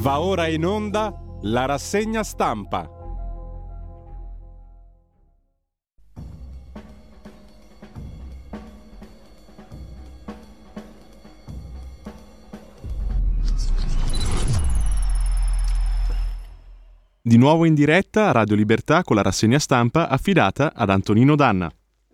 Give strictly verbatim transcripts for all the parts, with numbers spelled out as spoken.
Va ora in onda la rassegna stampa. Di nuovo in diretta a Radio Libertà con la rassegna stampa affidata ad Antonino Danna.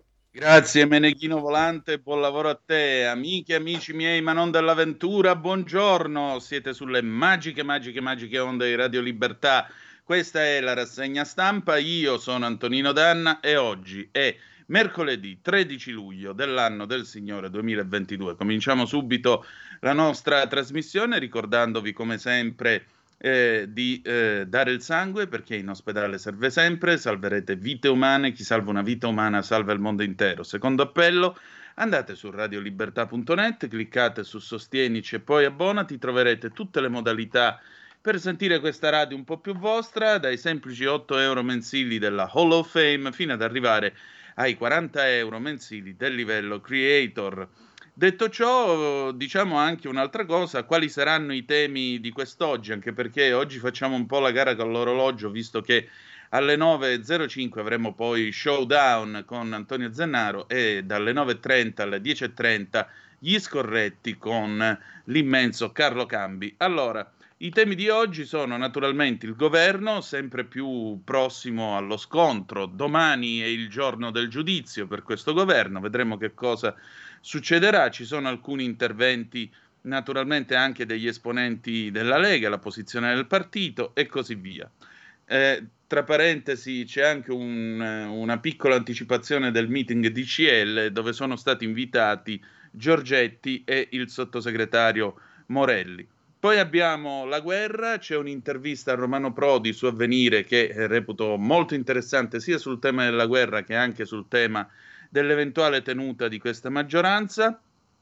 Grazie Meneghino Volante, buon lavoro a te. Amiche e amici miei, ma non dell'avventura, buongiorno. Siete sulle magiche, magiche, magiche onde di Radio Libertà. Questa è la rassegna stampa, io sono Antonino Danna e oggi è mercoledì tredici luglio dell'anno del Signore duemilaventidue. Cominciamo subito la nostra trasmissione ricordandovi come sempre Eh, di eh, dare il sangue, perché in ospedale serve sempre, salverete vite umane, chi salva una vita umana salva il mondo intero. Secondo appello, andate su radiolibertà punto net, cliccate su Sostienici e poi abbonati, troverete tutte le modalità per sentire questa radio un po' più vostra, dai semplici otto euro mensili della Hall of Fame fino ad arrivare ai quaranta euro mensili del livello Creator. Detto ciò, diciamo anche un'altra cosa: quali saranno i temi di quest'oggi, anche perché oggi facciamo un po' la gara con l'orologio, visto che alle nove e zero cinque avremo poi Showdown con Antonio Zennaro e dalle nove e trenta alle dieci e trenta Gli Scorretti con l'immenso Carlo Cambi. Allora, i temi di oggi sono naturalmente il governo, sempre più prossimo allo scontro. Domani è il giorno del giudizio per questo governo, vedremo che cosa succederà. Ci sono alcuni interventi naturalmente anche degli esponenti della Lega, la posizione del partito e così via. Eh, tra parentesi c'è anche un, una piccola anticipazione del meeting D C L dove sono stati invitati Giorgetti e il sottosegretario Morelli. Poi abbiamo la guerra, c'è un'intervista a Romano Prodi su Avvenire che reputo molto interessante sia sul tema della guerra che anche sul tema dell'eventuale tenuta di questa maggioranza.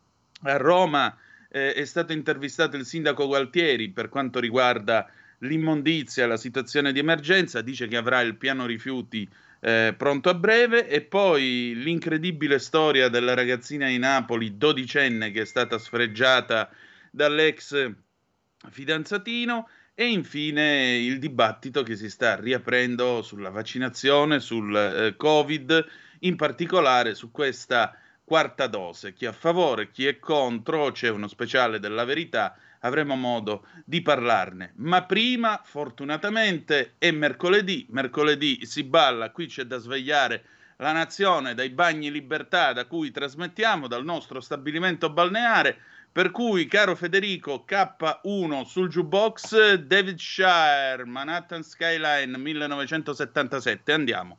A Roma eh, è stato intervistato il sindaco Gualtieri per quanto riguarda l'immondizia, la situazione di emergenza, dice che avrà il piano rifiuti eh, pronto a breve, e poi l'incredibile storia della ragazzina di Napoli, dodicenne, che è stata sfregiata dall'ex fidanzatino, e infine il dibattito che si sta riaprendo sulla vaccinazione, sul eh, Covid, in particolare su questa quarta dose, chi è a favore, chi è contro. C'è uno speciale della Verità, avremo modo di parlarne. Ma prima, fortunatamente, è mercoledì, mercoledì si balla, qui c'è da svegliare la nazione dai bagni Libertà da cui trasmettiamo, dal nostro stabilimento balneare. Per cui, caro Federico, K uno sul jukebox, David Shire, Manhattan Skyline millenovecentosettantasette, andiamo.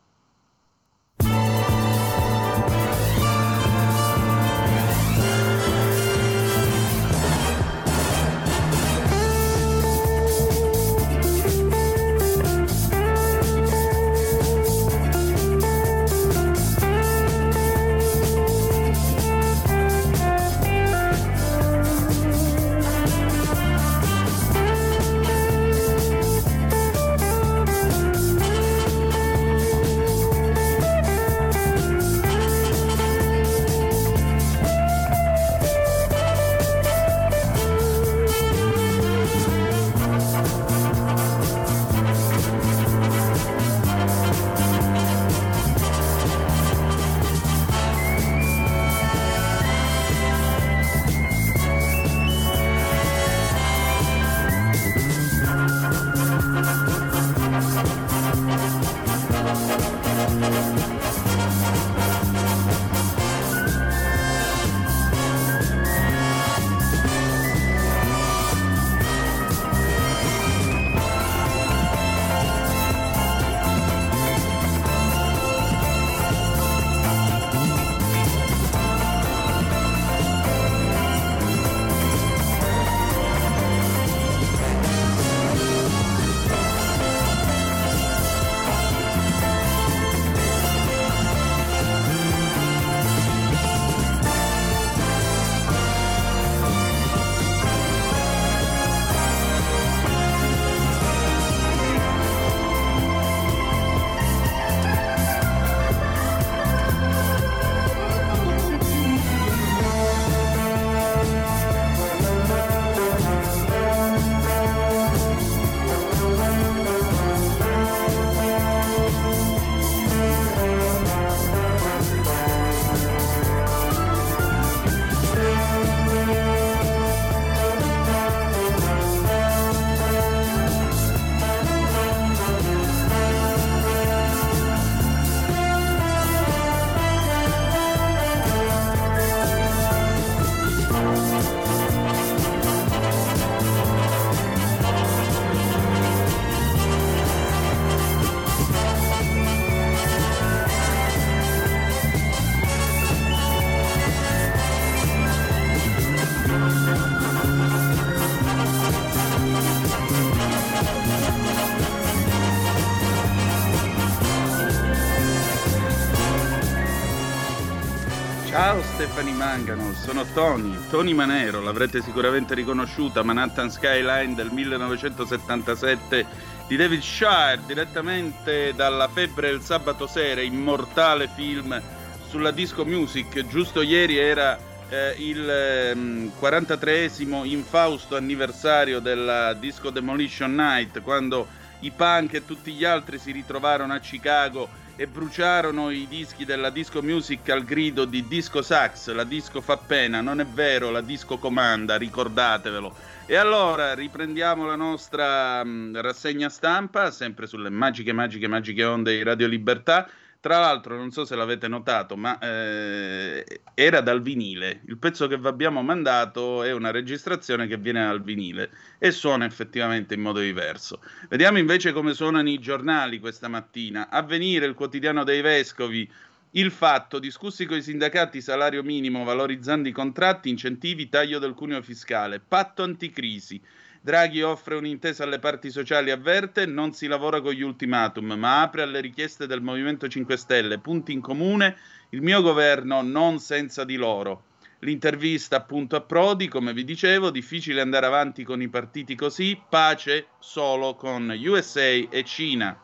Ciao Stefani Mangano, sono Tony, Tony Manero, l'avrete sicuramente riconosciuta, Manhattan Skyline del millenovecentosettantasette di David Shire, direttamente dalla Febbre del sabato sera, immortale film sulla disco music. Giusto ieri era eh, il eh, quarantatreesimo infausto anniversario della Disco Demolition Night, quando i punk e tutti gli altri si ritrovarono a Chicago e bruciarono i dischi della disco music al grido di disco sax, la disco fa pena, non è vero, la disco comanda, ricordatevelo. E allora riprendiamo la nostra mh, rassegna stampa, sempre sulle magiche, magiche, magiche onde di Radio Libertà. Tra l'altro, non so se l'avete notato, ma eh, era dal vinile. Il pezzo che vi abbiamo mandato è una registrazione che viene dal vinile e suona effettivamente in modo diverso. Vediamo invece come suonano i giornali questa mattina. Avvenire, il quotidiano dei vescovi, Il Fatto, discussi con i sindacati, salario minimo, valorizzando i contratti, incentivi, taglio del cuneo fiscale, patto anticrisi. Draghi offre un'intesa alle parti sociali, avverte, non si lavora con gli ultimatum, ma apre alle richieste del Movimento cinque Stelle, punti in comune, il mio governo non senza di loro. L'intervista appunto a Prodi, come vi dicevo, difficile andare avanti con i partiti così, pace solo con U S A e Cina.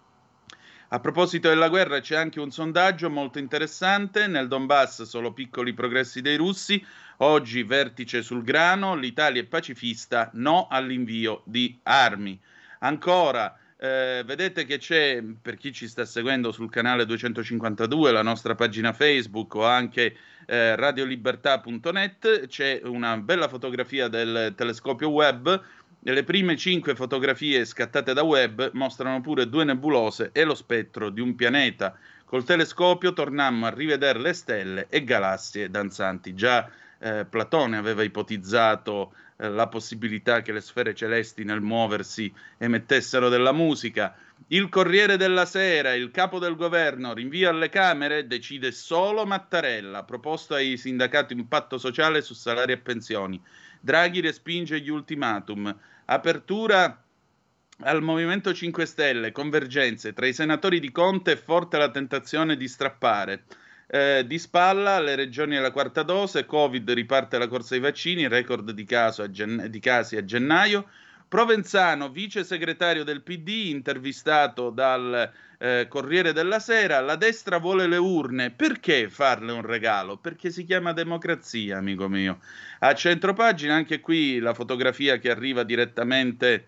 A proposito della guerra c'è anche un sondaggio molto interessante, nel Donbass solo piccoli progressi dei russi, oggi vertice sul grano, l'Italia è pacifista, no all'invio di armi. Ancora, eh, vedete che c'è, per chi ci sta seguendo sul canale duecentocinquantadue, la nostra pagina Facebook o anche eh, radiolibertà punto net, c'è una bella fotografia del telescopio Webb. Le prime cinque fotografie scattate da Webb mostrano pure due nebulose e lo spettro di un pianeta. Col telescopio tornammo a rivedere le stelle e galassie danzanti. Già eh, Platone aveva ipotizzato eh, la possibilità che le sfere celesti nel muoversi emettessero della musica. Il Corriere della Sera, il capo del governo, rinvia alle Camere, decide solo Mattarella, proposto ai sindacati un patto sociale su salari e pensioni. Draghi respinge gli ultimatum. Apertura al Movimento cinque Stelle, convergenze tra i senatori di Conte e forte la tentazione di strappare. Eh, di spalla le regioni alla quarta dose, Covid riparte la corsa ai vaccini, record di, caso a gen- di casi a gennaio. Provenzano, vice segretario del P D, intervistato dal eh, Corriere della Sera, la destra vuole le urne, perché farle un regalo? Perché si chiama democrazia, amico mio. A centropagina anche qui la fotografia che arriva direttamente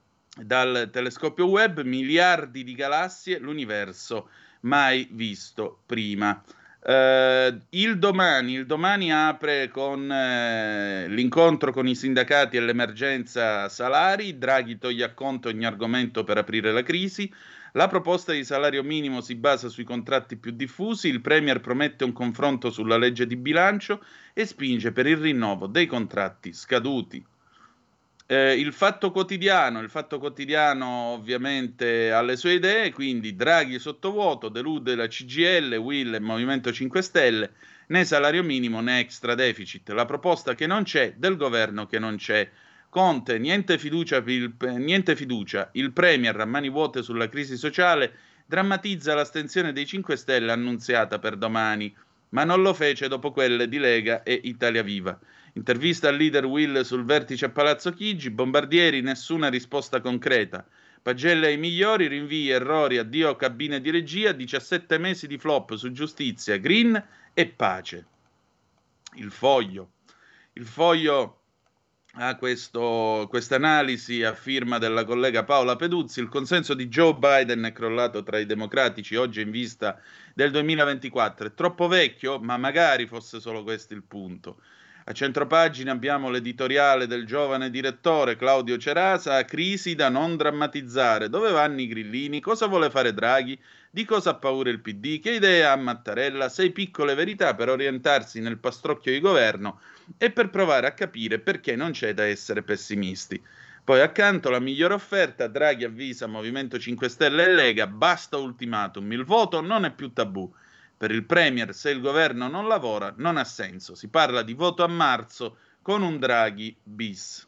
dal telescopio Webb, miliardi di galassie, l'universo mai visto prima. Uh, il domani, il domani apre con uh, l'incontro con i sindacati e l'emergenza salari. Draghi toglie a conto ogni argomento per aprire la crisi. La proposta di salario minimo si basa sui contratti più diffusi. Il Premier promette un confronto sulla legge di bilancio e spinge per il rinnovo dei contratti scaduti. Eh, il Fatto Quotidiano, il Fatto Quotidiano ovviamente ha le sue idee, quindi Draghi sottovuoto, delude la C G I L, Will e Movimento cinque Stelle, né salario minimo né extra deficit, la proposta che non c'è del governo che non c'è. Conte, niente fiducia, il, niente fiducia, il Premier a mani vuote sulla crisi sociale, drammatizza l'astensione dei cinque Stelle annunziata per domani, ma non lo fece dopo quelle di Lega e Italia Viva. Intervista al leader Will sul vertice a Palazzo Chigi, Bombardieri, nessuna risposta concreta. Pagella ai migliori, rinvii, errori, addio a cabine di regia, diciassette mesi di flop su giustizia, green e pace. Il Foglio. Il Foglio ha questa analisi a firma della collega Paola Peduzzi. Il consenso di Joe Biden è crollato tra i democratici oggi in vista del duemilaventiquattro. È troppo vecchio, ma magari fosse solo questo il punto. A centropagina abbiamo l'editoriale del giovane direttore Claudio Cerasa, crisi da non drammatizzare. Dove vanno i grillini? Cosa vuole fare Draghi? Di cosa ha paura il P D? Che idea ha Mattarella? Sei piccole verità per orientarsi nel pastrocchio di governo e per provare a capire perché non c'è da essere pessimisti. Poi accanto la migliore offerta, Draghi avvisa Movimento cinque Stelle e Lega, basta ultimatum, il voto non è più tabù. Per il Premier, se il governo non lavora, non ha senso. Si parla di voto a marzo con un Draghi bis.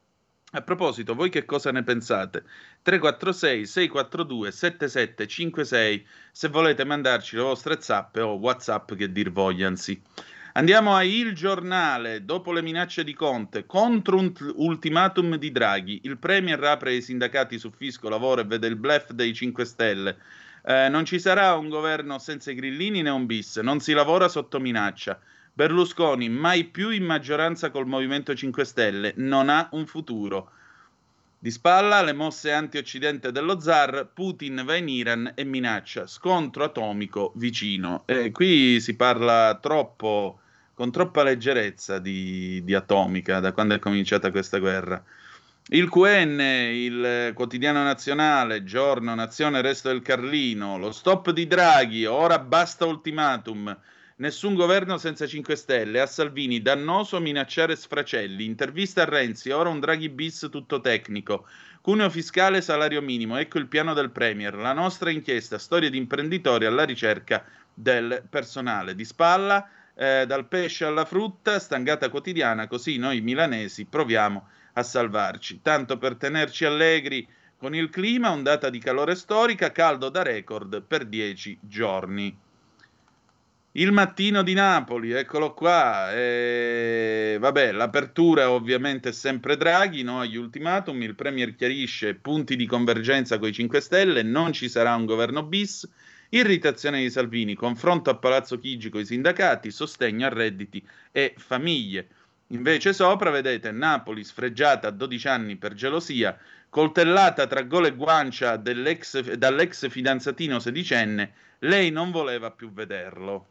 A proposito, voi che cosa ne pensate? tre quattro sei sei quattro due sette sette cinque sei se volete mandarci le vostre zappe o WhatsApp che dir vogliansi. Andiamo a Il Giornale. Dopo le minacce di Conte, contro un t- ultimatum di Draghi, il Premier apre i sindacati su fisco, lavoro e vede il bluff dei cinque Stelle. Eh, non ci sarà un governo senza i grillini né un bis, non si lavora sotto minaccia. Berlusconi, mai più in maggioranza col Movimento cinque Stelle, non ha un futuro. Di spalla le mosse anti-occidente dello zar, Putin va in Iran e minaccia scontro atomico vicino. E qui si parla troppo, con troppa leggerezza di, di atomica da quando è cominciata questa guerra. Il Q N, il quotidiano nazionale, giorno, nazione, resto del Carlino, lo stop di Draghi, ora basta ultimatum. Nessun governo senza cinque Stelle. A Salvini, dannoso minacciare sfracelli. Intervista a Renzi, ora un Draghi bis tutto tecnico. Cuneo fiscale, salario minimo. Ecco il piano del Premier. La nostra inchiesta, storie di imprenditori alla ricerca del personale. Di spalla, eh, dal pesce alla frutta, stangata quotidiana, così noi milanesi proviamo a salvarci. Tanto per tenerci allegri con il clima, ondata di calore storica, caldo da record per dieci giorni. Il Mattino di Napoli, eccolo qua. E, vabbè, l'apertura ovviamente è sempre Draghi, no agli ultimatum. Il Premier chiarisce punti di convergenza con i cinque Stelle, non ci sarà un governo bis. Irritazione di Salvini, confronto a Palazzo Chigi con i sindacati, sostegno a redditi e famiglie. Invece sopra, vedete, Napoli sfregiata a dodici anni per gelosia, coltellata tra gola e guancia dell'ex, dall'ex fidanzatino sedicenne, lei non voleva più vederlo.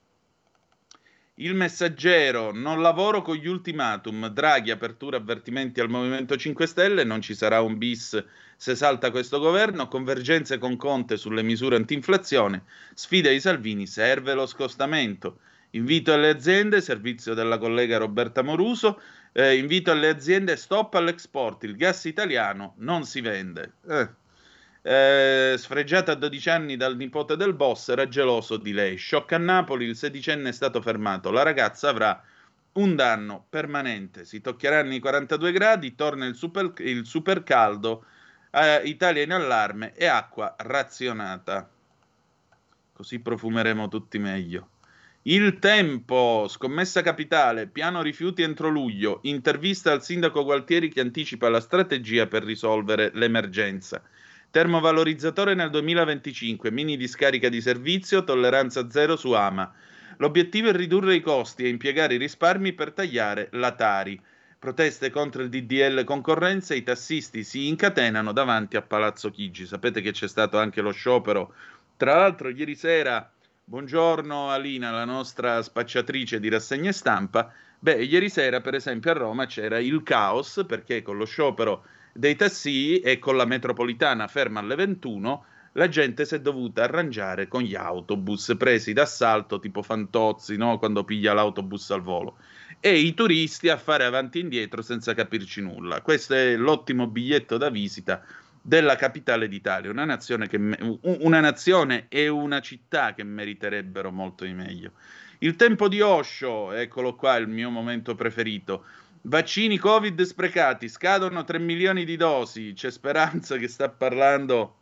Il Messaggero, non lavoro con gli ultimatum, Draghi, apertura, avvertimenti al Movimento cinque Stelle, non ci sarà un bis se salta questo governo, convergenze con Conte sulle misure antinflazione, sfida di Salvini, serve lo scostamento. Invito alle aziende, servizio della collega Roberta Moruso, eh, invito alle aziende, stop all'export, il gas italiano non si vende. Eh. Eh, sfregiata a dodici anni dal nipote del boss, era geloso di lei. Shock a Napoli, il sedicenne è stato fermato. La ragazza avrà un danno permanente. Si toccheranno i quarantadue gradi, torna il super, il super caldo, eh, Italia in allarme e acqua razionata. Così profumeremo tutti meglio. Il Tempo, scommessa capitale, piano rifiuti entro luglio, intervista al sindaco Gualtieri che anticipa la strategia per risolvere l'emergenza. Termovalorizzatore nel duemilaventicinque, mini discarica di servizio, tolleranza zero su Ama. L'obiettivo è ridurre i costi e impiegare i risparmi per tagliare la Tari. Proteste contro il D D L concorrenza, i tassisti si incatenano davanti a Palazzo Chigi. Sapete che c'è stato anche lo sciopero. Tra l'altro ieri sera, buongiorno Alina, la nostra spacciatrice di rassegne stampa, beh, ieri sera per esempio a Roma c'era il caos perché con lo sciopero dei tassi e con la metropolitana ferma alle ventuno, la gente si è dovuta arrangiare con gli autobus presi d'assalto tipo Fantozzi, no? Quando piglia l'autobus al volo, e i turisti a fare avanti e indietro senza capirci nulla. Questo è l'ottimo biglietto da visita della capitale d'Italia, una nazione, che, una nazione e una città che meriterebbero molto di meglio. Il Tempo di Osho, eccolo qua, il mio momento preferito. Vaccini Covid sprecati, scadono tre milioni di dosi, c'è Speranza che sta parlando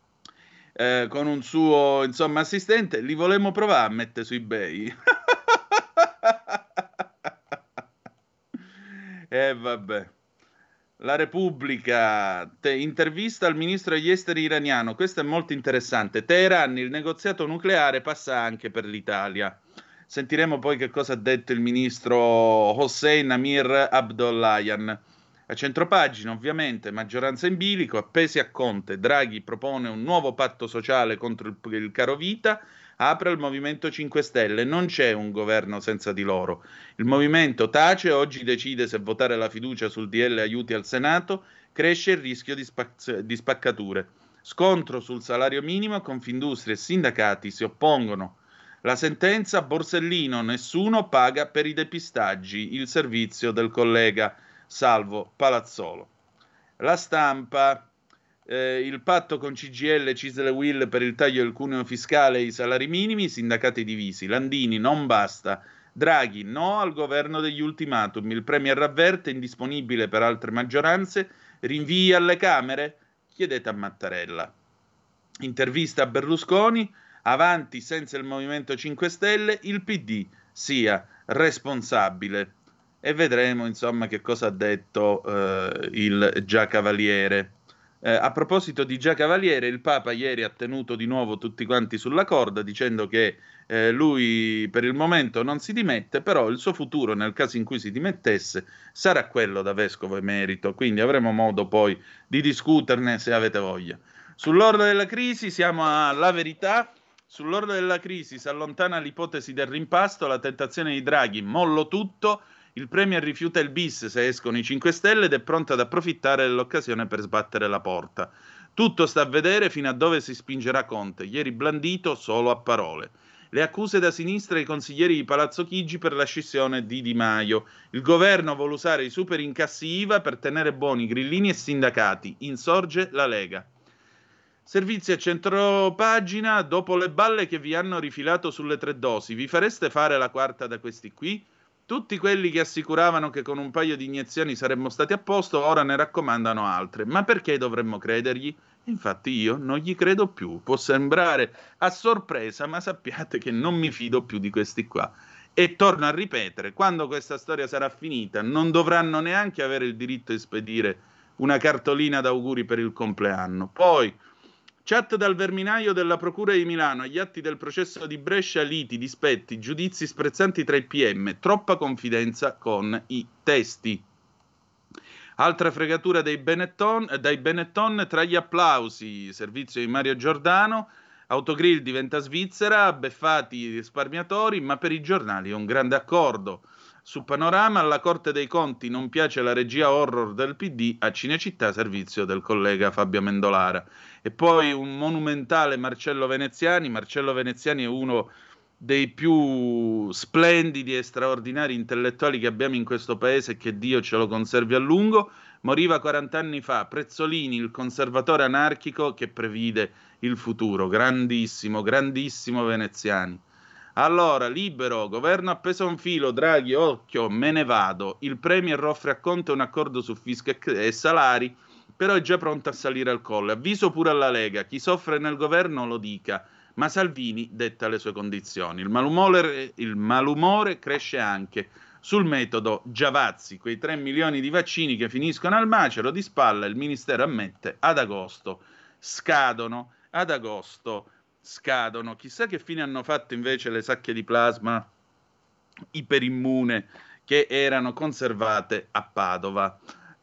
eh, con un suo, insomma, assistente, li volemmo provare a mettere su eBay. E eh, vabbè. La Repubblica, te, intervista al ministro degli esteri iraniano, questo è molto interessante. Teheran, il negoziato nucleare passa anche per l'Italia. Sentiremo poi che cosa ha detto il ministro Hossein Amir Abdollahian. A centropagina, ovviamente, maggioranza in bilico, appesi a Conte. Draghi propone un nuovo patto sociale contro il, il carovita, apre il Movimento cinque Stelle. Non c'è un governo senza di loro. Il Movimento tace, oggi decide se votare la fiducia sul D L aiuti al Senato, cresce il rischio di, spaz- di spaccature. Scontro sul salario minimo, Confindustria e sindacati si oppongono. La sentenza, Borsellino, nessuno paga per i depistaggi, il servizio del collega Salvo Palazzolo. La Stampa, eh, il patto con C G I L, Cisl e Will per il taglio del cuneo fiscale e i salari minimi, sindacati divisi. Landini, non basta. Draghi, no al governo degli ultimatum. Il Premier avverte, indisponibile per altre maggioranze, rinvii alle Camere, chiedete a Mattarella. Intervista a Berlusconi, avanti senza il Movimento cinque Stelle, il P D sia responsabile. E vedremo insomma che cosa ha detto eh, il Già Cavaliere. Eh, a proposito di Già Cavaliere, il Papa ieri ha tenuto di nuovo tutti quanti sulla corda dicendo che eh, lui per il momento non si dimette, però il suo futuro nel caso in cui si dimettesse sarà quello da vescovo emerito, quindi avremo modo poi di discuterne se avete voglia. Sull'orlo della crisi siamo alla verità. Sull'orlo della crisi si allontana l'ipotesi del rimpasto, la tentazione di Draghi, mollo tutto. Il Premier rifiuta il bis se escono i cinque Stelle ed è pronto ad approfittare dell'occasione per sbattere la porta. Tutto sta a vedere fino a dove si spingerà Conte, ieri blandito solo a parole. Le accuse da sinistra ai consiglieri di Palazzo Chigi per la scissione di Di Maio. Il governo vuole usare i super incassi I V A per tenere buoni grillini e sindacati. Insorge la Lega. Servizi a centropagina, dopo le balle che vi hanno rifilato sulle tre dosi, vi fareste fare la quarta da questi qui? Tutti quelli che assicuravano che con un paio di iniezioni saremmo stati a posto, ora ne raccomandano altre. Ma perché dovremmo credergli? Infatti io non gli credo più. Può sembrare a sorpresa, ma sappiate che non mi fido più di questi qua. E torno a ripetere, quando questa storia sarà finita, non dovranno neanche avere il diritto di spedire una cartolina d'auguri per il compleanno. Poi, chat dal Verminaio della Procura di Milano, agli atti del processo di Brescia, liti, dispetti, giudizi sprezzanti tra i P M, troppa confidenza con i testi. Altra fregatura dei Benetton, dai Benetton tra gli applausi, servizio di Mario Giordano, Autogrill diventa Svizzera, beffati i risparmiatori, ma per i giornali è un grande accordo. Su Panorama, alla Corte dei Conti non piace la regia horror del P D, a Cinecittà servizio del collega Fabio Amendolara. E poi un monumentale Marcello Veneziani. Marcello Veneziani è uno dei più splendidi e straordinari intellettuali che abbiamo in questo paese, che Dio ce lo conservi a lungo. Moriva quaranta anni fa, Prezzolini, il conservatore anarchico che previde il futuro. Grandissimo, grandissimo Veneziani. Allora, Libero, governo appeso a un filo, Draghi, occhio, me ne vado. Il Premier offre a Conte un accordo su fisco e salari, però è già pronto a salire al colle. Avviso pure alla Lega, chi soffre nel governo lo dica, ma Salvini detta le sue condizioni. Il malumore, il malumore cresce anche sul metodo Giavazzi, quei tre milioni di vaccini che finiscono al macero, di spalla il Ministero ammette ad agosto scadono, ad agosto scadono. Chissà che fine hanno fatto invece le sacche di plasma iperimmune che erano conservate a Padova.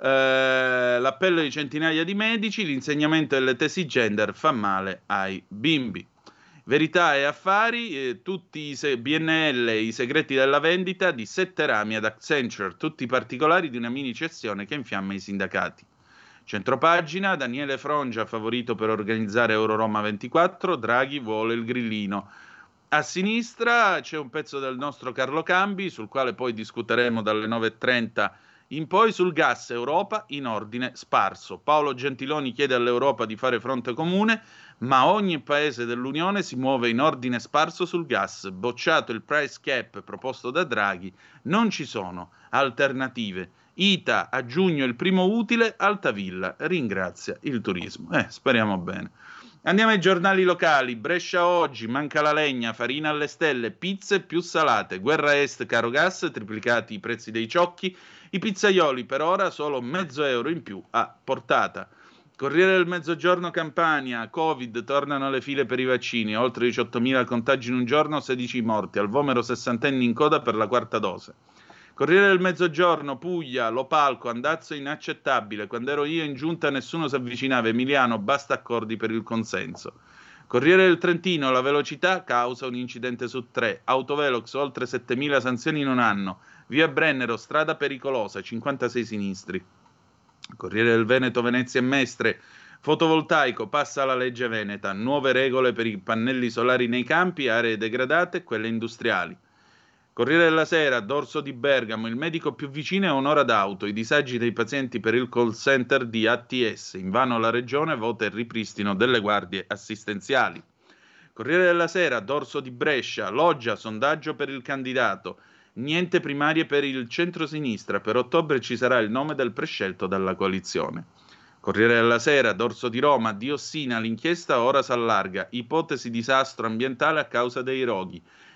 Eh, l'appello di centinaia di medici, l'insegnamento delle tesi gender fa male ai bimbi. Verità e affari, eh, tutti i se- B N L, i segreti della vendita di sette rami ad Accenture, tutti i particolari di una mini cessione che infiamma i sindacati. Centropagina, Daniele Frongia favorito per organizzare Euro-Roma ventiquattro, Draghi vuole il grillino. A sinistra c'è un pezzo del nostro Carlo Cambi, sul quale poi discuteremo dalle nove e trenta in poi, sul gas Europa in ordine sparso. Paolo Gentiloni chiede all'Europa di fare fronte comune, ma ogni paese dell'Unione si muove in ordine sparso sul gas. Bocciato il price cap proposto da Draghi, non ci sono alternative. I T A a giugno il primo utile, Altavilla ringrazia il turismo. Eh, speriamo bene. Andiamo ai giornali locali. Brescia oggi, manca la legna, farina alle stelle, pizze più salate, guerra est, caro gas, triplicati i prezzi dei ciocchi, i pizzaioli per ora solo mezzo euro in più a portata. Corriere del Mezzogiorno Campania, Covid, tornano le file per i vaccini, oltre diciottomila contagi in un giorno, sedici morti, al Vomero sessantenni in coda per la quarta dose. Corriere del Mezzogiorno, Puglia, Lopalco, andazzo inaccettabile, quando ero io in giunta nessuno si avvicinava, Emiliano, basta accordi per il consenso. Corriere del Trentino, la velocità causa un incidente su tre, Autovelox oltre settemila sanzioni in un anno, via Brennero, strada pericolosa, cinquantasei sinistri. Corriere del Veneto, Venezia e Mestre, fotovoltaico, passa la legge veneta, nuove regole per i pannelli solari nei campi, aree degradate e quelle industriali. Corriere della Sera, dorso di Bergamo, il medico più vicino è un'ora d'auto, i disagi dei pazienti per il call center di A T S, invano la regione vota il ripristino delle guardie assistenziali. Corriere della Sera, dorso di Brescia, Loggia, sondaggio per il candidato, niente primarie per il centro-sinistra, per ottobre ci sarà il nome del prescelto dalla coalizione. Corriere della Sera, dorso di Roma, diossina, l'inchiesta ora s'allarga, ipotesi disastro ambientale a causa dei roghi.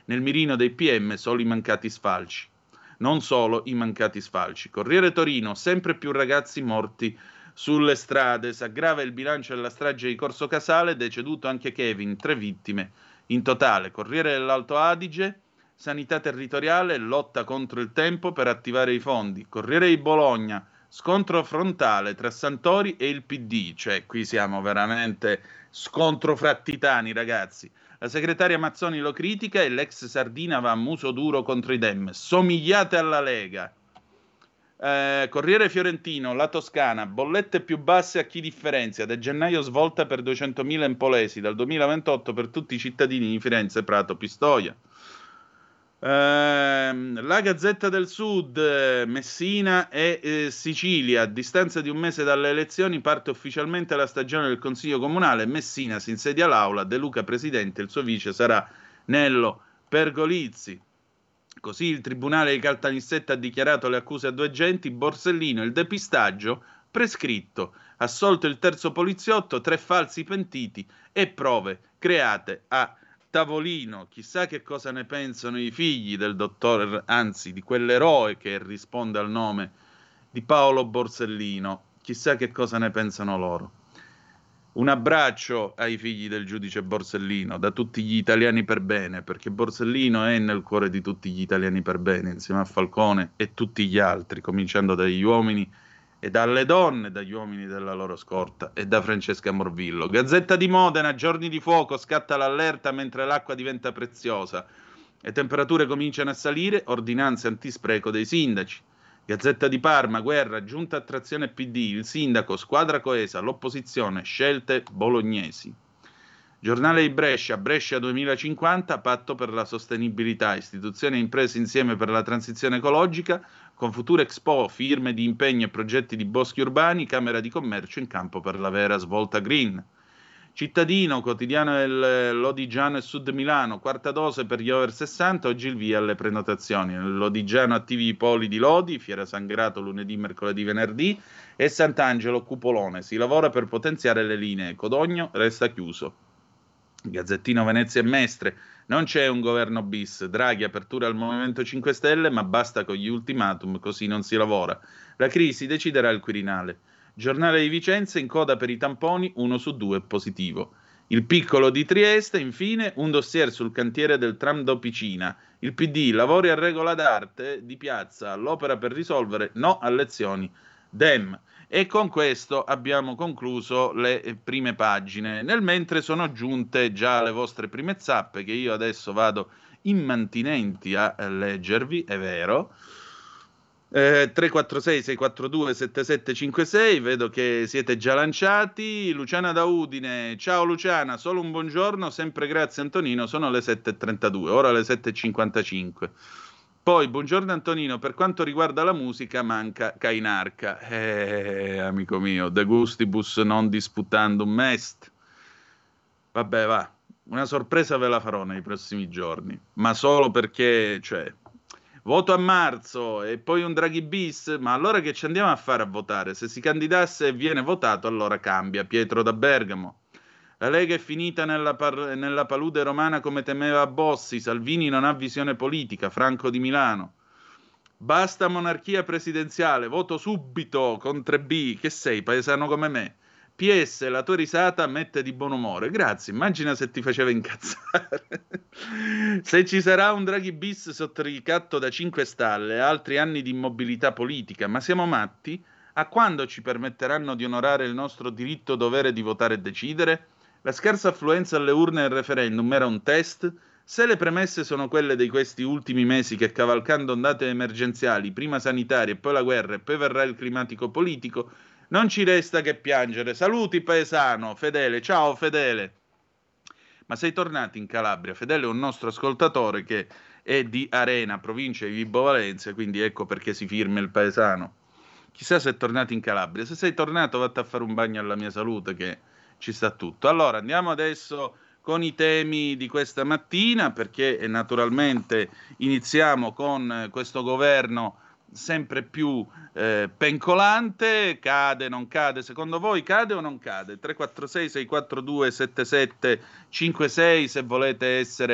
Nel mirino dei P M solo i mancati sfalci. Non solo i mancati sfalci. Corriere Torino, sempre più ragazzi morti sulle strade. S'aggrava il bilancio della strage di Corso Casale, deceduto anche Kevin, tre vittime in totale. Corriere dell'Alto Adige, sanità territoriale, lotta contro il tempo per attivare i fondi. Corriere di Bologna, scontro frontale tra Santori e il P D. Cioè, qui siamo veramente scontro fra titani, ragazzi. La segretaria Mazzoni lo critica e l'ex Sardina va a muso duro contro i Dem. Somigliate alla Lega. Eh, Corriere Fiorentino, la Toscana, bollette più basse a chi differenzia. Da gennaio svolta per duecentomila empolesi, dal duemilaventotto per tutti i cittadini di Firenze, Prato, Pistoia. Eh, la Gazzetta del Sud, Messina e eh, Sicilia. A distanza di un mese dalle elezioni parte ufficialmente la stagione del Consiglio Comunale. Messina si insedia l'aula, De Luca presidente, il suo vice sarà Nello Pergolizzi. Così il Tribunale di Caltanissetta ha dichiarato le accuse a due agenti, Borsellino, il depistaggio prescritto, assolto il terzo poliziotto, tre falsi pentiti e prove create a tavolino. Chissà che cosa ne pensano i figli del dottor, anzi di quell'eroe che risponde al nome di Paolo Borsellino. Chissà che cosa ne pensano loro. Un abbraccio ai figli del giudice Borsellino, da tutti gli italiani per bene, perché Borsellino è nel cuore di tutti gli italiani per bene, insieme a Falcone e tutti gli altri, cominciando dagli uomini e dalle donne, dagli uomini della loro scorta e da Francesca Morvillo. Gazzetta di Modena, giorni di fuoco, scatta l'allerta mentre l'acqua diventa preziosa. Le temperature cominciano a salire, ordinanze antispreco dei sindaci. Gazzetta di Parma, guerra, giunta a trazione P D, il sindaco, squadra coesa, l'opposizione, scelte bolognesi. Giornale di Brescia, Brescia duemilacinquanta, patto per la sostenibilità, istituzioni e imprese insieme per la transizione ecologica, con Future Expo, firme di impegno e progetti di boschi urbani, Camera di Commercio in campo per la vera svolta green. Cittadino, quotidiano del Lodigiano e Sud Milano, quarta dose per gli over sessanta, oggi il via alle prenotazioni. Nel Lodigiano attivi i poli di Lodi, Fiera San Grato lunedì, mercoledì, venerdì e Sant'Angelo Cupolone. Si lavora per potenziare le linee, Codogno resta chiuso. Gazzettino Venezia e Mestre, non c'è un governo bis, Draghi apertura al Movimento cinque Stelle, ma basta con gli ultimatum, così non si lavora. La crisi deciderà il Quirinale. Giornale di Vicenza, in coda per i tamponi, uno su due positivo. Il Piccolo di Trieste, infine, un dossier sul cantiere del tram d'Opicina. Il P D, lavori a regola d'arte di piazza, all'opera per risolvere, no a lezioni. Dem. E con questo abbiamo concluso le prime pagine. Nel mentre sono giunte già le vostre prime zappe, che io adesso vado immantinenti a leggervi, è vero. Eh, tre quattro sei sei quattro due sette sette cinque sei, vedo che siete già lanciati. Luciana da Udine, ciao Luciana, solo un buongiorno, sempre grazie Antonino, sono le sette e trentadue, ora le sette e cinquantacinque. Poi buongiorno Antonino, per quanto riguarda la musica manca Cainarca. Eh, amico mio, de gustibus non disputandum est. Vabbè, va, una sorpresa ve la farò nei prossimi giorni, ma solo perché, cioè, voto a marzo e poi un Draghi bis, ma allora che ci andiamo a fare a votare? Se si candidasse e viene votato, allora cambia. Pietro da Bergamo. La Lega è finita nella, par- nella palude romana come temeva Bossi, Salvini non ha visione politica, Franco di Milano. Basta monarchia presidenziale, voto subito con tre B, che sei, paesano come me. P S, la tua risata mette di buon umore. Grazie, immagina se ti faceva incazzare. Se ci sarà un Draghi bis sotto ricatto da cinque stalle, altri anni di immobilità politica, ma siamo matti? A quando ci permetteranno di onorare il nostro diritto dovere di votare e decidere? La scarsa affluenza alle urne e al referendum era un test? Se le premesse sono quelle di questi ultimi mesi che cavalcando ondate emergenziali, prima sanitarie, poi la guerra e poi verrà il climatico politico, non ci resta che piangere. Saluti paesano, Fedele, ciao Fedele. Ma sei tornato in Calabria? Fedele è un nostro ascoltatore che è di Arena, provincia di Vibo Valentia, quindi ecco perché si firma il paesano. Chissà se è tornato in Calabria. Se sei tornato, vatti a fare un bagno alla mia salute che ci sta tutto. Allora, andiamo adesso con i temi di questa mattina, perché naturalmente iniziamo con questo governo sempre più eh, pencolante. Cade, non cade? Secondo voi cade o non cade? tre quattro sei sei quattro due sette sette cinque sei se volete essere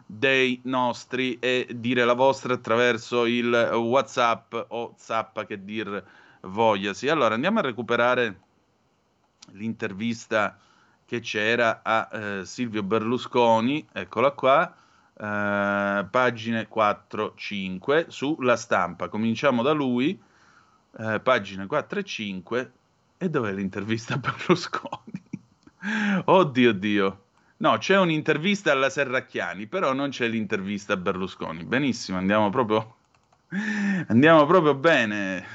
dei nostri e dire la vostra attraverso il WhatsApp o Zappa che dir vogliasi. Allora andiamo a recuperare l'intervista che c'era a eh, Silvio Berlusconi, eccola qua, eh, pagine quattro cinque sulla Stampa. Cominciamo da lui, eh, pagine quattro e cinque. E dov'è l'intervista a Berlusconi? Oddio Dio. No, c'è un'intervista alla Serracchiani, però non c'è l'intervista a Berlusconi. Benissimo, andiamo proprio andiamo proprio bene.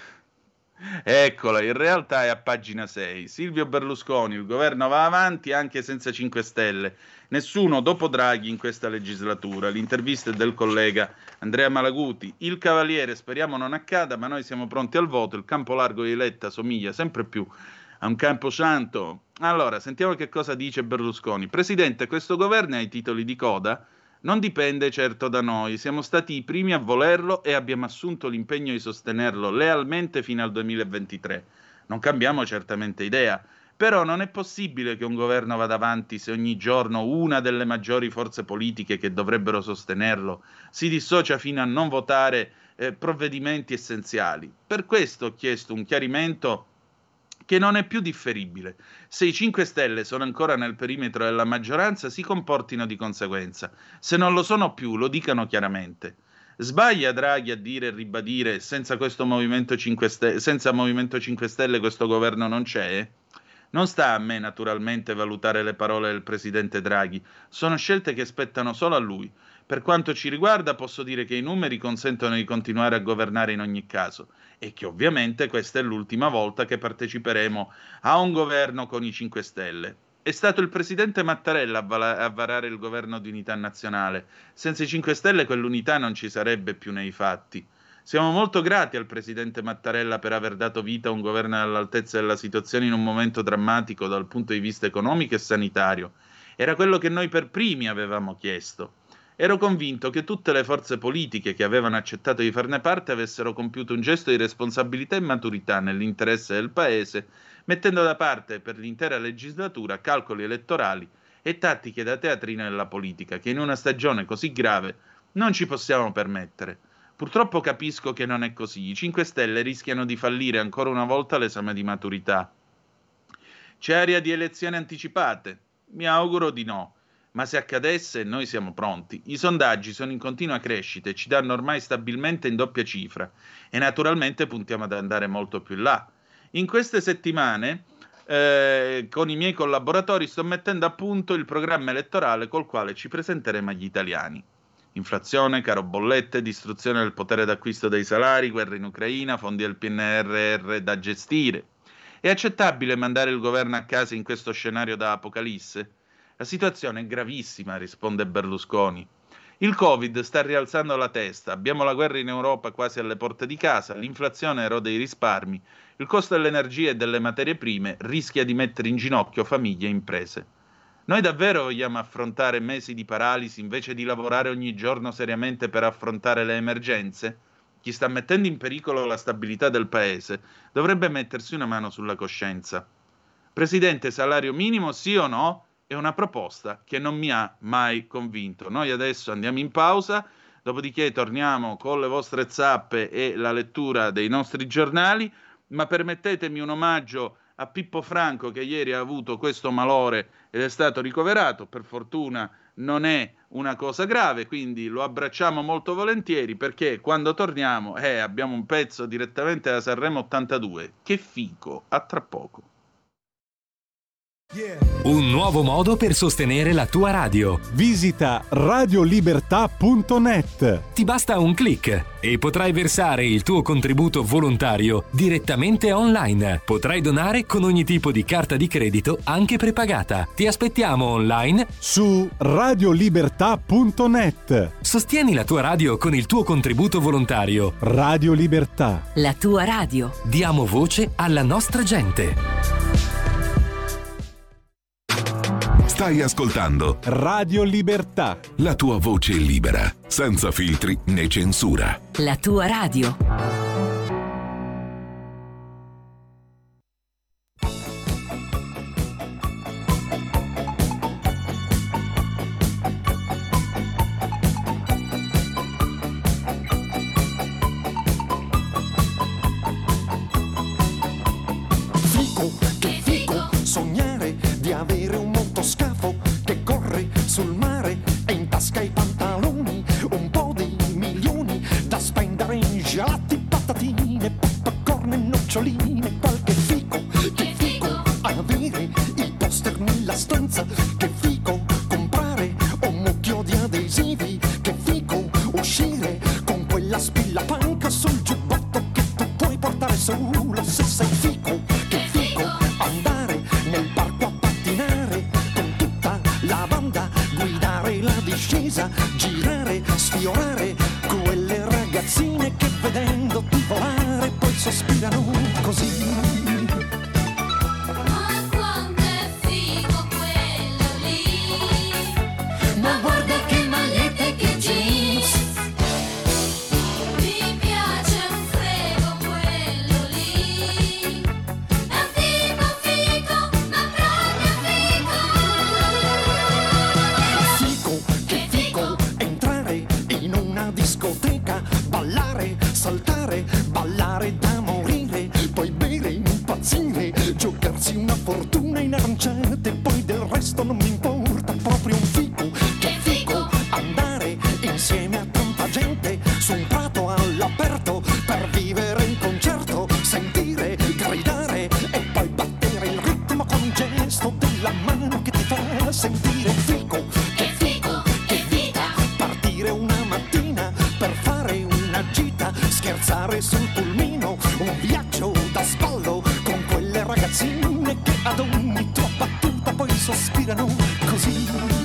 Eccola, in realtà è a pagina sei. Silvio Berlusconi, il governo va avanti anche senza cinque Stelle. Nessuno dopo Draghi in questa legislatura. L'intervista è del collega Andrea Malaguti. Il Cavaliere, speriamo non accada, ma noi siamo pronti al voto. Il campo largo di Letta somiglia sempre più a un camposanto. Allora, sentiamo che cosa dice Berlusconi. Presidente, questo governo ha i titoli di coda? Non dipende certo da noi, siamo stati i primi a volerlo e abbiamo assunto l'impegno di sostenerlo lealmente fino al duemilaventitré. Non cambiamo certamente idea, però non è possibile che un governo vada avanti se ogni giorno una delle maggiori forze politiche che dovrebbero sostenerlo si dissocia fino a non votare eh, provvedimenti essenziali. Per questo ho chiesto un chiarimento che non è più differibile. Se i cinque Stelle sono ancora nel perimetro della maggioranza, si comportino di conseguenza. Se non lo sono più, lo dicano chiaramente. Sbaglia Draghi a dire e ribadire senza questo Movimento cinque Stelle, senza Movimento cinque Stelle questo governo non c'è? Non sta a me naturalmente valutare le parole del presidente Draghi, sono scelte che spettano solo a lui. Per quanto ci riguarda posso dire che i numeri consentono di continuare a governare in ogni caso e che ovviamente questa è l'ultima volta che parteciperemo a un governo con i cinque Stelle. È stato il presidente Mattarella a, vala- a varare il governo di unità nazionale. Senza i cinque Stelle quell'unità non ci sarebbe più nei fatti. Siamo molto grati al presidente Mattarella per aver dato vita a un governo all'altezza della situazione in un momento drammatico dal punto di vista economico e sanitario. Era quello che noi per primi avevamo chiesto. Ero convinto che tutte le forze politiche che avevano accettato di farne parte avessero compiuto un gesto di responsabilità e maturità nell'interesse del Paese, mettendo da parte per l'intera legislatura calcoli elettorali e tattiche da teatrino della politica, che in una stagione così grave non ci possiamo permettere. Purtroppo capisco che non è così. I cinque Stelle rischiano di fallire ancora una volta l'esame di maturità. C'è aria di elezioni anticipate? Mi auguro di no. Ma se accadesse, noi siamo pronti. I sondaggi sono in continua crescita e ci danno ormai stabilmente in doppia cifra e naturalmente puntiamo ad andare molto più in là. In queste settimane, eh, con i miei collaboratori, sto mettendo a punto il programma elettorale col quale ci presenteremo agli italiani. Inflazione, caro bollette, distruzione del potere d'acquisto dei salari, guerra in Ucraina, fondi del P N R R da gestire. È accettabile mandare il governo a casa in questo scenario da apocalisse? La situazione è gravissima, risponde Berlusconi. Il Covid sta rialzando la testa, abbiamo la guerra in Europa quasi alle porte di casa, l'inflazione erode i risparmi, il costo dell'energia e delle materie prime rischia di mettere in ginocchio famiglie e imprese. Noi davvero vogliamo affrontare mesi di paralisi invece di lavorare ogni giorno seriamente per affrontare le emergenze? Chi sta mettendo in pericolo la stabilità del Paese dovrebbe mettersi una mano sulla coscienza. Presidente, salario minimo sì o no? È una proposta che non mi ha mai convinto. Noi adesso andiamo in pausa, dopodiché torniamo con le vostre zappe e la lettura dei nostri giornali, ma permettetemi un omaggio a Pippo Franco che ieri ha avuto questo malore ed è stato ricoverato. Per fortuna non è una cosa grave, quindi lo abbracciamo molto volentieri perché quando torniamo eh, abbiamo un pezzo direttamente da Sanremo ottantadue. Che fico, a tra poco. Un nuovo modo per sostenere la tua radio. Visita radiolibertà punto net. Ti basta un click e potrai versare il tuo contributo volontario direttamente online. Potrai donare con ogni tipo di carta di credito, anche prepagata. Ti aspettiamo online su radiolibertà punto net. Sostieni la tua radio con il tuo contributo volontario. Radio Libertà. La tua radio. Diamo voce alla nostra gente. Stai ascoltando Radio Libertà. La tua voce libera, senza filtri né censura. La tua radio. giocarsi una fortuna in aranciate, poi del resto non mi importa, proprio un fico, che fico, andare insieme a tanta gente su un prato all'aperto per vivere in concerto, sentire, gridare e poi battere il ritmo con un gesto della mano che ti fa sentire fico, che fico, che vita, partire una mattina per fare una gita, scherzare sul pulmino, un viaggio da spallo con quelle ragazzine che ad ogni tua battuta poi sospirano così.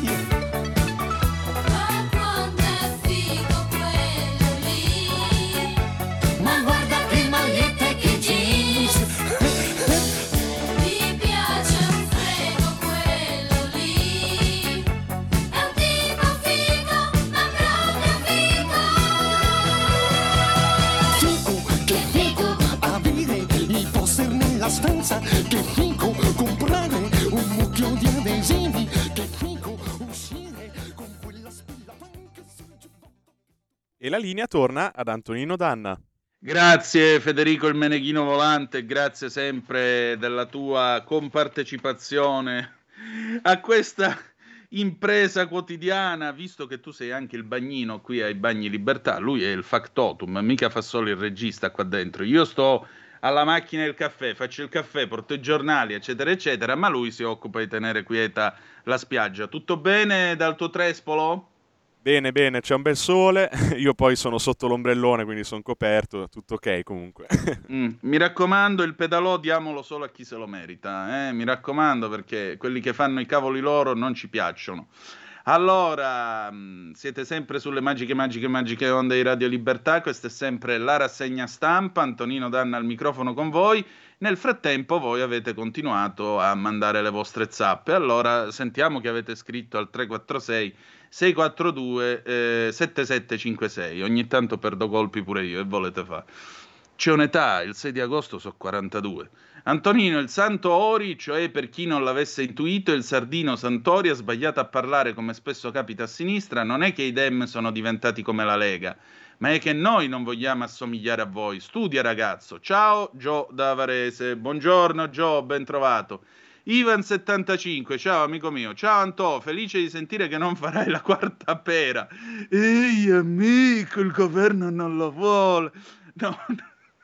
Stanza, che fico comprare un mucchio di adesivi, che fico uscire con quella spilla punk. E la linea torna ad Antonino Danna. Grazie Federico il Meneghino Volante, grazie sempre della tua compartecipazione a questa impresa quotidiana, visto che tu sei anche il bagnino qui ai Bagni Libertà, lui è il factotum, mica fa solo il regista qua dentro, io sto alla macchina del caffè, faccio il caffè, porto i giornali, eccetera, eccetera, ma lui si occupa di tenere quieta la spiaggia. Tutto bene dal tuo Trespolo? Bene, bene, c'è un bel sole, io poi sono sotto l'ombrellone, quindi sono coperto, tutto ok comunque. Mm, mi raccomando, il pedalò diamolo solo a chi se lo merita, eh? Mi raccomando, perché quelli che fanno i cavoli loro non ci piacciono. Allora, siete sempre sulle magiche, magiche, magiche onde di Radio Libertà, questa è sempre la rassegna stampa, Antonino Danna al microfono con voi, nel frattempo voi avete continuato a mandare le vostre zappe, allora sentiamo che avete scritto al tre quattro sei sei quattro due sette sette cinque sei, ogni tanto perdo colpi pure io, e volete fare? C'è un'età, il sei di agosto sono quarantadue. Antonino, il Santo Ori, cioè per chi non l'avesse intuito, il sardino Santori ha sbagliato a parlare come spesso capita a sinistra, non è che i Dem sono diventati come la Lega, ma è che noi non vogliamo assomigliare a voi. Studia ragazzo. Ciao Gio da Varese, buongiorno Gio, ben trovato. Ivan settantacinque, ciao amico mio, ciao Antò, felice di sentire che non farai la quarta pera. Ehi amico, il governo non lo vuole. No, no.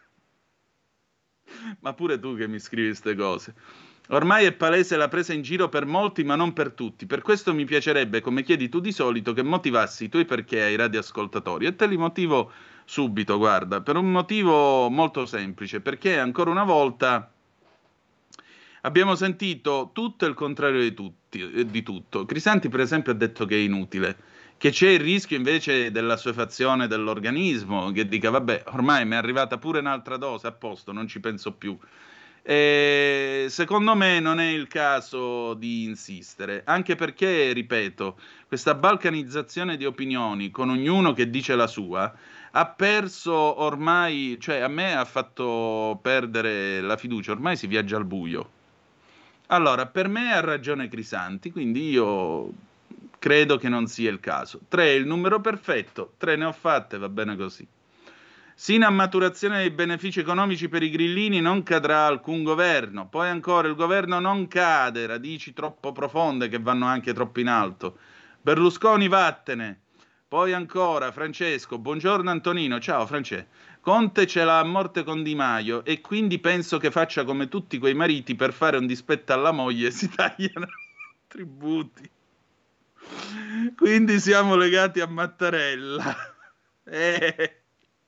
Ma pure tu che mi scrivi queste cose. Ormai è palese la presa in giro per molti ma non per tutti, per questo mi piacerebbe, come chiedi tu di solito, che motivassi i tuoi perché ai radioascoltatori, e te li motivo subito, guarda, per un motivo molto semplice, perché ancora una volta abbiamo sentito tutto il contrario di, tutti, di tutto. Crisanti per esempio ha detto che è inutile, che c'è il rischio invece dell'assuefazione dell'organismo, che dica vabbè ormai mi è arrivata pure un'altra dose, a posto, non ci penso più. E secondo me non è il caso di insistere, anche perché, ripeto, questa balcanizzazione di opinioni con ognuno che dice la sua ha perso ormai, cioè a me ha fatto perdere la fiducia, ormai si viaggia al buio. Allora, per me ha ragione Crisanti, quindi io credo che non sia il caso. tre è il numero perfetto, tre ne ho fatte, va bene così. Sino a maturazione dei benefici economici per i grillini non cadrà alcun governo. Poi ancora il governo non cade, radici troppo profonde che vanno anche troppo in alto. Berlusconi vattene. Poi ancora Francesco, buongiorno Antonino, ciao Francesco. Conte ce l'ha a morte con Di Maio e quindi penso che faccia come tutti quei mariti, per fare un dispetto alla moglie si tagliano tributi. Quindi siamo legati a Mattarella. Eh...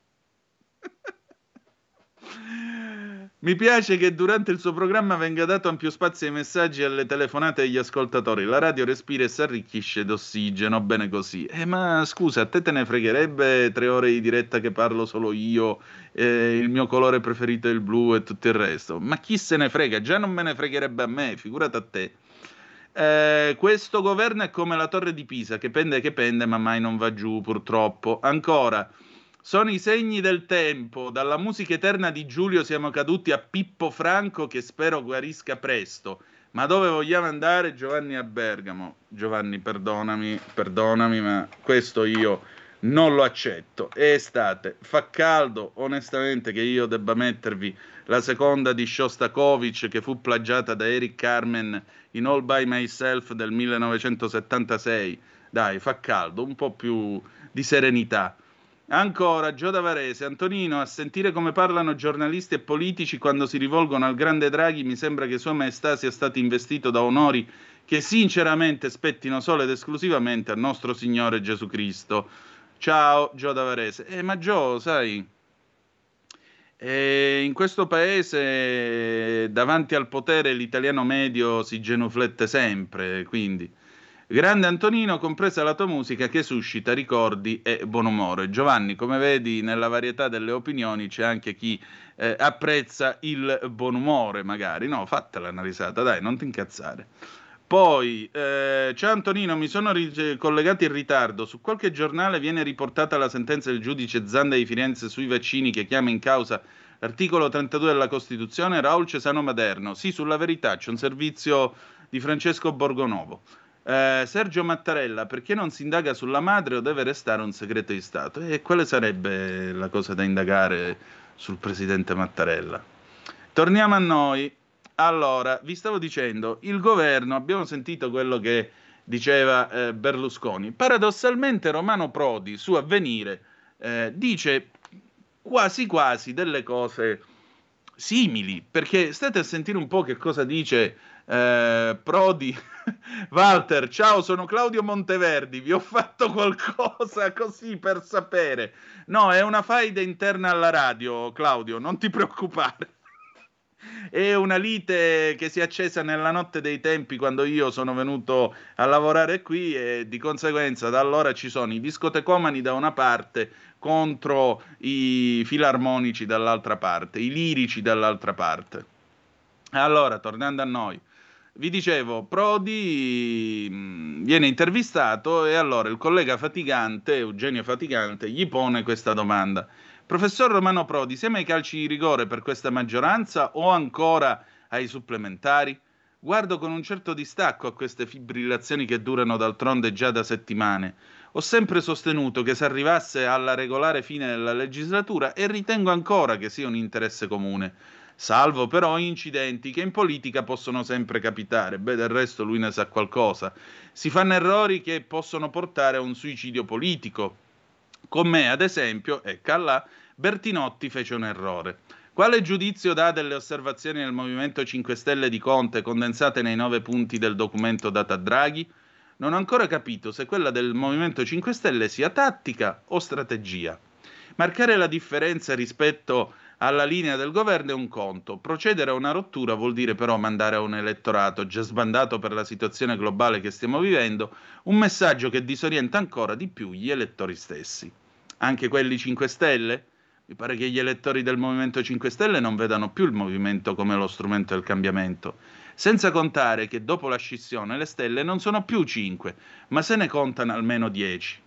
Mi piace che durante il suo programma venga dato ampio spazio ai messaggi e alle telefonate degli ascoltatori. La radio respira e si arricchisce d'ossigeno, bene così. Eh, ma scusa, a te te ne fregherebbe tre ore di diretta che parlo solo io, eh, il mio colore preferito è il blu e tutto il resto? Ma chi se ne frega? Già non me ne fregherebbe a me, figurati a te. Eh, questo governo è come la torre di Pisa, che pende che pende ma mai non va giù, purtroppo. Ancora... Sono i segni del tempo, dalla musica eterna di Giulio siamo caduti a Pippo Franco che spero guarisca presto. Ma dove vogliamo andare? Giovanni a Bergamo. Giovanni, perdonami, perdonami, ma questo io non lo accetto. È estate, fa caldo, onestamente che io debba mettervi la seconda di Shostakovich che fu plagiata da Eric Carmen in All By Myself del millenovecentosettantasei. Dai, fa caldo, un po' più di serenità. Ancora, Gio da Varese, Antonino, a sentire come parlano giornalisti e politici quando si rivolgono al grande Draghi, mi sembra che Sua Maestà sia stato investito da onori che sinceramente spettino solo ed esclusivamente al nostro Signore Gesù Cristo. Ciao, Gio da Varese. Eh, ma Gio, sai, eh, in questo paese davanti al potere l'italiano medio si genuflette sempre, quindi... Grande Antonino, compresa la tua musica che suscita ricordi e buon umore. Giovanni, come vedi, nella varietà delle opinioni c'è anche chi eh, apprezza il buon umore, magari. No, fatela una risata, dai, non ti incazzare. Poi, eh, ciao Antonino, mi sono ri- collegato in ritardo. Su qualche giornale viene riportata la sentenza del giudice Zanda di Firenze sui vaccini che chiama in causa l'articolo trentadue della Costituzione. Raul Cesano Maderno. Sì, sulla Verità, c'è un servizio di Francesco Borgonovo. Eh, Sergio Mattarella, perché non si indaga sulla madre o deve restare un segreto di Stato? E quale sarebbe la cosa da indagare sul presidente Mattarella? Torniamo a noi. Allora, vi stavo dicendo, il governo, abbiamo sentito quello che diceva eh, Berlusconi. Paradossalmente Romano Prodi, su Avvenire, eh, dice quasi quasi delle cose simili, perché state a sentire un po' che cosa dice eh, Prodi. Walter, ciao, sono Claudio Monteverdi, vi ho fatto qualcosa così per sapere. No, è una faida interna alla radio, Claudio, non ti preoccupare. È una lite che si è accesa nella notte dei tempi quando io sono venuto a lavorare qui e di conseguenza da allora ci sono i discotecomani da una parte contro i filarmonici dall'altra parte, i lirici dall'altra parte. Allora, tornando a noi, vi dicevo, Prodi mh, viene intervistato e allora il collega Fatigante, Eugenio Fatigante, gli pone questa domanda. Professor Romano Prodi, siamo ai calci di rigore per questa maggioranza o ancora ai supplementari? Guardo con un certo distacco a queste fibrillazioni che durano d'altronde già da settimane. Ho sempre sostenuto che si arrivasse alla regolare fine della legislatura e ritengo ancora che sia un interesse comune. Salvo però incidenti che in politica possono sempre capitare. Beh, del resto lui ne sa qualcosa. Si fanno errori che possono portare a un suicidio politico. Con me, ad esempio, e là, Bertinotti fece un errore. Quale giudizio dà delle osservazioni del Movimento cinque Stelle di Conte condensate nei nove punti del documento dato a Draghi? Non ho ancora capito se quella del Movimento cinque Stelle sia tattica o strategia. Marcare la differenza rispetto alla linea del governo è un conto. Procedere a una rottura vuol dire però mandare a un elettorato già sbandato per la situazione globale che stiamo vivendo un messaggio che disorienta ancora di più gli elettori stessi. Anche quelli cinque Stelle? Mi pare che gli elettori del Movimento cinque Stelle non vedano più il movimento come lo strumento del cambiamento. Senza contare che dopo la scissione le stelle non sono più cinque, ma se ne contano almeno dieci.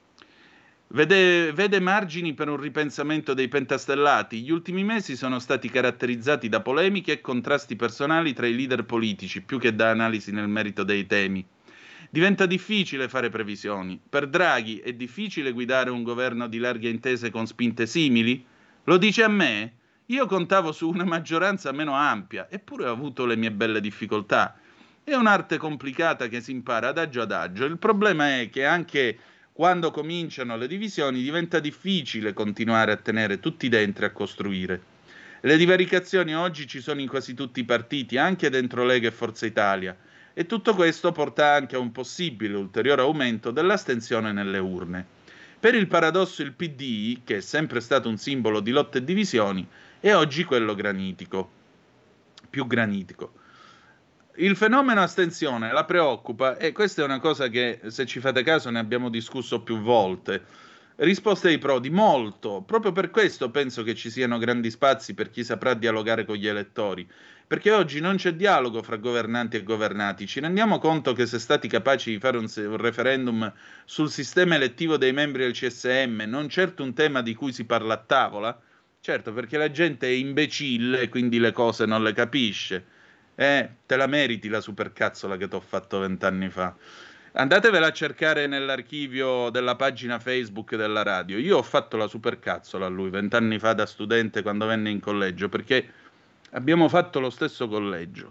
Vede, vede margini per un ripensamento dei pentastellati. Gli ultimi mesi sono stati caratterizzati da polemiche e contrasti personali tra i leader politici, più che da analisi nel merito dei temi. Diventa difficile fare previsioni. Per Draghi è difficile guidare un governo di larghe intese con spinte simili? Lo dice a me? Io contavo su una maggioranza meno ampia, eppure ho avuto le mie belle difficoltà. È un'arte complicata che si impara adagio adagio. Il problema è che anche quando cominciano le divisioni diventa difficile continuare a tenere tutti dentro e a costruire. Le divaricazioni oggi ci sono in quasi tutti i partiti, anche dentro Lega e Forza Italia, e tutto questo porta anche a un possibile ulteriore aumento dell'astensione nelle urne. Per il paradosso il P D, che è sempre stato un simbolo di lotte e divisioni, è oggi quello granitico, più granitico. Il fenomeno astensione la preoccupa e questa è una cosa che, se ci fate caso, ne abbiamo discusso più volte. Risposta di Prodi, molto. Proprio per questo penso che ci siano grandi spazi per chi saprà dialogare con gli elettori, perché oggi non c'è dialogo fra governanti e governati. Ci rendiamo conto che se stati capaci di fare un, un referendum sul sistema elettivo dei membri del C S M, non certo un tema di cui si parla a tavola? Certo, perché la gente è imbecille e quindi le cose non le capisce. Eh, te la meriti la supercazzola che ti ho fatto vent'anni fa. Andatevela a cercare nell'archivio della pagina Facebook della radio. Io ho fatto la supercazzola a lui vent'anni fa da studente quando venne in collegio, perché abbiamo fatto lo stesso collegio.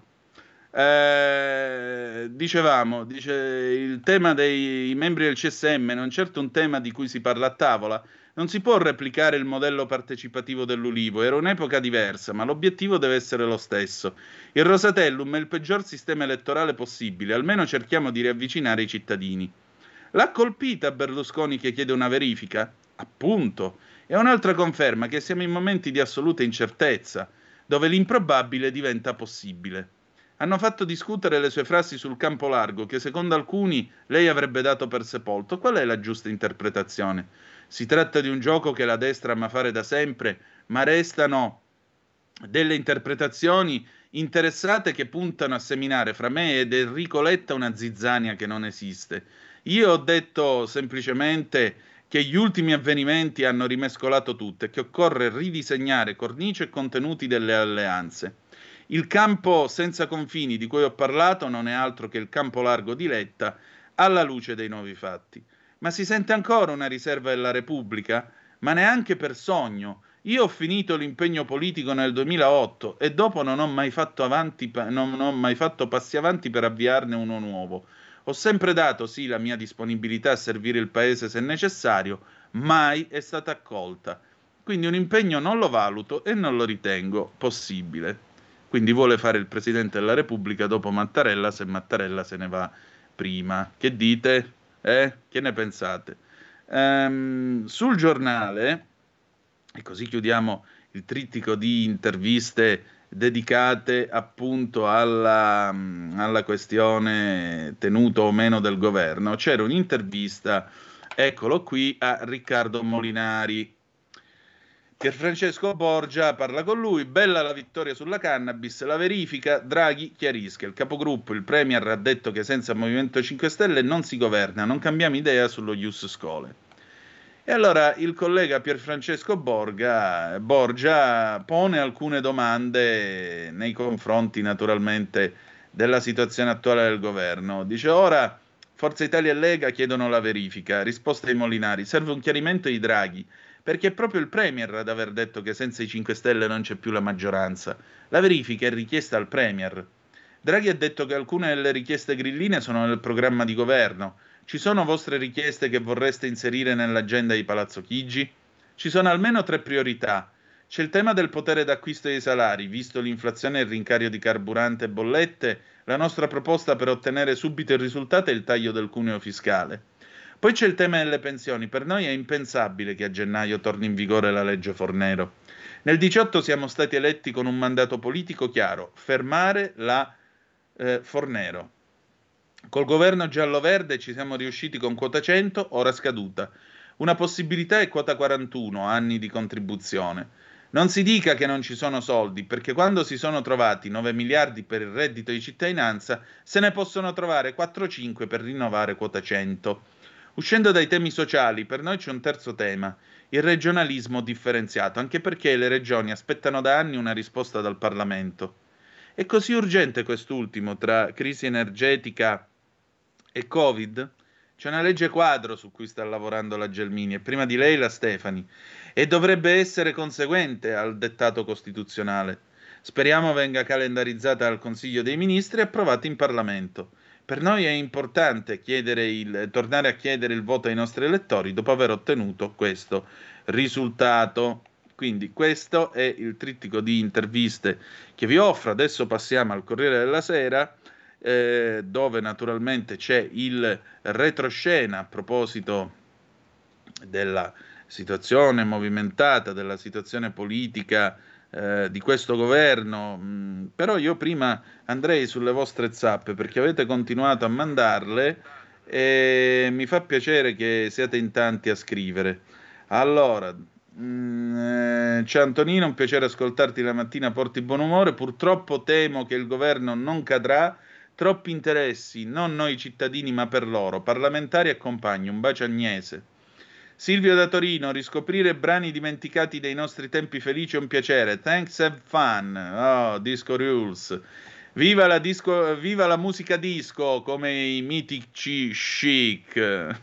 Eh, dicevamo, dice, il tema dei membri del C S M non è certo un tema di cui si parla a tavola. Non si può replicare il modello partecipativo dell'Ulivo, era un'epoca diversa, ma l'obiettivo deve essere lo stesso. Il Rosatellum è il peggior sistema elettorale possibile, almeno cerchiamo di riavvicinare i cittadini. L'ha colpita Berlusconi che chiede una verifica? Appunto, è un'altra conferma che siamo in momenti di assoluta incertezza, dove l'improbabile diventa possibile. Hanno fatto discutere le sue frasi sul campo largo, che secondo alcuni lei avrebbe dato per sepolto. Qual è la giusta interpretazione? Si tratta di un gioco che la destra ama fare da sempre, ma restano delle interpretazioni interessate che puntano a seminare fra me ed Enrico Letta una zizzania che non esiste. Io ho detto semplicemente che gli ultimi avvenimenti hanno rimescolato tutto e che occorre ridisegnare cornice e contenuti delle alleanze. Il campo senza confini di cui ho parlato non è altro che il campo largo di Letta alla luce dei nuovi fatti. Ma si sente ancora una riserva della Repubblica? Ma neanche per sogno. Io ho finito l'impegno politico nel duemilaotto e dopo non ho mai fatto avanti, non ho mai fatto passi avanti per avviarne uno nuovo. Ho sempre dato sì la mia disponibilità a servire il paese se necessario, mai è stata accolta. Quindi un impegno non lo valuto e non lo ritengo possibile. Quindi vuole fare il Presidente della Repubblica dopo Mattarella, se Mattarella se ne va prima. Che dite? Eh? Che ne pensate? Ehm, sul Giornale, e così chiudiamo il trittico di interviste dedicate appunto alla, alla questione tenuto o meno del governo, c'era un'intervista, eccolo qui, a Riccardo Molinari. Pierfrancesco Borgia parla con lui, bella la vittoria sulla cannabis, la verifica, Draghi chiarisca, il capogruppo, il premier ha detto che senza Movimento cinque Stelle non si governa, non cambiamo idea sullo Ius Scholae. E allora il collega Pierfrancesco Borga, Borgia pone alcune domande nei confronti naturalmente della situazione attuale del governo. Dice ora Forza Italia e Lega chiedono la verifica, risposta ai Molinari, serve un chiarimento di Draghi, perché è proprio il Premier ad aver detto che senza i cinque Stelle non c'è più la maggioranza. La verifica è richiesta al Premier. Draghi ha detto che alcune delle richieste grilline sono nel programma di governo. Ci sono vostre richieste che vorreste inserire nell'agenda di Palazzo Chigi? Ci sono almeno tre priorità. C'è il tema del potere d'acquisto dei salari, visto l'inflazione e il rincario di carburante e bollette, la nostra proposta per ottenere subito il risultato è il taglio del cuneo fiscale. Poi c'è il tema delle pensioni. Per noi è impensabile che a gennaio torni in vigore la legge Fornero. Nel diciotto siamo stati eletti con un mandato politico chiaro, fermare la eh, Fornero. Col governo giallo-verde ci siamo riusciti con quota cento, ora scaduta. Una possibilità è quota quarantuno, anni di contribuzione. Non si dica che non ci sono soldi, perché quando si sono trovati nove miliardi per il reddito di cittadinanza, se ne possono trovare quattro cinque per rinnovare quota cento. Uscendo dai temi sociali, per noi c'è un terzo tema, il regionalismo differenziato, anche perché le regioni aspettano da anni una risposta dal Parlamento. È così urgente quest'ultimo, tra crisi energetica e Covid? C'è una legge quadro su cui sta lavorando la Gelmini e prima di lei la Stefani e dovrebbe essere conseguente al dettato costituzionale. Speriamo venga calendarizzata al Consiglio dei Ministri e approvata in Parlamento. Per noi è importante chiedere il, tornare a chiedere il voto ai nostri elettori dopo aver ottenuto questo risultato. Quindi questo è il trittico di interviste che vi offro. Adesso passiamo al Corriere della Sera, eh, dove naturalmente c'è il retroscena a proposito della situazione movimentata, della situazione politica eh, di questo governo. Mm, però io prima andrei sulle vostre zappe, perché avete continuato a mandarle e mi fa piacere che siate in tanti a scrivere. Allora, mm, eh, c'è Antonino, un piacere ascoltarti la mattina, porti buon umore. Purtroppo temo che il governo non cadrà, troppi interessi, non noi cittadini ma per loro, parlamentari e compagni. Un bacio Agnese. Silvio da Torino, riscoprire brani dimenticati dei nostri tempi felici è un piacere. Thanks, have fun. Oh, Disco Rules. Viva la, disco, viva la musica disco come i mitici Chic.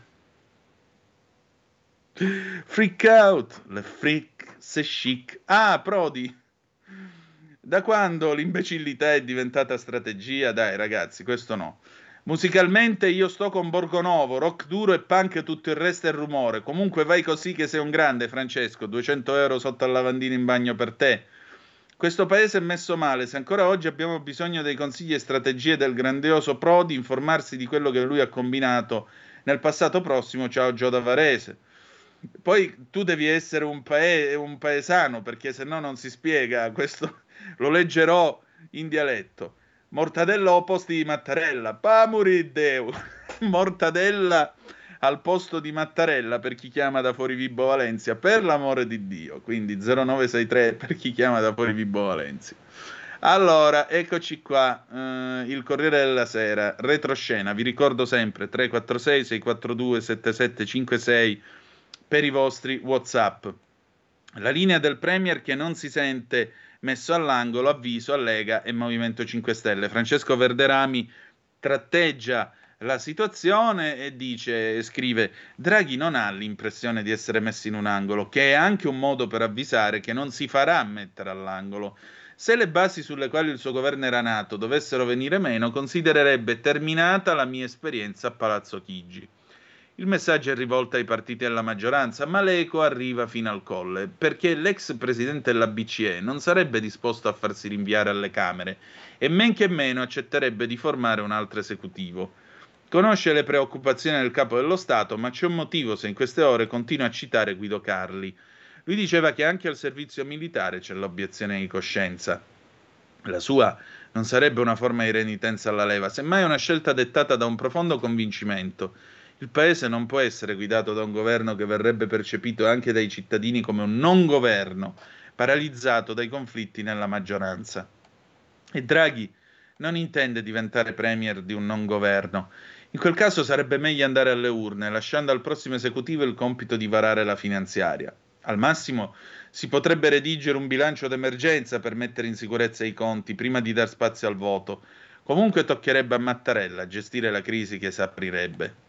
Freak out, le freak se chic. Ah, Prodi. Da quando l'imbecillità è diventata strategia? Dai ragazzi, questo no. Musicalmente io sto con Borgonovo, rock duro e punk, tutto il resto è rumore. Comunque vai così che sei un grande, Francesco. duecento euro sotto al lavandino in bagno per te. Questo paese è messo male. Se ancora oggi abbiamo bisogno dei consigli e strategie del grandioso Prodi, informarsi di quello che lui ha combinato nel passato prossimo. Ciao Gio da Varese. Poi tu devi essere un, pae- un paesano, perché se no non si spiega. Questo lo leggerò in dialetto. Mortadella o posti di Mattarella? Pamurideu. Mortadella al posto di Mattarella per chi chiama da fuori Vibo Valencia, per l'amore di Dio. Quindi zero nove sei tre per chi chiama da fuori Vibo Valencia. Allora, eccoci qua, uh, il Corriere della Sera, retroscena, vi ricordo sempre tre quattro sei sei quattro due sette sette cinque sei per i vostri WhatsApp. La linea del Premier che non si sente messo all'angolo, avviso a Lega e Movimento cinque Stelle. Francesco Verderami tratteggia la situazione e dice, scrive: Draghi non ha l'impressione di essere messo in un angolo, che è anche un modo per avvisare che non si farà mettere all'angolo. Se le basi sulle quali il suo governo era nato dovessero venire meno, considererebbe terminata la mia esperienza a Palazzo Chigi. Il messaggio è rivolto ai partiti della maggioranza, ma l'eco arriva fino al Colle, perché l'ex presidente della B C E non sarebbe disposto a farsi rinviare alle Camere e men che meno accetterebbe di formare un altro esecutivo. Conosce le preoccupazioni del capo dello Stato, ma c'è un motivo se in queste ore continua a citare Guido Carli. Lui diceva che anche al servizio militare c'è l'obiezione di coscienza. La sua non sarebbe una forma di renitenza alla leva, semmai una scelta dettata da un profondo convincimento. Il paese non può essere guidato da un governo che verrebbe percepito anche dai cittadini come un non governo, paralizzato dai conflitti nella maggioranza. E Draghi non intende diventare premier di un non governo. In quel caso sarebbe meglio andare alle urne, lasciando al prossimo esecutivo il compito di varare la finanziaria. Al massimo si potrebbe redigere un bilancio d'emergenza per mettere in sicurezza i conti prima di dar spazio al voto. Comunque toccherebbe a Mattarella gestire la crisi che si aprirebbe.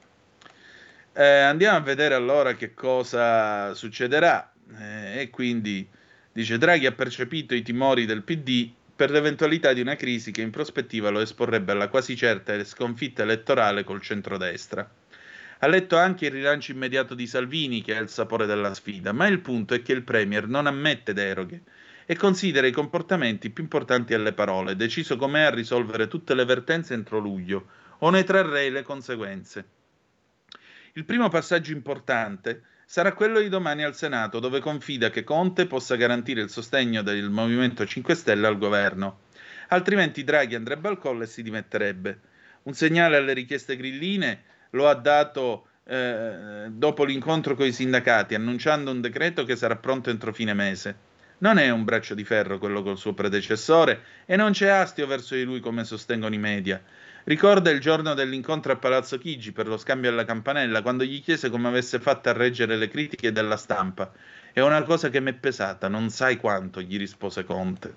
Eh, andiamo a vedere allora che cosa succederà. Eh, e quindi dice: Draghi ha percepito i timori del P D per l'eventualità di una crisi che in prospettiva lo esporrebbe alla quasi certa sconfitta elettorale col centrodestra. Ha letto anche il rilancio immediato di Salvini, che ha il sapore della sfida, ma il punto è che il Premier non ammette deroghe e considera i comportamenti più importanti alle parole, deciso com'è a risolvere tutte le vertenze entro luglio, o ne trarrei le conseguenze. Il primo passaggio importante sarà quello di domani al Senato, dove confida che Conte possa garantire il sostegno del Movimento cinque Stelle al governo. Altrimenti Draghi andrebbe al Colle e si dimetterebbe. Un segnale alle richieste grilline lo ha dato eh, dopo l'incontro con i sindacati, annunciando un decreto che sarà pronto entro fine mese. Non è un braccio di ferro quello col suo predecessore e non c'è astio verso di lui come sostengono i media. Ricorda il giorno dell'incontro a Palazzo Chigi per lo scambio alla campanella, quando gli chiese come avesse fatto a reggere le critiche della stampa. È una cosa che mi è pesata, non sai quanto, gli rispose Conte.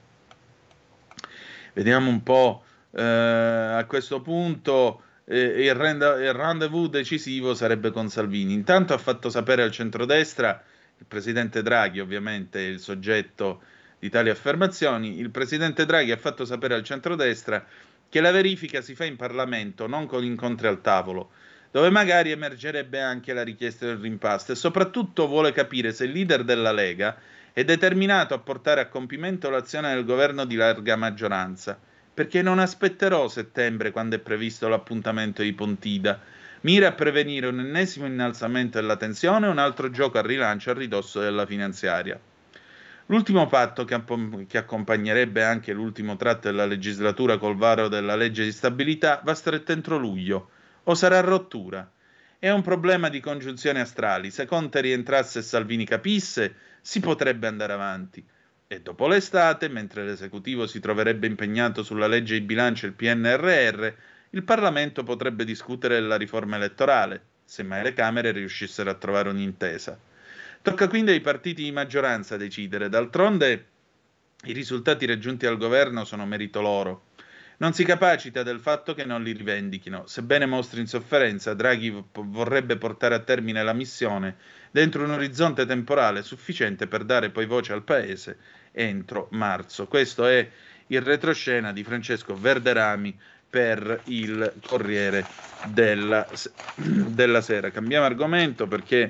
Vediamo un po' eh, a questo punto eh, il, rend- il rendezvous decisivo sarebbe con Salvini. Intanto ha fatto sapere al centrodestra, il presidente Draghi ovviamente è il soggetto di tali affermazioni, il presidente Draghi ha fatto sapere al centrodestra che la verifica si fa in Parlamento, non con incontri al tavolo, dove magari emergerebbe anche la richiesta del rimpasto, e soprattutto vuole capire se il leader della Lega è determinato a portare a compimento l'azione del governo di larga maggioranza, perché non aspetterò settembre, quando è previsto l'appuntamento di Pontida. Mira a prevenire un ennesimo innalzamento della tensione e un altro gioco al rilancio a ridosso della finanziaria. L'ultimo patto che, app- che accompagnerebbe anche l'ultimo tratto della legislatura col varo della legge di stabilità va stretto entro luglio, o sarà rottura. È un problema di congiunzioni astrali. Se Conte rientrasse e Salvini capisse, si potrebbe andare avanti. E dopo l'estate, mentre l'esecutivo si troverebbe impegnato sulla legge di bilancio e il P N R R, il Parlamento potrebbe discutere della riforma elettorale, semmai le Camere riuscissero a trovare un'intesa. Tocca quindi ai partiti di maggioranza decidere. D'altronde i risultati raggiunti al governo sono merito loro. Non si capacita del fatto che non li rivendichino. Sebbene mostri insofferenza, Draghi v- vorrebbe portare a termine la missione dentro un orizzonte temporale sufficiente per dare poi voce al Paese entro marzo. Questo è il retroscena di Francesco Verderami per il Corriere della, della Sera. Cambiamo argomento perché,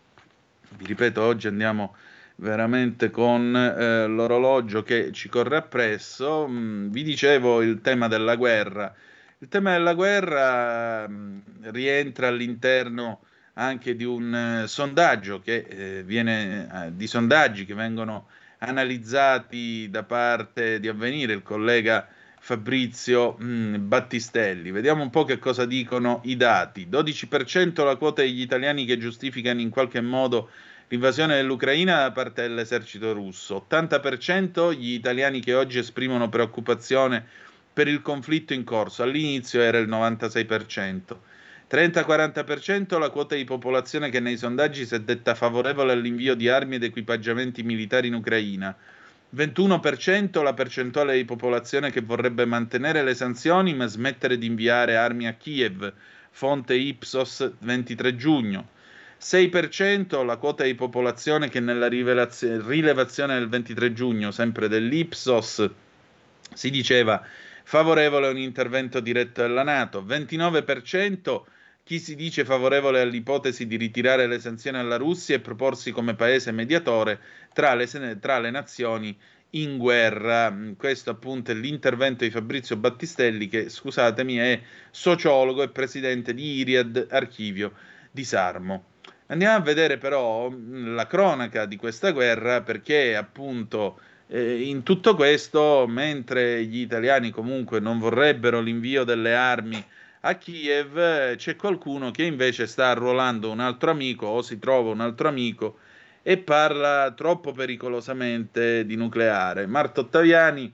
vi ripeto, oggi andiamo veramente con eh, l'orologio che ci corre appresso. Mm, vi dicevo il tema della guerra. Il tema della guerra mm, rientra all'interno anche di un eh, sondaggio che eh, viene eh, di sondaggi che vengono analizzati da parte di Avvenire, il collega Fabrizio mh, Battistelli. Vediamo un po' che cosa dicono i dati. dodici per cento la quota degli italiani che giustificano in qualche modo l'invasione dell'Ucraina da parte dell'esercito russo, ottanta per cento gli italiani che oggi esprimono preoccupazione per il conflitto in corso, all'inizio era il novantasei per cento, trenta quaranta per cento la quota di popolazione che nei sondaggi si è detta favorevole all'invio di armi ed equipaggiamenti militari in Ucraina, ventuno per cento la percentuale di popolazione che vorrebbe mantenere le sanzioni ma smettere di inviare armi a Kiev, fonte Ipsos ventitré giugno, sei per cento la quota di popolazione che nella rilevazione del ventitré giugno, sempre dell'Ipsos, si diceva favorevole a un intervento diretto della NATO, ventinove per cento chi si dice favorevole all'ipotesi di ritirare le sanzioni alla Russia e proporsi come paese mediatore tra le, tra le nazioni in guerra. Questo appunto è l'intervento di Fabrizio Battistelli che, scusatemi, è sociologo e presidente di Iriad Archivio di Sarmo. Andiamo a vedere però la cronaca di questa guerra perché appunto eh, in tutto questo, mentre gli italiani comunque non vorrebbero l'invio delle armi a Kiev, c'è qualcuno che invece sta arruolando un altro amico o si trova un altro amico e parla troppo pericolosamente di nucleare. Marta Ottaviani,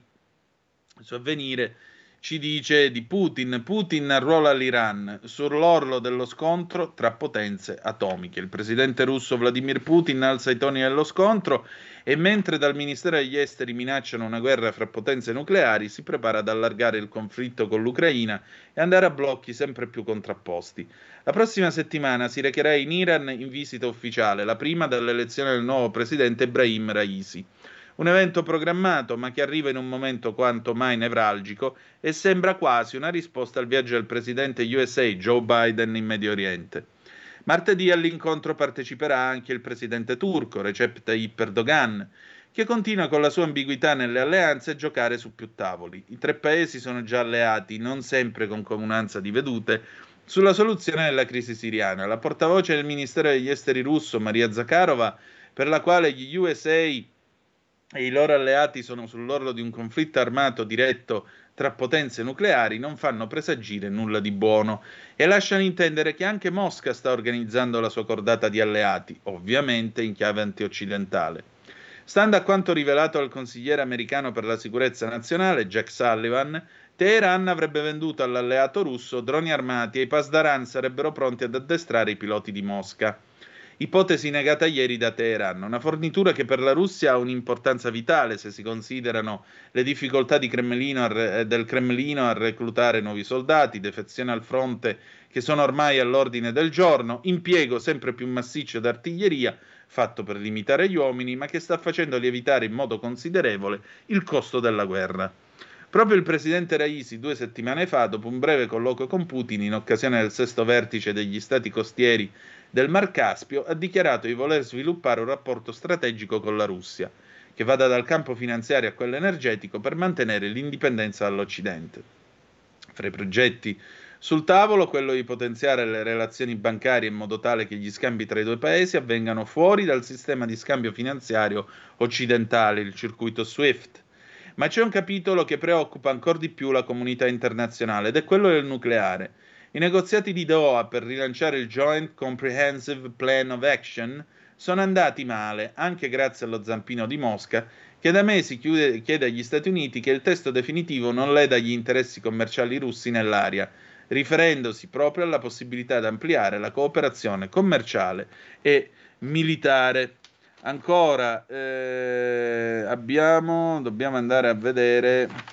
su Avvenire, ci dice di Putin. Putin arruola l'Iran sull'orlo dello scontro tra potenze atomiche. Il presidente russo Vladimir Putin alza i toni dello scontro e mentre dal Ministero degli Esteri minacciano una guerra fra potenze nucleari, si prepara ad allargare il conflitto con l'Ucraina e andare a blocchi sempre più contrapposti. La prossima settimana si recherà in Iran in visita ufficiale, la prima dall'elezione del nuovo presidente Ebrahim Raisi. Un evento programmato, ma che arriva in un momento quanto mai nevralgico e sembra quasi una risposta al viaggio del presidente U S A Joe Biden in Medio Oriente. Martedì all'incontro parteciperà anche il presidente turco Recep Tayyip Erdogan, che continua con la sua ambiguità nelle alleanze a giocare su più tavoli. I tre paesi sono già alleati, non sempre con comunanza di vedute, sulla soluzione della crisi siriana. La portavoce del Ministero degli Esteri russo, Maria Zakharova, per la quale gli U S A e i loro alleati sono sull'orlo di un conflitto armato diretto tra potenze nucleari, non fanno presagire nulla di buono e lasciano intendere che anche Mosca sta organizzando la sua cordata di alleati, ovviamente in chiave antioccidentale. Stando a quanto rivelato dal consigliere americano per la sicurezza nazionale, Jack Sullivan, Teheran avrebbe venduto all'alleato russo droni armati e i Pasdaran sarebbero pronti ad addestrare i piloti di Mosca. Ipotesi negata ieri da Teheran, una fornitura che per la Russia ha un'importanza vitale se si considerano le difficoltà di Cremlino a, del Cremlino a reclutare nuovi soldati, defezioni al fronte che sono ormai all'ordine del giorno, impiego sempre più massiccio d'artiglieria, fatto per limitare gli uomini, ma che sta facendo lievitare in modo considerevole il costo della guerra. Proprio il presidente Raisi, due settimane fa, dopo un breve colloquio con Putin in occasione del sesto vertice degli stati costieri del Mar Caspio, ha dichiarato di voler sviluppare un rapporto strategico con la Russia, che vada dal campo finanziario a quello energetico per mantenere l'indipendenza dall'Occidente. Fra i progetti sul tavolo, quello di potenziare le relazioni bancarie in modo tale che gli scambi tra i due paesi avvengano fuori dal sistema di scambio finanziario occidentale, il circuito SWIFT. Ma c'è un capitolo che preoccupa ancora di più la comunità internazionale ed è quello del nucleare. I negoziati di Doha per rilanciare il Joint Comprehensive Plan of Action sono andati male, anche grazie allo zampino di Mosca, che da mesi chiude, chiede agli Stati Uniti che il testo definitivo non leda gli interessi commerciali russi nell'area, riferendosi proprio alla possibilità di ampliare la cooperazione commerciale e militare. Ancora eh, abbiamo, dobbiamo andare a vedere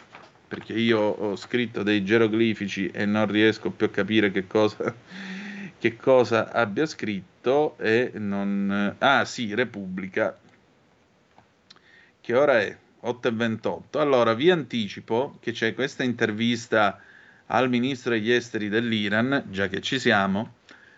perché io ho scritto dei geroglifici e non riesco più a capire che cosa, che cosa abbia scritto e non... Ah sì, Repubblica. Che ora è? otto e ventotto. Allora, vi anticipo che c'è questa intervista al ministro degli esteri dell'Iran, già che ci siamo,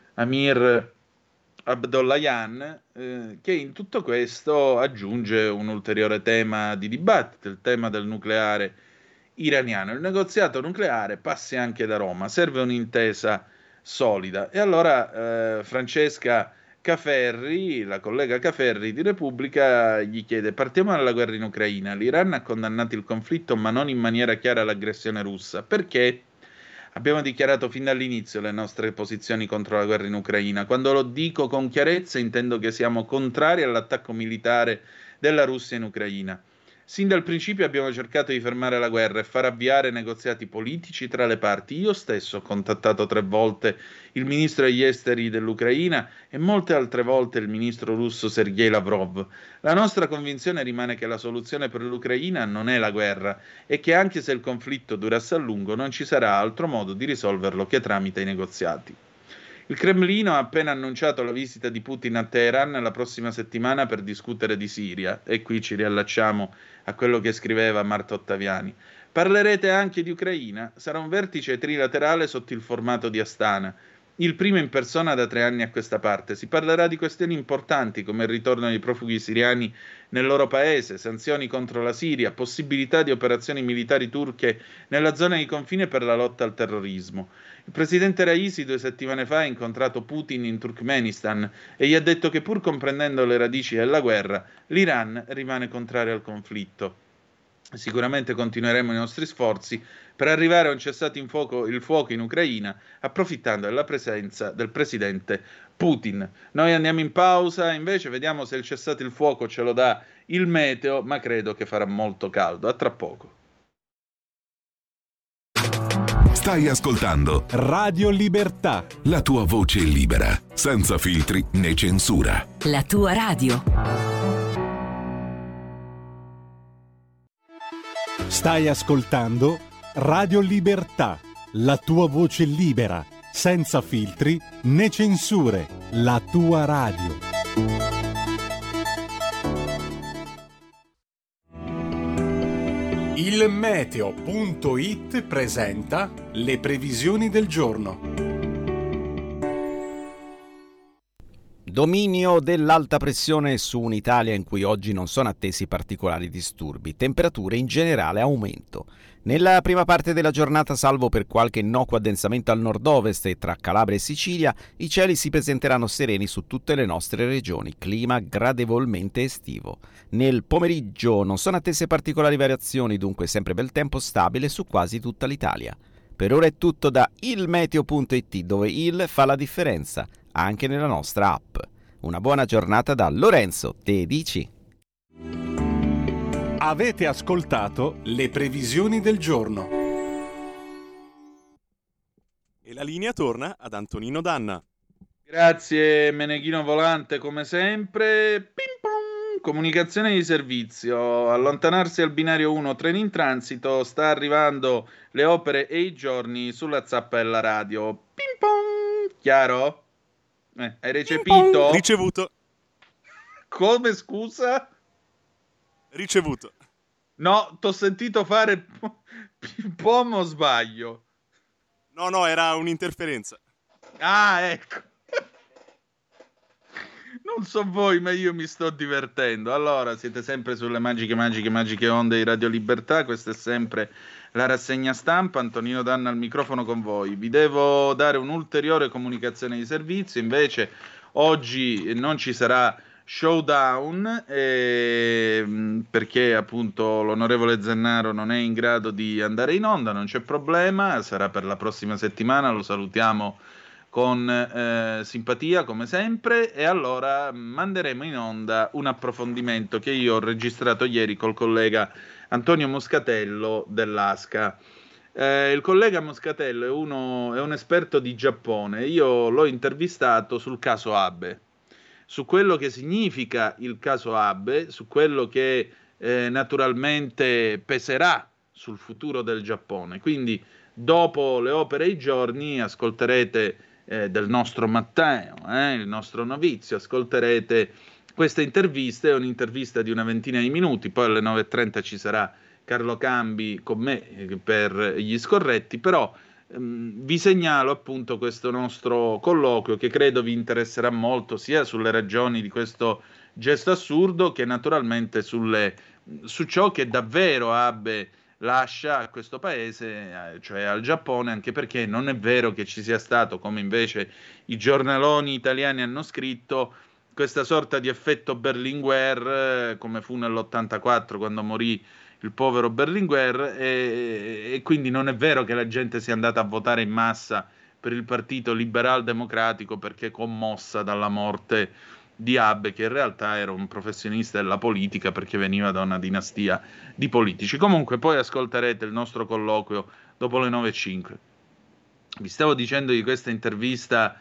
Amir Abdollahian, eh, che in tutto questo aggiunge un ulteriore tema di dibattito, il tema del nucleare iraniano. Il negoziato nucleare passi anche da Roma, serve un'intesa solida. E allora eh, Francesca Caferri, la collega Caferri di Repubblica, gli chiede: partiamo dalla guerra in Ucraina. L'Iran ha condannato il conflitto, ma non in maniera chiara l'aggressione russa. Perché? Abbiamo dichiarato fin dall'inizio le nostre posizioni contro la guerra in Ucraina. Quando lo dico con chiarezza intendo che siamo contrari all'attacco militare della Russia in Ucraina. Sin dal principio abbiamo cercato di fermare la guerra e far avviare negoziati politici tra le parti. Io stesso ho contattato tre volte il ministro degli esteri dell'Ucraina e molte altre volte il ministro russo Sergei Lavrov. La nostra convinzione rimane che la soluzione per l'Ucraina non è la guerra e che anche se il conflitto durasse a lungo non ci sarà altro modo di risolverlo che tramite i negoziati. Il Cremlino ha appena annunciato la visita di Putin a Teheran la prossima settimana per discutere di Siria, e qui ci riallacciamo a quello che scriveva Marta Ottaviani. Parlerete anche di Ucraina? Sarà un vertice trilaterale sotto il formato di Astana, il primo in persona da tre anni a questa parte. Si parlerà di questioni importanti come il ritorno dei profughi siriani nel loro paese, sanzioni contro la Siria, possibilità di operazioni militari turche nella zona di confine per la lotta al terrorismo. Il presidente Raisi due settimane fa ha incontrato Putin in Turkmenistan e gli ha detto che, pur comprendendo le radici della guerra, l'Iran rimane contrario al conflitto. Sicuramente continueremo i nostri sforzi per arrivare a un cessato in fuoco, il fuoco in Ucraina, approfittando della presenza del presidente Putin. Noi andiamo in pausa, invece vediamo se il cessato il fuoco ce lo dà il meteo, ma credo che farà molto caldo. A tra poco. Stai ascoltando Radio Libertà. la tua voce libera, senza filtri né censura. La tua radio. Stai ascoltando Radio Libertà, la tua voce libera, senza filtri né censure. La tua radio. Il meteo punto it presenta le previsioni del giorno. Dominio dell'alta pressione su un'Italia in cui oggi non sono attesi particolari disturbi, temperature in generale aumento. Nella prima parte della giornata, salvo per qualche innocuo addensamento al nord-ovest e tra Calabria e Sicilia, i cieli si presenteranno sereni su tutte le nostre regioni, clima gradevolmente estivo. Nel pomeriggio non sono attese particolari variazioni, dunque sempre bel tempo stabile su quasi tutta l'Italia. Per ora è tutto da il meteo punto it, dove il fa la differenza, anche nella nostra app. Una buona giornata da Lorenzo Tedici. Avete ascoltato le previsioni del giorno. E la linea torna ad Antonino Danna. Grazie Meneghino Volante, come sempre. Ping pong. Comunicazione di servizio. Allontanarsi al binario uno, treni in transito. Sta arrivando le opere e i giorni sulla zappa della radio. Ping pong. Chiaro? Eh, hai recepito? Ricevuto. Come, scusa? Ricevuto. No, t'ho sentito fare ping pong o sbaglio? No, no, era un'interferenza. Ah, ecco. Non so voi, ma io mi sto divertendo. Allora, siete sempre sulle magiche, magiche, magiche onde di Radio Libertà. Questa è sempre la rassegna stampa. Antonino Danna al microfono con voi. Vi devo dare un'ulteriore comunicazione di servizio. Invece, oggi non ci sarà showdown eh, perché appunto l'onorevole Zennaro non è in grado di andare in onda. Non c'è problema, sarà per la prossima settimana. Lo salutiamo con eh, simpatia come sempre, e allora manderemo in onda un approfondimento che io ho registrato ieri col collega Antonio Moscatello dell'Asca. Eh, il collega Moscatello è, uno, è un esperto di Giappone. Io l'ho intervistato sul caso Abe, su quello che significa il caso Abe, su quello che eh, naturalmente peserà sul futuro del Giappone. Quindi dopo le opere e i giorni ascolterete eh, del nostro Matteo, eh, il nostro novizio, ascolterete questa intervista, è un'intervista di una ventina di minuti, poi alle nove e trenta ci sarà Carlo Cambi con me eh, per gli scorretti, però ehm, vi segnalo appunto questo nostro colloquio che credo vi interesserà molto, sia sulle ragioni di questo gesto assurdo che naturalmente sulle, su ciò che davvero Abe lascia a questo paese, cioè al Giappone, anche perché non è vero che ci sia stato, come invece i giornaloni italiani hanno scritto, questa sorta di effetto Berlinguer, eh, come fu nell'ottantaquattro quando morì il povero Berlinguer, e, e quindi non è vero che la gente sia andata a votare in massa per il partito liberal democratico perché commossa dalla morte di Abe, che in realtà era un professionista della politica perché veniva da una dinastia di politici. Comunque poi ascolterete il nostro colloquio dopo le nove e cinque. Vi stavo dicendo di questa intervista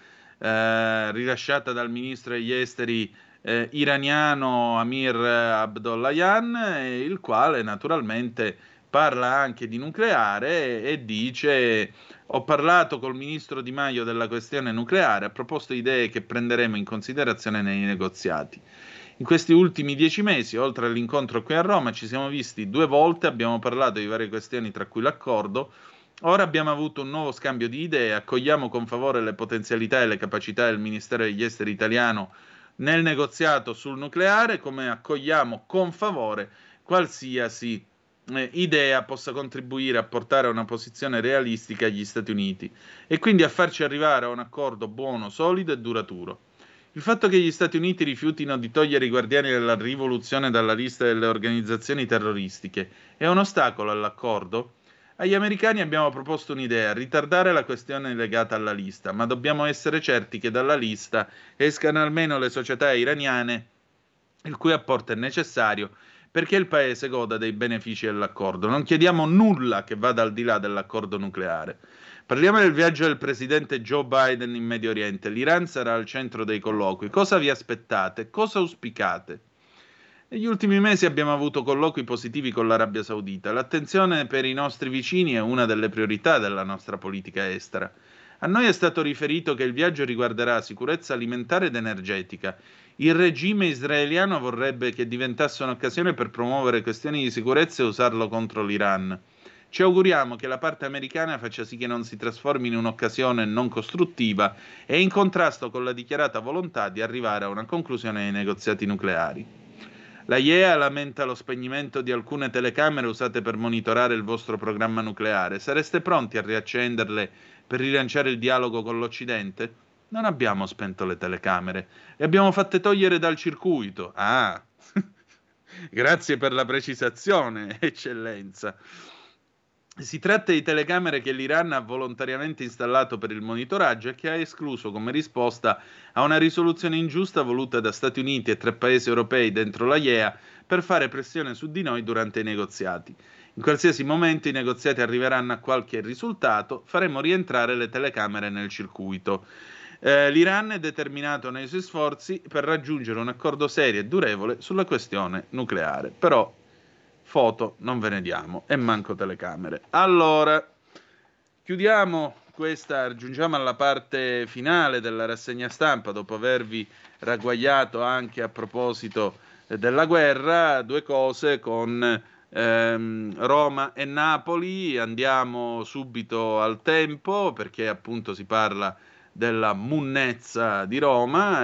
eh, rilasciata dal ministro degli esteri eh, iraniano Amir Abdollahian, eh, il quale naturalmente parla anche di nucleare e, e dice: ho parlato col ministro Di Maio della questione nucleare, ha proposto idee che prenderemo in considerazione nei negoziati. In questi ultimi dieci mesi, oltre all'incontro qui a Roma, ci siamo visti due volte, abbiamo parlato di varie questioni, tra cui l'accordo. Ora abbiamo avuto un nuovo scambio di idee, accogliamo con favore le potenzialità e le capacità del Ministero degli Esteri italiano nel negoziato sul nucleare, come accogliamo con favore qualsiasi eh, idea possa contribuire a portare a una posizione realistica agli Stati Uniti e quindi a farci arrivare a un accordo buono, solido e duraturo. Il fatto che gli Stati Uniti rifiutino di togliere i guardiani della rivoluzione dalla lista delle organizzazioni terroristiche è un ostacolo all'accordo? Agli americani abbiamo proposto un'idea: ritardare la questione legata alla lista, ma dobbiamo essere certi che dalla lista escano almeno le società iraniane il cui apporto è necessario perché il paese goda dei benefici dell'accordo. Non chiediamo nulla che vada al di là dell'accordo nucleare. Parliamo del viaggio del presidente Joe Biden in Medio Oriente. L'Iran sarà al centro dei colloqui. Cosa vi aspettate? Cosa auspicate? Negli ultimi mesi abbiamo avuto colloqui positivi con l'Arabia Saudita. L'attenzione per i nostri vicini è una delle priorità della nostra politica estera. A noi è stato riferito che il viaggio riguarderà sicurezza alimentare ed energetica. Il regime israeliano vorrebbe che diventasse un'occasione per promuovere questioni di sicurezza e usarlo contro l'Iran. Ci auguriamo che la parte americana faccia sì che non si trasformi in un'occasione non costruttiva e in contrasto con la dichiarata volontà di arrivare a una conclusione dei negoziati nucleari. La I E A lamenta lo spegnimento di alcune telecamere usate per monitorare il vostro programma nucleare. Sareste pronti a riaccenderle per rilanciare il dialogo con l'Occidente? Non abbiamo spento le telecamere, le abbiamo fatte togliere dal circuito. Ah, grazie per la precisazione, eccellenza. Si tratta di telecamere che l'Iran ha volontariamente installato per il monitoraggio e che ha escluso come risposta a una risoluzione ingiusta voluta da Stati Uniti e tre paesi europei dentro la I E A per fare pressione su di noi durante i negoziati. In qualsiasi momento i negoziati arriveranno a qualche risultato, faremo rientrare le telecamere nel circuito. Eh, L'Iran è determinato nei suoi sforzi per raggiungere un accordo serio e durevole sulla questione nucleare, però foto non ve ne diamo e manco telecamere. Allora, chiudiamo questa, giungiamo alla parte finale della rassegna stampa dopo avervi ragguagliato anche a proposito della guerra, due cose con ehm, Roma e Napoli. Andiamo subito al Tempo perché appunto si parla della munnezza di Roma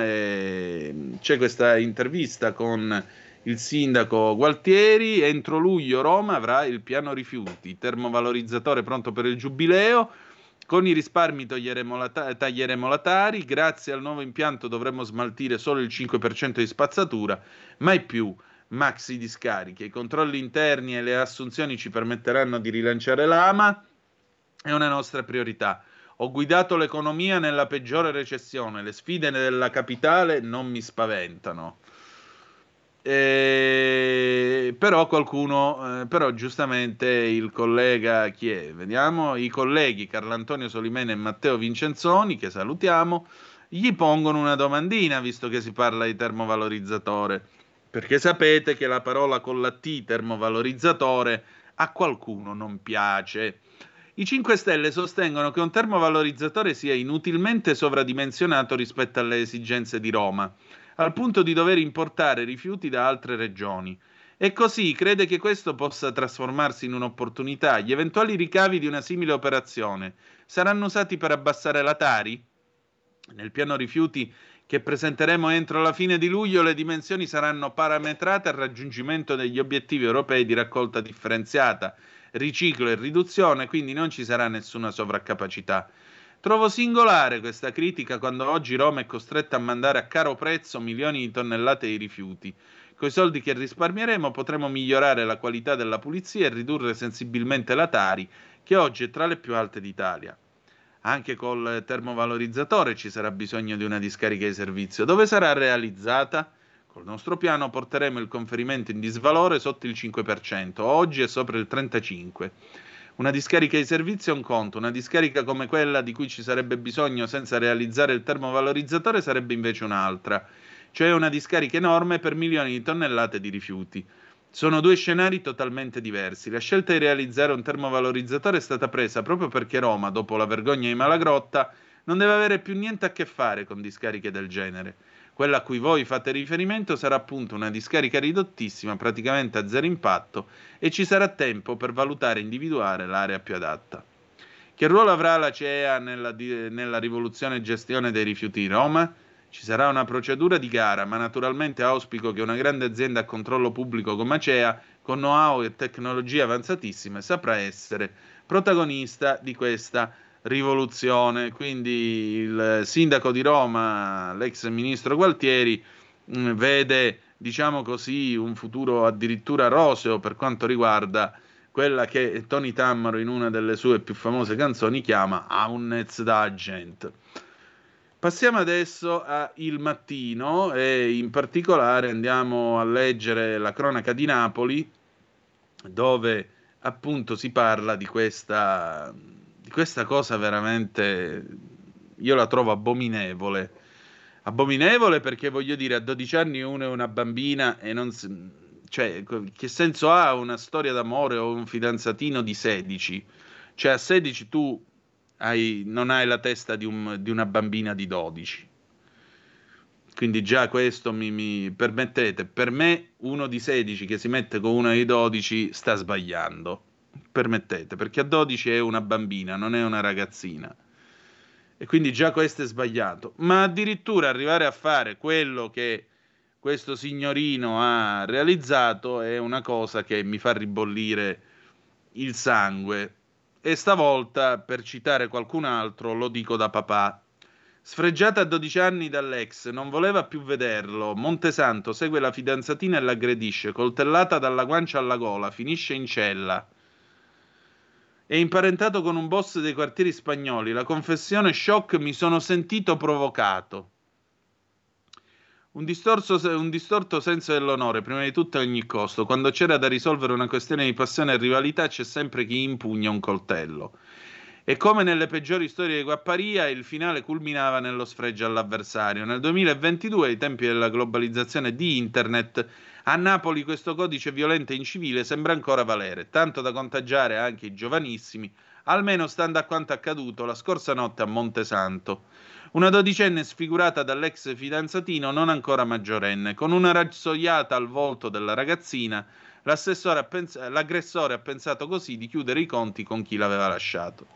e c'è questa intervista con il sindaco Gualtieri. Entro luglio Roma avrà il piano rifiuti, termovalorizzatore pronto per il giubileo, con i risparmi toglieremo la ta- taglieremo la Tari, grazie al nuovo impianto dovremo smaltire solo il cinque per cento di spazzatura, mai più maxi discariche, i controlli interni e le assunzioni ci permetteranno di rilanciare l'Ama, è una nostra priorità. Ho guidato l'economia nella peggiore recessione, le sfide della capitale non mi spaventano. Eh, però qualcuno, eh, però giustamente il collega, chi è? Vediamo, i colleghi Carlantonio Solimene e Matteo Vincenzoni, che salutiamo, gli pongono una domandina, visto che si parla di termovalorizzatore, perché sapete che la parola con la T, termovalorizzatore, a qualcuno non piace. I cinque Stelle sostengono che un termovalorizzatore sia inutilmente sovradimensionato rispetto alle esigenze di Roma, al punto di dover importare rifiuti da altre regioni. E così crede che questo possa trasformarsi in un'opportunità. Gli eventuali ricavi di una simile operazione saranno usati per abbassare la Tari? Nel piano rifiuti che presenteremo entro la fine di luglio, le dimensioni saranno parametrate al raggiungimento degli obiettivi europei di raccolta differenziata, riciclo e riduzione, quindi non ci sarà nessuna sovraccapacità. Trovo singolare questa critica quando oggi Roma è costretta a mandare a caro prezzo milioni di tonnellate di rifiuti. Coi soldi che risparmieremo potremo migliorare la qualità della pulizia e ridurre sensibilmente la Tari, che oggi è tra le più alte d'Italia. Anche col termovalorizzatore ci sarà bisogno di una discarica di servizio. Dove sarà realizzata? Col nostro piano porteremo il conferimento in disvalore sotto il cinque per cento, oggi è sopra il trentacinque per cento. Una discarica di servizio è un conto, una discarica come quella di cui ci sarebbe bisogno senza realizzare il termovalorizzatore sarebbe invece un'altra, cioè una discarica enorme per milioni di tonnellate di rifiuti. Sono due scenari totalmente diversi. La scelta di realizzare un termovalorizzatore è stata presa proprio perché Roma, dopo la vergogna di Malagrotta, non deve avere più niente a che fare con discariche del genere. Quella a cui voi fate riferimento sarà appunto una discarica ridottissima, praticamente a zero impatto, e ci sarà tempo per valutare e individuare l'area più adatta. Che ruolo avrà la C E A nella, nella rivoluzione e gestione dei rifiuti di Roma? Ci sarà una procedura di gara, ma naturalmente auspico che una grande azienda a controllo pubblico come Acea, con know-how e tecnologie avanzatissime, saprà essere protagonista di questa rivoluzione. Quindi il sindaco di Roma, l'ex ministro Gualtieri, mh, vede, diciamo così, un futuro addirittura roseo per quanto riguarda quella che Tony Tammaro in una delle sue più famose canzoni chiama Aunnez d'Argent. Passiamo adesso a Il Mattino e in particolare andiamo a leggere la cronaca di Napoli, dove appunto si parla di questa, di questa cosa veramente, io la trovo abominevole. Abominevole perché voglio dire, a dodici anni uno è una bambina e non si, cioè, che senso ha una storia d'amore o un fidanzatino di sedici? Cioè a sedici tu Hai, non hai la testa di, un, di una bambina di dodici, quindi già questo mi, mi permettete, per me uno di sedici che si mette con una di dodici sta sbagliando, permettete, perché a dodici è una bambina, non è una ragazzina, e quindi già questo è sbagliato. Ma addirittura arrivare a fare quello che questo signorino ha realizzato è una cosa che mi fa ribollire il sangue. E stavolta, per citare qualcun altro, lo dico da papà. Sfregiata a dodici anni dall'ex, non voleva più vederlo. Montesanto segue la fidanzatina e l'aggredisce, coltellata dalla guancia alla gola, finisce in cella. È imparentato con un boss dei quartieri spagnoli. La confessione shock: mi sono sentito provocato. Un, distorso, un distorto senso dell'onore, prima di tutto a ogni costo. Quando c'era da risolvere una questione di passione e rivalità c'è sempre chi impugna un coltello. E come nelle peggiori storie di guapparia, il finale culminava nello sfregio all'avversario. Nel duemilaventidue, ai tempi della globalizzazione di internet, a Napoli questo codice violento e incivile sembra ancora valere, tanto da contagiare anche i giovanissimi, almeno stando a quanto accaduto la scorsa notte a Montesanto. Una dodicenne sfigurata dall'ex fidanzatino non ancora maggiorenne, con una razzoiata al volto della ragazzina, l'assessore ha pens- l'aggressore ha pensato così di chiudere i conti con chi l'aveva lasciato.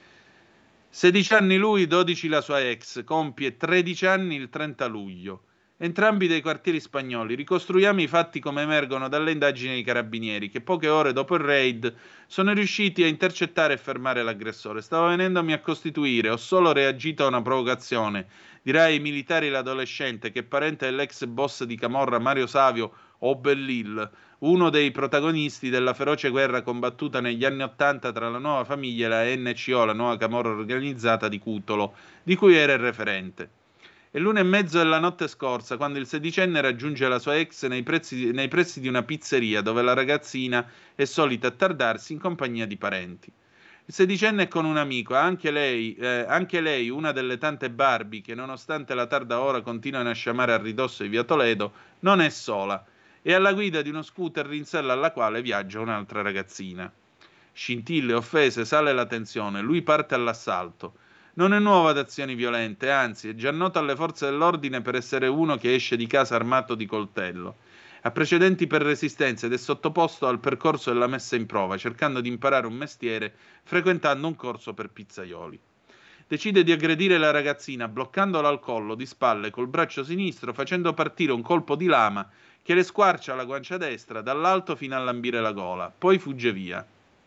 sedici anni lui, dodici la sua ex, compie tredici anni il trenta luglio. Entrambi dei quartieri spagnoli. Ricostruiamo i fatti come emergono dalle indagini dei carabinieri, che poche ore dopo il raid sono riusciti a intercettare e fermare l'aggressore. Stava venendomi a costituire, ho solo reagito a una provocazione. Direi ai militari l'adolescente, che è parente dell'ex boss di Camorra Mario Savio o Bellil, uno dei protagonisti della feroce guerra combattuta negli anni Ottanta tra la nuova famiglia e la N C O, la nuova camorra organizzata di Cutolo, di cui era il referente. È l'una e mezzo della notte scorsa quando il sedicenne raggiunge la sua ex nei, prezzi, nei pressi di una pizzeria dove la ragazzina è solita attardarsi in compagnia di parenti. Il sedicenne è con un amico, anche lei, eh, anche lei, una delle tante Barbie che nonostante la tarda ora continuano a sciamare a ridosso di via Toledo, non è sola. e alla guida di uno scooter in sella alla quale viaggia un'altra ragazzina. Scintille, offese, sale la tensione, lui parte all'assalto. Non è nuovo ad azioni violente, anzi è già noto alle forze dell'ordine per essere uno che esce di casa armato di coltello. Ha precedenti per resistenza ed è sottoposto al percorso della messa in prova, cercando di imparare un mestiere frequentando un corso per pizzaioli. Decide di aggredire la ragazzina bloccandola al collo di spalle col braccio sinistro, facendo partire un colpo di lama che le squarcia la guancia destra dall'alto fino a lambire la gola, poi fugge via.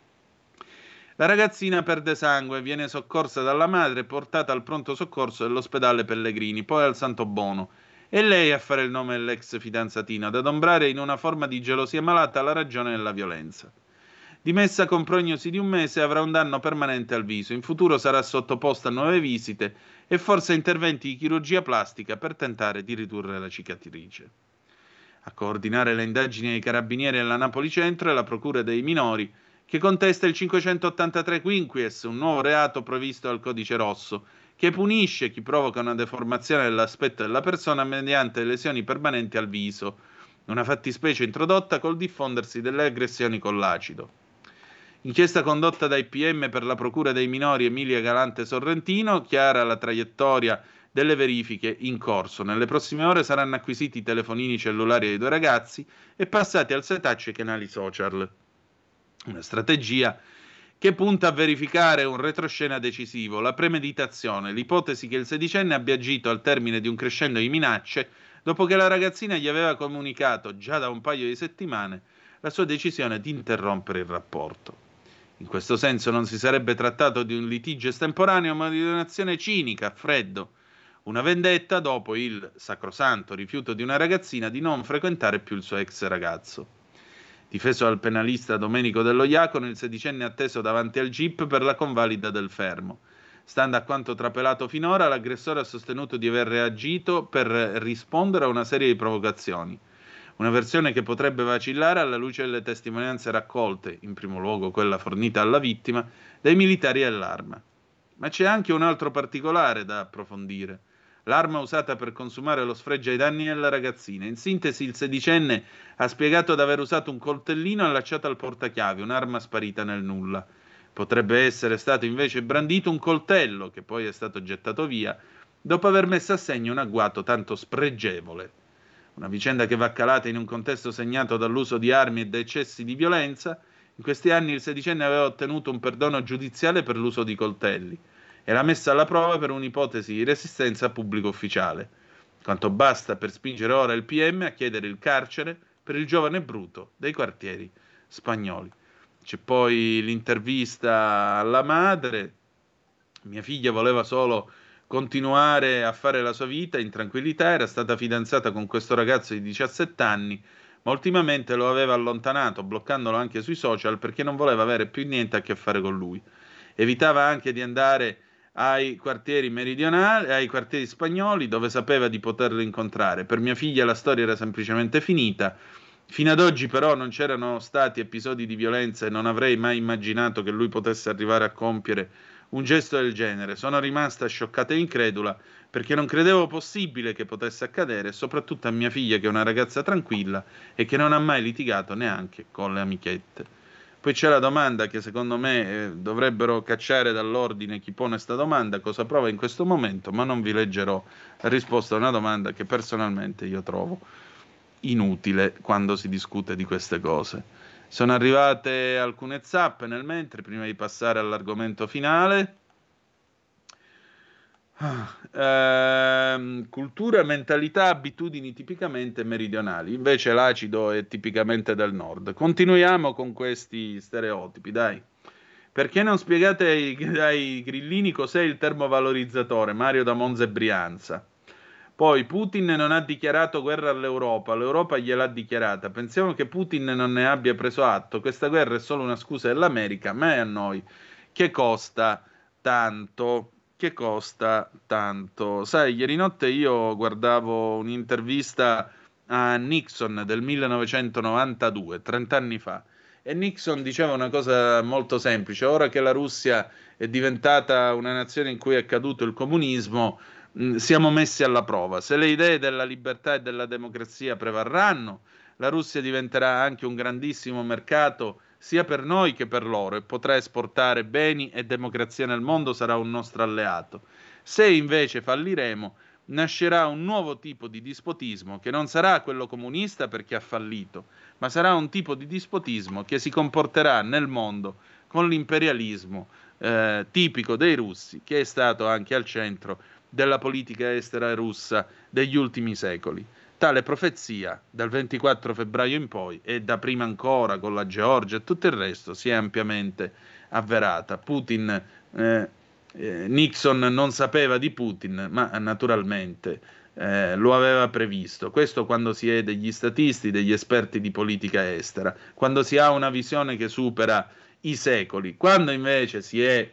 La ragazzina perde sangue, viene soccorsa dalla madre e portata al pronto soccorso dell'ospedale Pellegrini, poi al Santo Bono. E lei a fare il nome dell'ex fidanzatino, ad adombrare in una forma di gelosia malata la ragione della violenza. Dimessa con prognosi di un mese, avrà un danno permanente al viso. In futuro sarà sottoposta a nuove visite e forse a interventi di chirurgia plastica per tentare di ridurre la cicatrice. A coordinare le indagini dei carabinieri della Napoli Centro e la procura dei minori, che contesta il cinquecentottantatré quinquies, un nuovo reato previsto dal Codice Rosso, che punisce chi provoca una deformazione dell'aspetto della persona mediante lesioni permanenti al viso, una fattispecie introdotta col diffondersi delle aggressioni con l'acido. Inchiesta condotta dai P M per la procura dei minori Emilia Galante Sorrentino chiara la traiettoria delle verifiche in corso. Nelle prossime ore saranno acquisiti i telefonini cellulari dei due ragazzi e passati al setaccio i canali social. Una strategia che punta a verificare un retroscena decisivo, la premeditazione, l'ipotesi che il sedicenne abbia agito al termine di un crescendo di minacce dopo che la ragazzina gli aveva comunicato già da un paio di settimane la sua decisione di interrompere il rapporto. In questo senso non si sarebbe trattato di un litigio estemporaneo, ma di un'azione cinica, a freddo, una vendetta dopo il sacrosanto rifiuto di una ragazzina di non frequentare più il suo ex ragazzo. Difeso dal penalista Domenico Dello Iacono, il sedicenne è atteso davanti al G I P per la convalida del fermo. Stando a quanto trapelato finora, l'aggressore ha sostenuto di aver reagito per rispondere a una serie di provocazioni. Una versione che potrebbe vacillare alla luce delle testimonianze raccolte, in primo luogo quella fornita alla vittima, dai militari dell'arma. Ma c'è anche un altro particolare da approfondire. L'arma usata per consumare lo sfregio ai danni della ragazzina. In sintesi, il sedicenne ha spiegato di aver usato un coltellino allacciato al portachiavi, un'arma sparita nel nulla. Potrebbe essere stato invece brandito un coltello, che poi è stato gettato via, dopo aver messo a segno un agguato tanto spregevole. Una vicenda che va calata in un contesto segnato dall'uso di armi e da eccessi di violenza. In questi anni il sedicenne aveva ottenuto un perdono giudiziale per l'uso di coltelli. Era messa alla prova per un'ipotesi di resistenza a pubblico ufficiale. Quanto basta per spingere ora il P M a chiedere il carcere per il giovane Bruto dei quartieri spagnoli. C'è poi l'intervista alla madre. Mia figlia voleva solo continuare a fare la sua vita in tranquillità, era stata fidanzata con questo ragazzo di diciassette anni, ma ultimamente lo aveva allontanato, bloccandolo anche sui social perché non voleva avere più niente a che fare con lui. Evitava anche di andare ai quartieri meridionali, ai quartieri spagnoli, dove sapeva di poterlo incontrare. Per mia figlia la storia era semplicemente finita. Fino ad oggi però non c'erano stati episodi di violenza e non avrei mai immaginato che lui potesse arrivare a compiere un gesto del genere. Sono rimasta scioccata e incredula perché non credevo possibile che potesse accadere, soprattutto a mia figlia che è una ragazza tranquilla e che non ha mai litigato neanche con le amichette. Poi c'è la domanda che secondo me eh, dovrebbero cacciare dall'ordine chi pone sta domanda, cosa prova in questo momento, ma non vi leggerò la risposta a una domanda che personalmente io trovo inutile quando si discute di queste cose. Sono arrivate alcune zappe nel mentre, prima di passare all'argomento finale. Eh, cultura, mentalità, abitudini tipicamente meridionali, invece l'acido è tipicamente del nord. Continuiamo con questi stereotipi, dai. Perché non spiegate ai, ai grillini cos'è il termovalorizzatore? Mario da Monza e Brianza. Poi Putin non ha dichiarato guerra all'Europa, l'Europa gliel'ha dichiarata. Pensiamo che Putin non ne abbia preso atto. Questa guerra è solo una scusa dell'America, ma è a noi che costa tanto. Che costa tanto. Sai, ieri notte io guardavo un'intervista a Nixon del millenovecentonovantadue, trenta anni fa, e Nixon diceva una cosa molto semplice: ora che la Russia è diventata una nazione in cui è caduto il comunismo, mh, siamo messi alla prova. Se le idee della libertà e della democrazia prevarranno, la Russia diventerà anche un grandissimo mercato sia per noi che per loro e potrà esportare beni e democrazia nel mondo, sarà un nostro alleato. Se invece falliremo, nascerà un nuovo tipo di dispotismo che non sarà quello comunista perché ha fallito, ma sarà un tipo di dispotismo che si comporterà nel mondo con l'imperialismo eh, tipico dei russi, che è stato anche al centro della politica estera russa degli ultimi secoli. Tale profezia dal ventiquattro febbraio in poi e da prima ancora con la Georgia e tutto il resto si è ampiamente avverata. Putin, eh, eh, Nixon non sapeva di Putin, ma naturalmente eh, lo aveva previsto. Questo quando si è degli statisti, degli esperti di politica estera, quando si ha una visione che supera i secoli. Quando invece si è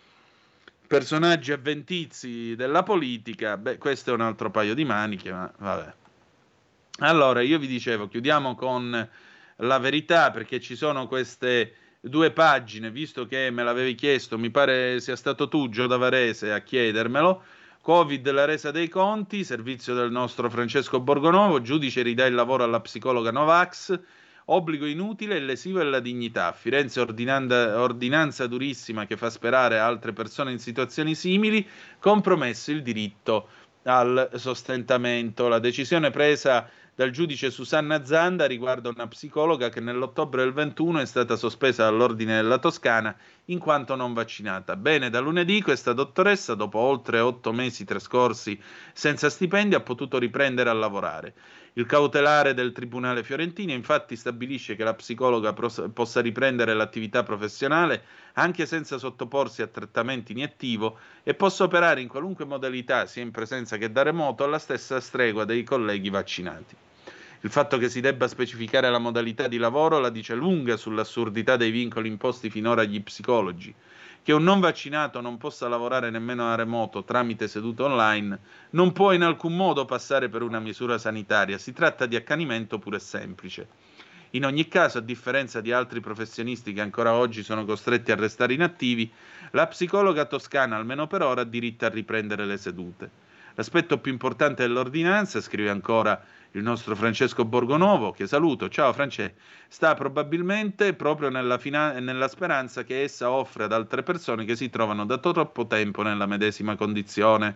personaggi avventizi della politica, beh, questo è un altro paio di maniche, ma vabbè. Allora, io vi dicevo, chiudiamo con la verità, perché ci sono queste due pagine, visto che me l'avevi chiesto, mi pare sia stato tu, Gio Davarese, a chiedermelo. Covid, la resa dei conti, servizio del nostro Francesco Borgonovo, giudice ridà il lavoro alla psicologa Novax, obbligo inutile e lesivo alla dignità. Firenze, ordinanza, ordinanza durissima che fa sperare altre persone in situazioni simili, compromesso il diritto al sostentamento. La decisione presa dal giudice Susanna Zanda riguarda una psicologa che nell'ottobre del ventuno è stata sospesa dall'Ordine della Toscana in quanto non vaccinata. Bene, da lunedì questa dottoressa, dopo oltre otto mesi trascorsi senza stipendio, ha potuto riprendere a lavorare. Il cautelare del Tribunale fiorentino infatti stabilisce che la psicologa pros- possa riprendere l'attività professionale anche senza sottoporsi a trattamenti iniettivo e possa operare in qualunque modalità, sia in presenza che da remoto, alla stessa stregua dei colleghi vaccinati. Il fatto che si debba specificare la modalità di lavoro la dice lunga sull'assurdità dei vincoli imposti finora agli psicologi. Che un non vaccinato non possa lavorare nemmeno a remoto tramite sedute online non può in alcun modo passare per una misura sanitaria, si tratta di accanimento puro e semplice. In ogni caso, a differenza di altri professionisti che ancora oggi sono costretti a restare inattivi, la psicologa toscana, almeno per ora, ha diritto a riprendere le sedute. L'aspetto più importante dell'ordinanza, scrive ancora il nostro Francesco Borgonovo, che saluto, ciao Francesco, sta probabilmente proprio nella, fina- nella speranza che essa offre ad altre persone che si trovano da troppo tempo nella medesima condizione.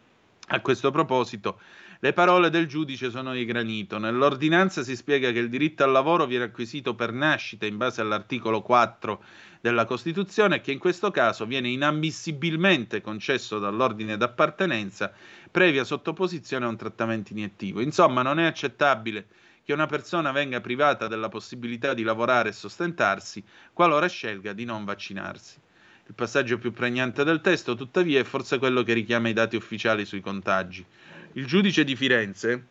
A questo proposito, le parole del giudice sono di granito. Nell'ordinanza si spiega che il diritto al lavoro viene acquisito per nascita in base all'articolo quattro della Costituzione e che in questo caso viene inammissibilmente concesso dall'ordine d'appartenenza previa sottoposizione a un trattamento iniettivo. Insomma, non è accettabile che una persona venga privata della possibilità di lavorare e sostentarsi qualora scelga di non vaccinarsi. Il passaggio più pregnante del testo, tuttavia, è forse quello che richiama i dati ufficiali sui contagi. Il giudice di Firenze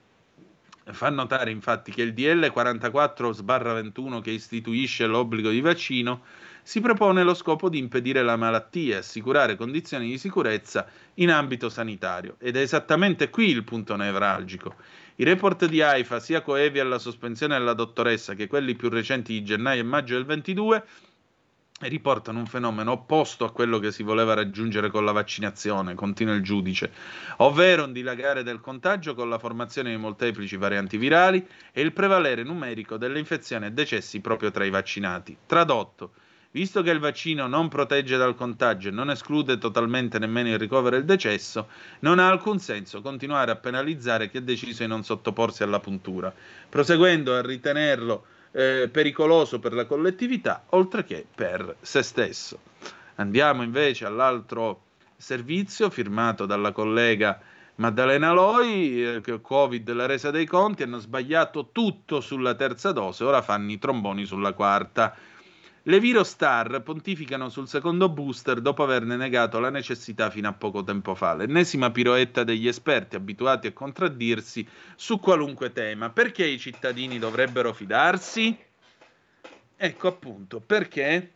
fa notare infatti che il D L quarantaquattro ventuno che istituisce l'obbligo di vaccino si propone lo scopo di impedire la malattia e assicurare condizioni di sicurezza in ambito sanitario. Ed è esattamente qui il punto nevralgico. I report di AIFA, sia coevi alla sospensione della dottoressa che quelli più recenti di gennaio e maggio del ventidue, riportano un fenomeno opposto a quello che si voleva raggiungere con la vaccinazione, continua il giudice, ovvero un dilagare del contagio con la formazione di molteplici varianti virali e il prevalere numerico delle infezioni e decessi proprio tra i vaccinati. Tradotto, visto che il vaccino non protegge dal contagio e non esclude totalmente nemmeno il ricovero e il decesso, non ha alcun senso continuare a penalizzare chi ha deciso di non sottoporsi alla puntura, proseguendo a ritenerlo Eh, pericoloso per la collettività oltre che per se stesso. Andiamo invece all'altro servizio firmato dalla collega Maddalena Loi, eh, Covid, la resa dei conti, hanno sbagliato tutto sulla terza dose, ora fanno i tromboni sulla quarta. Le Virostar pontificano sul secondo booster dopo averne negato la necessità fino a poco tempo fa. L'ennesima piroetta degli esperti abituati a contraddirsi su qualunque tema. Perché i cittadini dovrebbero fidarsi? Ecco appunto, perché?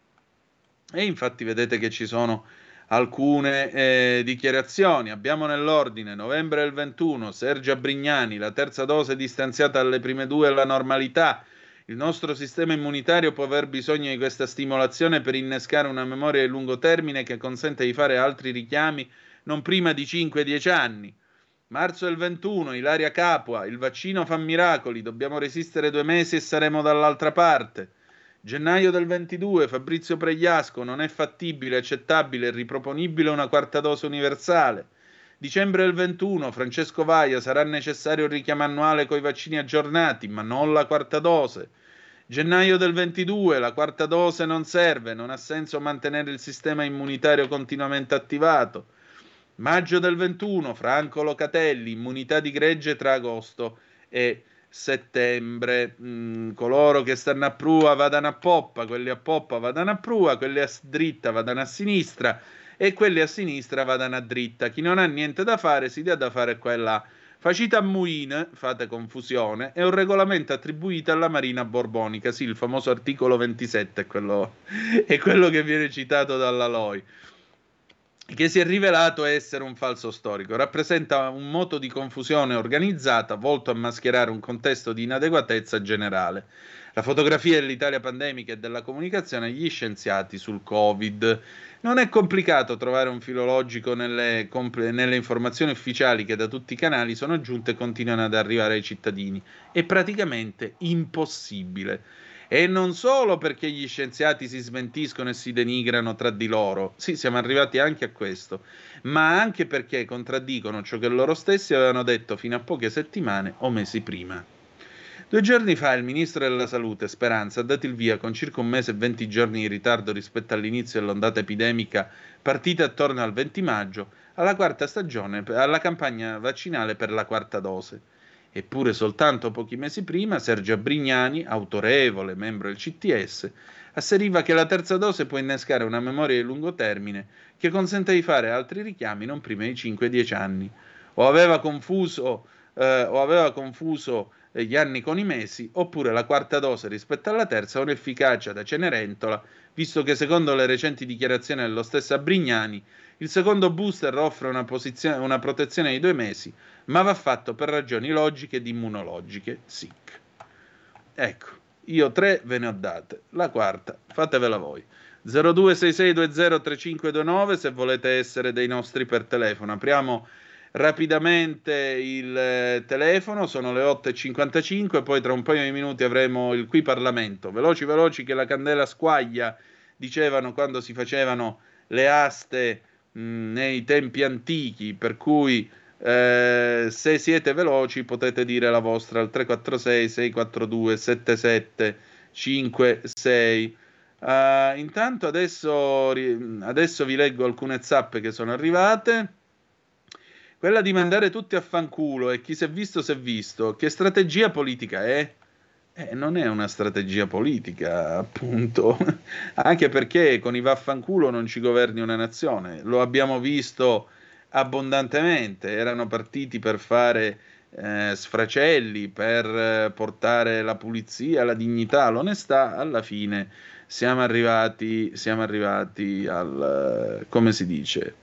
E infatti vedete che ci sono alcune eh, dichiarazioni. Abbiamo nell'ordine, novembre del ventuno, Sergia Brignani, la terza dose distanziata alle prime due alla normalità. Il nostro sistema immunitario può aver bisogno di questa stimolazione per innescare una memoria di lungo termine che consente di fare altri richiami non prima di cinque dieci anni. Marzo del ventuno, Ilaria Capua, il vaccino fa miracoli, dobbiamo resistere due mesi e saremo dall'altra parte. Gennaio del ventidue, Fabrizio Pregliasco, non è fattibile, accettabile e riproponibile una quarta dose universale. Dicembre del ventuno, Francesco Vaia, sarà necessario il richiamo annuale coi vaccini aggiornati, ma non la quarta dose. Gennaio del ventidue, la quarta dose non serve, non ha senso mantenere il sistema immunitario continuamente attivato. Maggio del ventuno, Franco Locatelli, immunità di gregge tra agosto e settembre. Mm, coloro che stanno a prua vadano a poppa, quelli a poppa vadano a prua, quelli a dritta vadano a sinistra e quelli a sinistra vadano a dritta. Chi non ha niente da fare si dia da fare quella. Facita a Muin, fate confusione, è un regolamento attribuito alla Marina Borbonica, sì, il famoso articolo ventisette è quello, è quello che viene citato dalla L O I, che si è rivelato essere un falso storico. Rappresenta un moto di confusione organizzata volto a mascherare un contesto di inadeguatezza generale. La fotografia dell'Italia pandemica e della comunicazione agli scienziati sul Covid. Non è complicato trovare un filo logico nelle, compl- nelle informazioni ufficiali che da tutti i canali sono giunte e continuano ad arrivare ai cittadini. È praticamente impossibile. E non solo perché gli scienziati si smentiscono e si denigrano tra di loro, sì, siamo arrivati anche a questo, ma anche perché contraddicono ciò che loro stessi avevano detto fino a poche settimane o mesi prima. Due giorni fa il ministro della Salute, Speranza, ha dato il via con circa un mese e venti giorni di ritardo rispetto all'inizio dell'ondata epidemica partita attorno al venti maggio, alla quarta stagione, alla campagna vaccinale per la quarta dose. Eppure soltanto pochi mesi prima Sergio Brignani, autorevole membro del C T S, asseriva che la terza dose può innescare una memoria di lungo termine che consente di fare altri richiami non prima di cinque dieci anni. O aveva confuso, eh, o aveva confuso gli anni con i mesi, oppure la quarta dose rispetto alla terza ha un'efficacia da Cenerentola, visto che secondo le recenti dichiarazioni dello stesso Brignani il secondo booster offre una, posizione, una protezione di due mesi, ma va fatto per ragioni logiche ed immunologiche. Sic. Ecco, io tre ve ne ho date, la quarta fatevela voi. zero due sei sei due zero tre cinque due nove se volete essere dei nostri per telefono. Apriamo rapidamente il eh, telefono, sono le otto e cinquantacinque, poi tra un paio di minuti avremo il Qui Parlamento. Veloci veloci che la candela squaglia, dicevano quando si facevano le aste mh, nei tempi antichi, per cui eh, se siete veloci potete dire la vostra al tre quattro sei sei quattro due sette sette cinque sei. Uh, intanto adesso, adesso vi leggo alcune zappe che sono arrivate. Quella di mandare tutti a fanculo e chi si è visto si è visto. Che strategia politica è? Eh, non è una strategia politica, appunto, anche perché con i vaffanculo non ci governi una nazione. Lo abbiamo visto abbondantemente. Erano partiti per fare eh, sfracelli, per eh, portare la pulizia, la dignità, l'onestà. Alla fine siamo arrivati, siamo arrivati al, come si dice,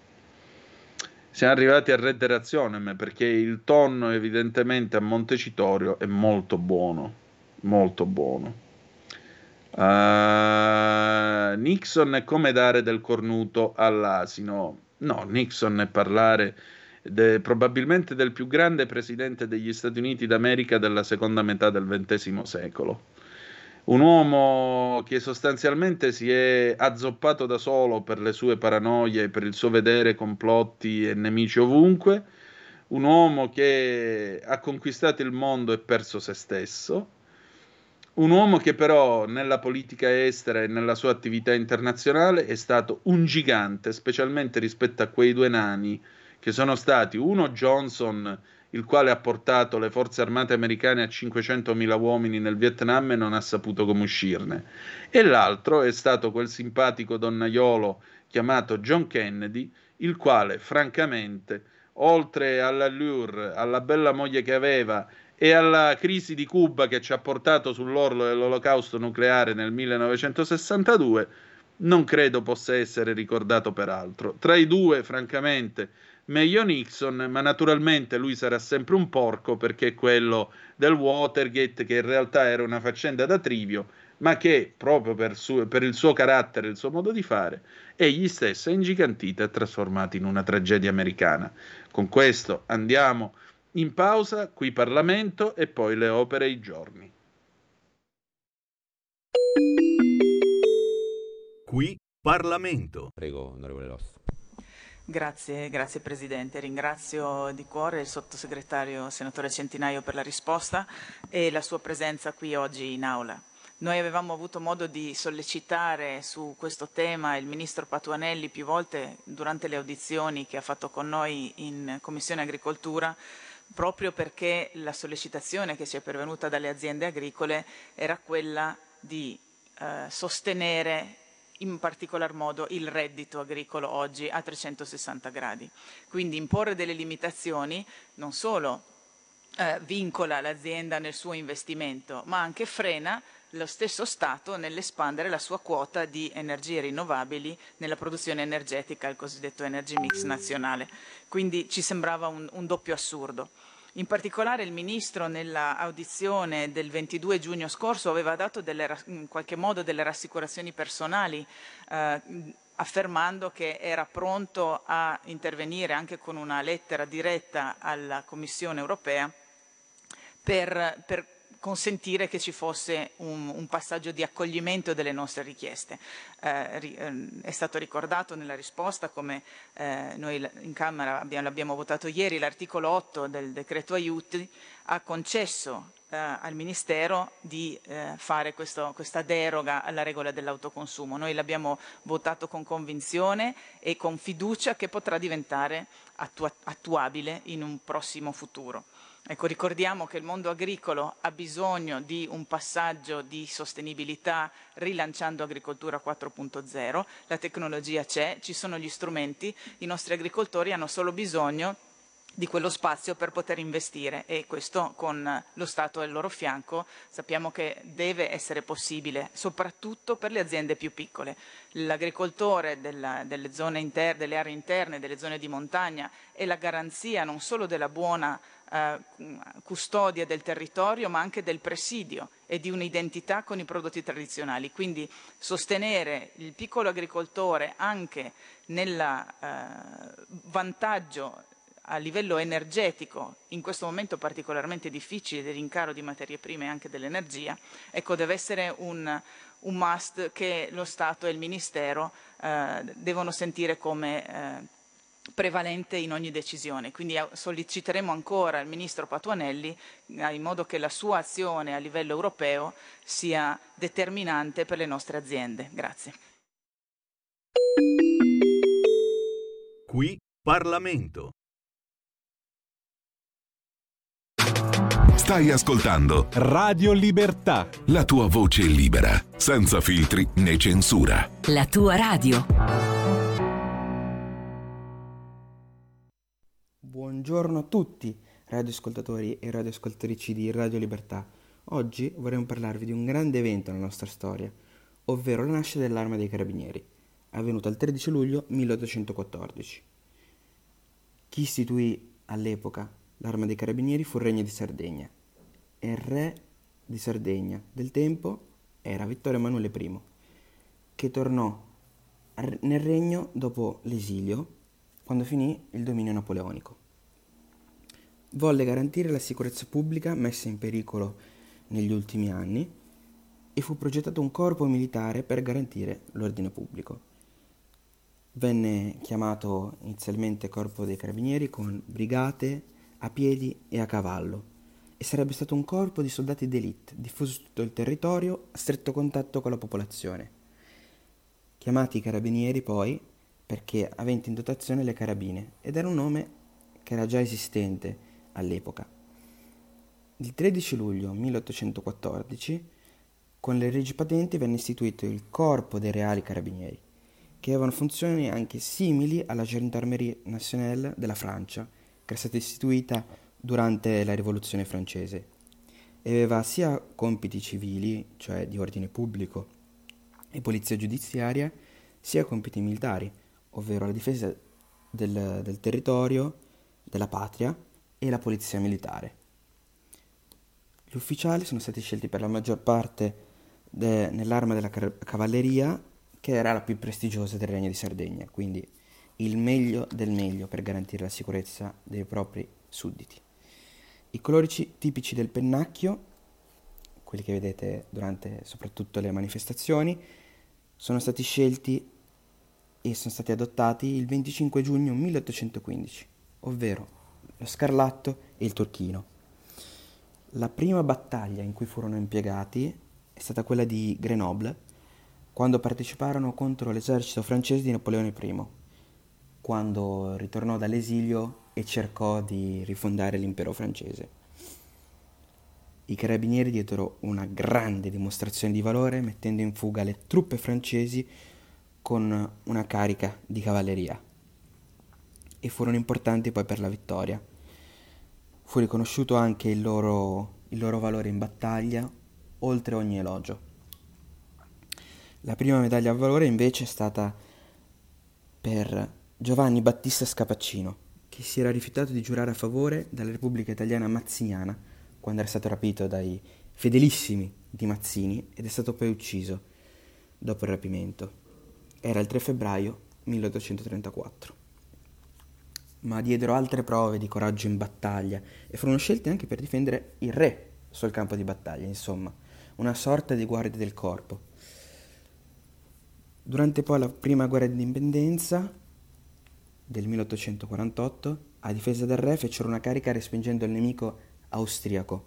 siamo arrivati a reddere razionem, perché il tonno evidentemente a Montecitorio è molto buono, molto buono. Uh, Nixon è come dare del cornuto all'asino. No, Nixon è parlare de, probabilmente del più grande presidente degli Stati Uniti d'America della seconda metà del ventesimo secolo. Un uomo che sostanzialmente si è azzoppato da solo per le sue paranoie, per il suo vedere complotti e nemici ovunque, un uomo che ha conquistato il mondo e perso se stesso, un uomo che però nella politica estera e nella sua attività internazionale è stato un gigante, specialmente rispetto a quei due nani che sono stati uno Johnson, il quale ha portato le forze armate americane a cinquecentomila uomini nel Vietnam e non ha saputo come uscirne, e l'altro è stato quel simpatico donnaiolo chiamato John Kennedy, il quale francamente, oltre all'allure, alla bella moglie che aveva e alla crisi di Cuba che ci ha portato sull'orlo dell'olocausto nucleare nel millenovecentosessantadue, non credo possa essere ricordato per altro. Tra i due, francamente, meglio Nixon, ma naturalmente lui sarà sempre un porco, perché è quello del Watergate, che in realtà era una faccenda da trivio, ma che proprio per, su- per il suo carattere, il suo modo di fare, egli stesso è ingigantito e trasformato in una tragedia americana. Con questo andiamo in pausa, qui Parlamento e poi le opere e i giorni. Qui Parlamento. Prego, onorevole Loss. Grazie, grazie Presidente. Ringrazio di cuore il sottosegretario senatore Centinaio per la risposta e la sua presenza qui oggi in aula. Noi avevamo avuto modo di sollecitare su questo tema il Ministro Patuanelli più volte durante le audizioni che ha fatto con noi in Commissione Agricoltura, proprio perché la sollecitazione che ci è pervenuta dalle aziende agricole era quella di eh, sostenere in particolar modo il reddito agricolo oggi a trecentosessanta gradi. Quindi imporre delle limitazioni non solo eh, vincola l'azienda nel suo investimento, ma anche frena lo stesso Stato nell'espandere la sua quota di energie rinnovabili nella produzione energetica, il cosiddetto energy mix nazionale. Quindi ci sembrava un, un doppio assurdo. In particolare il Ministro nella audizione del ventidue giugno scorso aveva dato delle, in qualche modo delle rassicurazioni personali eh, affermando che era pronto a intervenire anche con una lettera diretta alla Commissione europea per, per consentire che ci fosse un, un passaggio di accoglimento delle nostre richieste. Eh, ri, eh, è stato ricordato nella risposta come eh, noi in Camera abbiamo, l'abbiamo votato ieri, l'articolo otto del decreto aiuti ha concesso eh, al Ministero di eh, fare questo, questa deroga alla regola dell'autoconsumo. Noi l'abbiamo votato con convinzione e con fiducia che potrà diventare attua- attuabile in un prossimo futuro. Ecco, ricordiamo che il mondo agricolo ha bisogno di un passaggio di sostenibilità rilanciando agricoltura quattro punto zero, la tecnologia c'è, ci sono gli strumenti, i nostri agricoltori hanno solo bisogno di quello spazio per poter investire e questo con lo Stato al loro fianco sappiamo che deve essere possibile, soprattutto per le aziende più piccole. L'agricoltore della, delle zone interne, delle aree interne, delle zone di montagna è la garanzia non solo della buona eh, custodia del territorio ma anche del presidio e di un'identità con i prodotti tradizionali. Quindi sostenere il piccolo agricoltore anche nel eh, vantaggio a livello energetico, in questo momento particolarmente difficile del rincaro di materie prime e anche dell'energia, ecco, deve essere un, un must che lo Stato e il Ministero eh, devono sentire come eh, prevalente in ogni decisione. Quindi solleciteremo ancora il Ministro Patuanelli eh, in modo che la sua azione a livello europeo sia determinante per le nostre aziende. Grazie. Qui Parlamento. Stai ascoltando Radio Libertà, la tua voce libera, senza filtri né censura. La tua radio. Buongiorno a tutti, radioascoltatori e radioascoltatrici di Radio Libertà. Oggi vorremmo parlarvi di un grande evento nella nostra storia, ovvero la nascita dell'Arma dei Carabinieri, avvenuta il tredici luglio milleottocentoquattordici. Chi istituì all'epoca l'Arma dei Carabinieri fu il Regno di Sardegna e il re di Sardegna del tempo era Vittorio Emanuele I, che tornò nel regno dopo l'esilio, quando finì il dominio napoleonico. Volle garantire la sicurezza pubblica messa in pericolo negli ultimi anni e fu progettato un corpo militare per garantire l'ordine pubblico. Venne chiamato inizialmente Corpo dei Carabinieri con brigate a piedi e a cavallo e sarebbe stato un corpo di soldati d'élite diffuso su tutto il territorio a stretto contatto con la popolazione. Chiamati Carabinieri poi perché aventi in dotazione le carabine ed era un nome che era già esistente all'epoca. Il tredici luglio milleottocentoquattordici con le leggi patenti venne istituito il Corpo dei Reali Carabinieri, che avevano funzioni anche simili alla Gendarmerie Nationale della Francia, che era stata istituita durante la Rivoluzione francese e aveva sia compiti civili, cioè di ordine pubblico e polizia giudiziaria, sia compiti militari, ovvero la difesa del, del territorio, della patria e la polizia militare. Gli ufficiali sono stati scelti per la maggior parte de- nell'arma della car- cavalleria, che era la più prestigiosa del Regno di Sardegna, quindi il meglio del meglio per garantire la sicurezza dei propri sudditi. I colori ci- tipici del pennacchio, quelli che vedete durante soprattutto le manifestazioni, sono stati scelti e sono stati adottati il venticinque giugno milleottocentoquindici, ovvero lo scarlatto e il turchino. La prima battaglia in cui furono impiegati è stata quella di Grenoble, quando parteciparono contro l'esercito francese di Napoleone I, quando ritornò dall'esilio e cercò di rifondare l'impero francese. I carabinieri diedero una grande dimostrazione di valore, mettendo in fuga le truppe francesi con una carica di cavalleria, e furono importanti poi per la vittoria. Fu riconosciuto anche il loro, il loro valore in battaglia, oltre ogni elogio. La prima medaglia al valore invece è stata per Giovanni Battista Scapaccino, che si era rifiutato di giurare a favore della Repubblica Italiana Mazziniana quando era stato rapito dai fedelissimi di Mazzini ed è stato poi ucciso dopo il rapimento. Era il tre febbraio milleottocentotrentaquattro. Ma diedero altre prove di coraggio in battaglia e furono scelti anche per difendere il re sul campo di battaglia, insomma, una sorta di guardia del corpo. Durante poi la prima guerra d'indipendenza del milleottocentoquarantotto, a difesa del re fecero una carica respingendo il nemico austriaco.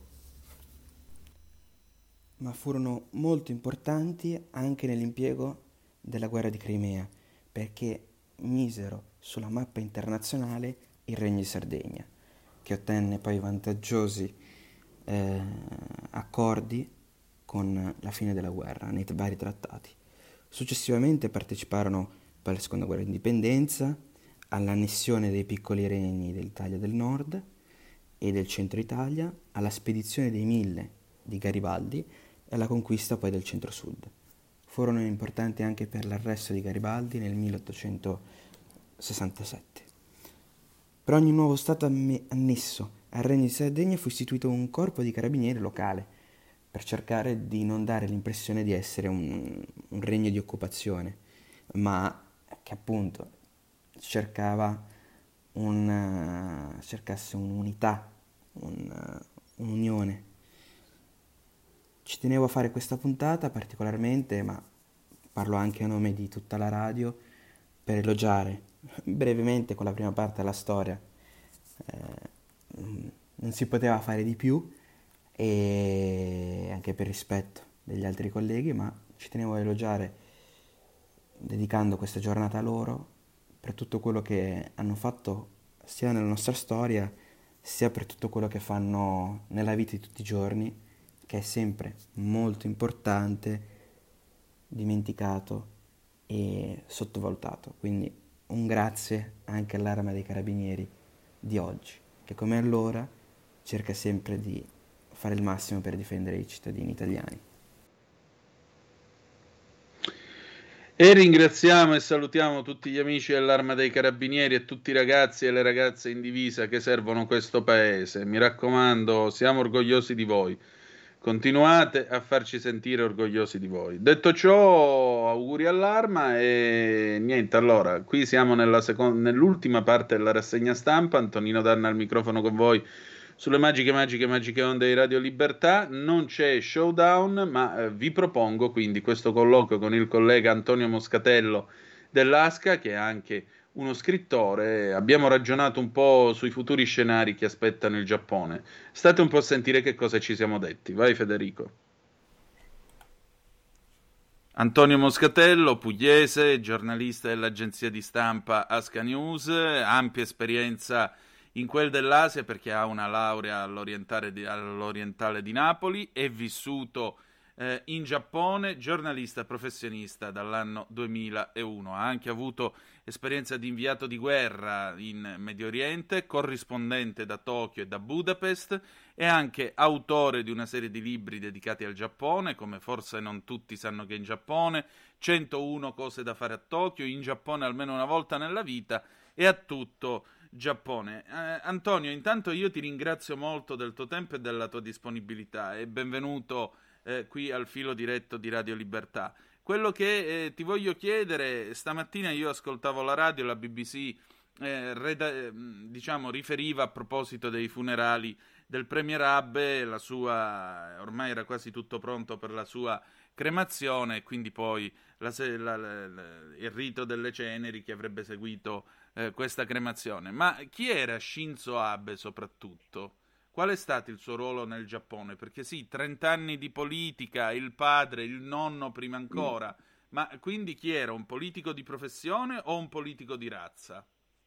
Ma furono molto importanti anche nell'impiego della guerra di Crimea, perché misero sulla mappa internazionale il Regno di Sardegna, che ottenne poi vantaggiosi eh, accordi con la fine della guerra nei vari trattati. Successivamente parteciparono poi alla seconda guerra d'indipendenza, all'annessione dei piccoli regni dell'Italia del Nord e del Centro Italia, alla spedizione dei Mille di Garibaldi e alla conquista poi del Centro-Sud. Furono importanti anche per l'arresto di Garibaldi nel milleottocentosessantasette. Per ogni nuovo stato annesso al Regno di Sardegna fu istituito un corpo di carabinieri locale per cercare di non dare l'impressione di essere un, un regno di occupazione, ma che appunto cercava un, cercasse un'unità, un, un'unione. Ci tenevo a fare questa puntata particolarmente, ma parlo anche a nome di tutta la radio, per elogiare brevemente con la prima parte della storia. Eh, non si poteva fare di più, e anche per rispetto degli altri colleghi, ma ci tenevo a elogiare, dedicando questa giornata a loro, per tutto quello che hanno fatto sia nella nostra storia, sia per tutto quello che fanno nella vita di tutti i giorni, che è sempre molto importante, dimenticato e sottovalutato. Quindi un grazie anche all'Arma dei Carabinieri di oggi, che come allora cerca sempre di fare il massimo per difendere i cittadini italiani. E ringraziamo e salutiamo tutti gli amici dell'Arma dei Carabinieri e tutti i ragazzi e le ragazze in divisa che servono questo paese. Mi raccomando, siamo orgogliosi di voi. Continuate a farci sentire orgogliosi di voi. Detto ciò, auguri all'Arma e niente, allora, qui siamo nella second- nell'ultima parte della rassegna stampa. Antonino Danna al microfono con voi sulle magiche, magiche, magiche onde di Radio Libertà. Non c'è showdown, ma eh, vi propongo quindi questo colloquio con il collega Antonio Moscatello dell'Asca, che è anche uno scrittore. Abbiamo ragionato un po' sui futuri scenari che aspettano il Giappone. State un po' a sentire che cosa ci siamo detti. Vai Federico. Antonio Moscatello, pugliese, giornalista dell'agenzia di stampa Asca News, ampia esperienza in quel dell'Asia perché ha una laurea all'orientale di, all'orientale di Napoli, è vissuto eh, in Giappone, giornalista professionista dall'anno duemilauno, ha anche avuto esperienza di inviato di guerra in Medio Oriente, corrispondente da Tokyo e da Budapest, è anche autore di una serie di libri dedicati al Giappone, come forse non tutti sanno che in Giappone, centouno cose da fare a Tokyo, in Giappone almeno una volta nella vita e a tutto Giappone. Eh, Antonio, intanto io ti ringrazio molto del tuo tempo e della tua disponibilità e benvenuto eh, qui al filo diretto di Radio Libertà. Quello che eh, ti voglio chiedere, stamattina io ascoltavo la radio, la B B C eh, reda- diciamo riferiva a proposito dei funerali del Premier Abbe, la sua, ormai era quasi tutto pronto per la sua cremazione, e quindi poi la, la, la, la, il rito delle ceneri che avrebbe seguito eh, questa cremazione. Ma chi era Shinzo Abe soprattutto? Qual è stato il suo ruolo nel Giappone? Perché sì, trent'anni di politica, il padre, il nonno prima ancora, ma quindi chi era? Un politico di professione o un politico di razza?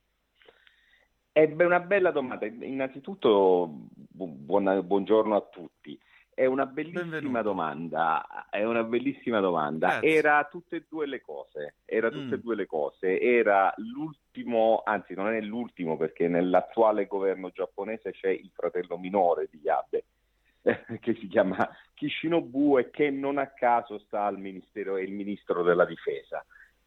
È una bella domanda. Innanzitutto buona, buongiorno a tutti. È una bellissima Benvenuto. domanda. È una bellissima domanda. Grazie. Era tutte e due le cose. Era tutte mm. e due le cose. Era l'ultimo, anzi non è l'ultimo, perché nell'attuale governo giapponese c'è il fratello minore di Abe, che si chiama Kishinobu e che non a caso sta al ministero, è il ministro della difesa.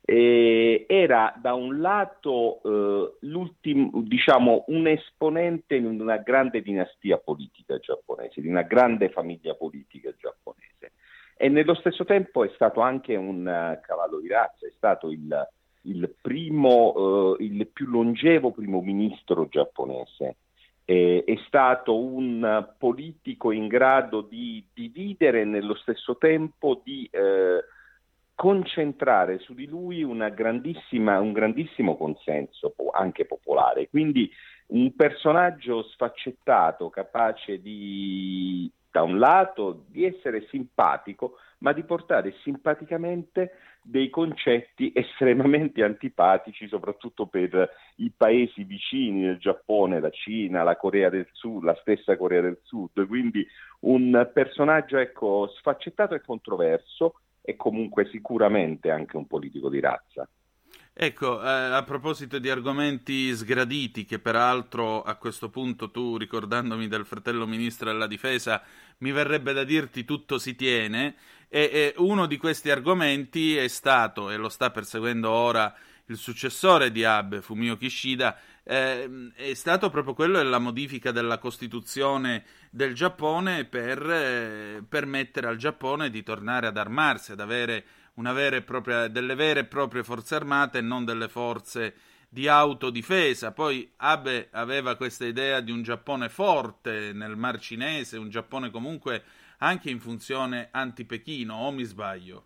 E era da un lato eh, l'ultimo, diciamo, un esponente di una grande dinastia politica giapponese, di una grande famiglia politica giapponese, e nello stesso tempo è stato anche un uh, cavallo di razza, è stato il, il primo, uh, il più longevo primo ministro giapponese, eh, è stato un uh, politico in grado di dividere e nello stesso tempo di uh, concentrare su di lui una grandissima, un grandissimo consenso anche popolare, quindi un personaggio sfaccettato, capace di, da un lato, di essere simpatico, ma di portare simpaticamente dei concetti estremamente antipatici, soprattutto per i paesi vicini del Giappone, la Cina, la Corea del Sud, la stessa Corea del Sud, quindi un personaggio, ecco, sfaccettato e controverso, e comunque sicuramente anche un politico di razza. Ecco, eh, a proposito di argomenti sgraditi, che peraltro a questo punto tu, ricordandomi del fratello ministro della difesa, mi verrebbe da dirti tutto si tiene, e, e uno di questi argomenti è stato, e lo sta perseguendo ora il successore di Abe, Fumio Kishida, eh, è stato proprio quello della modifica della Costituzione del Giappone per eh, permettere al Giappone di tornare ad armarsi, ad avere una vera e propria, delle vere e proprie forze armate e non delle forze di autodifesa. Poi Abe aveva questa idea di un Giappone forte nel Mar Cinese, un Giappone comunque anche in funzione anti-Pechino, o mi sbaglio?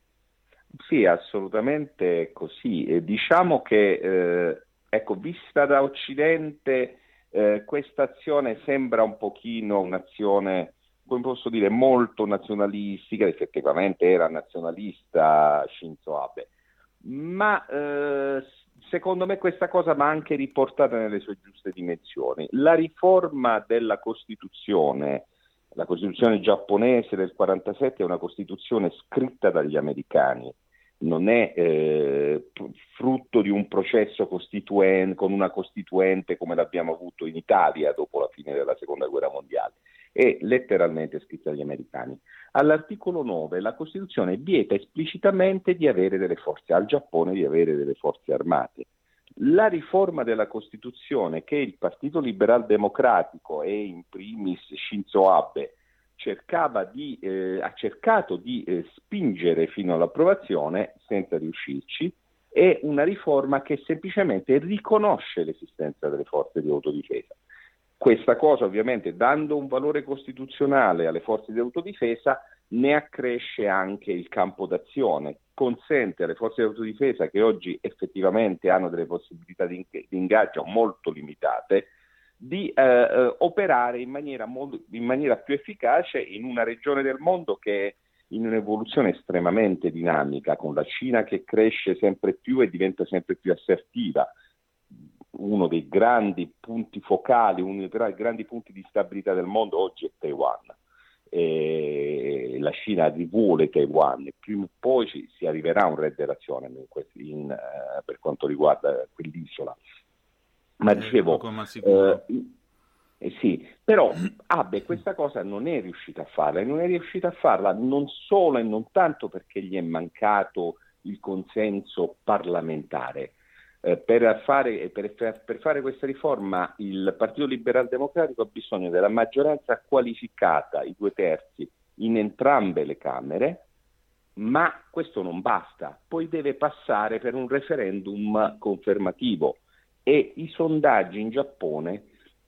Sì, assolutamente così. E diciamo che, eh, ecco, vista da Occidente, eh, questa azione sembra un pochino un'azione, come posso dire, molto nazionalistica. Effettivamente era nazionalista Shinzo Abe, ma eh, secondo me questa cosa va anche riportata nelle sue giuste dimensioni. La riforma della Costituzione, la Costituzione giapponese del quarantasette, è una Costituzione scritta dagli americani, non è eh, frutto di un processo costituente, con una costituente come l'abbiamo avuto in Italia dopo la fine della Seconda Guerra Mondiale, è letteralmente scritta dagli americani. All'articolo nove la Costituzione vieta esplicitamente di avere delle forze, al Giappone di avere delle forze armate. La riforma della Costituzione che il Partito Liberal Democratico e in primis Shinzo Abe cercava di, eh, ha cercato di eh, spingere fino all'approvazione senza riuscirci, è una riforma che semplicemente riconosce l'esistenza delle forze di autodifesa. Questa cosa ovviamente, dando un valore costituzionale alle forze di autodifesa, ne accresce anche il campo d'azione, consente alle forze di autodifesa, che oggi effettivamente hanno delle possibilità di, di ingaggio molto limitate, di eh, eh, operare in maniera, molto, in maniera più efficace in una regione del mondo che è in un'evoluzione estremamente dinamica, con la Cina che cresce sempre più e diventa sempre più assertiva. Uno dei grandi punti focali, uno dei grandi punti di stabilità del mondo oggi è Taiwan. E la Cina rivuole Taiwan e prima o poi ci, si arriverà a un Red Relation in, in, uh, per quanto riguarda quell'isola. Ma eh, dicevo, eh, eh, sì, però Abe questa cosa non è riuscita a farla, e non è riuscita a farla non solo e non tanto perché gli è mancato il consenso parlamentare. Eh, per, fare, per, per fare questa riforma il Partito Liberal Democratico ha bisogno della maggioranza qualificata, i due terzi, in entrambe le Camere, ma questo non basta, poi deve passare per un referendum confermativo e i sondaggi in Giappone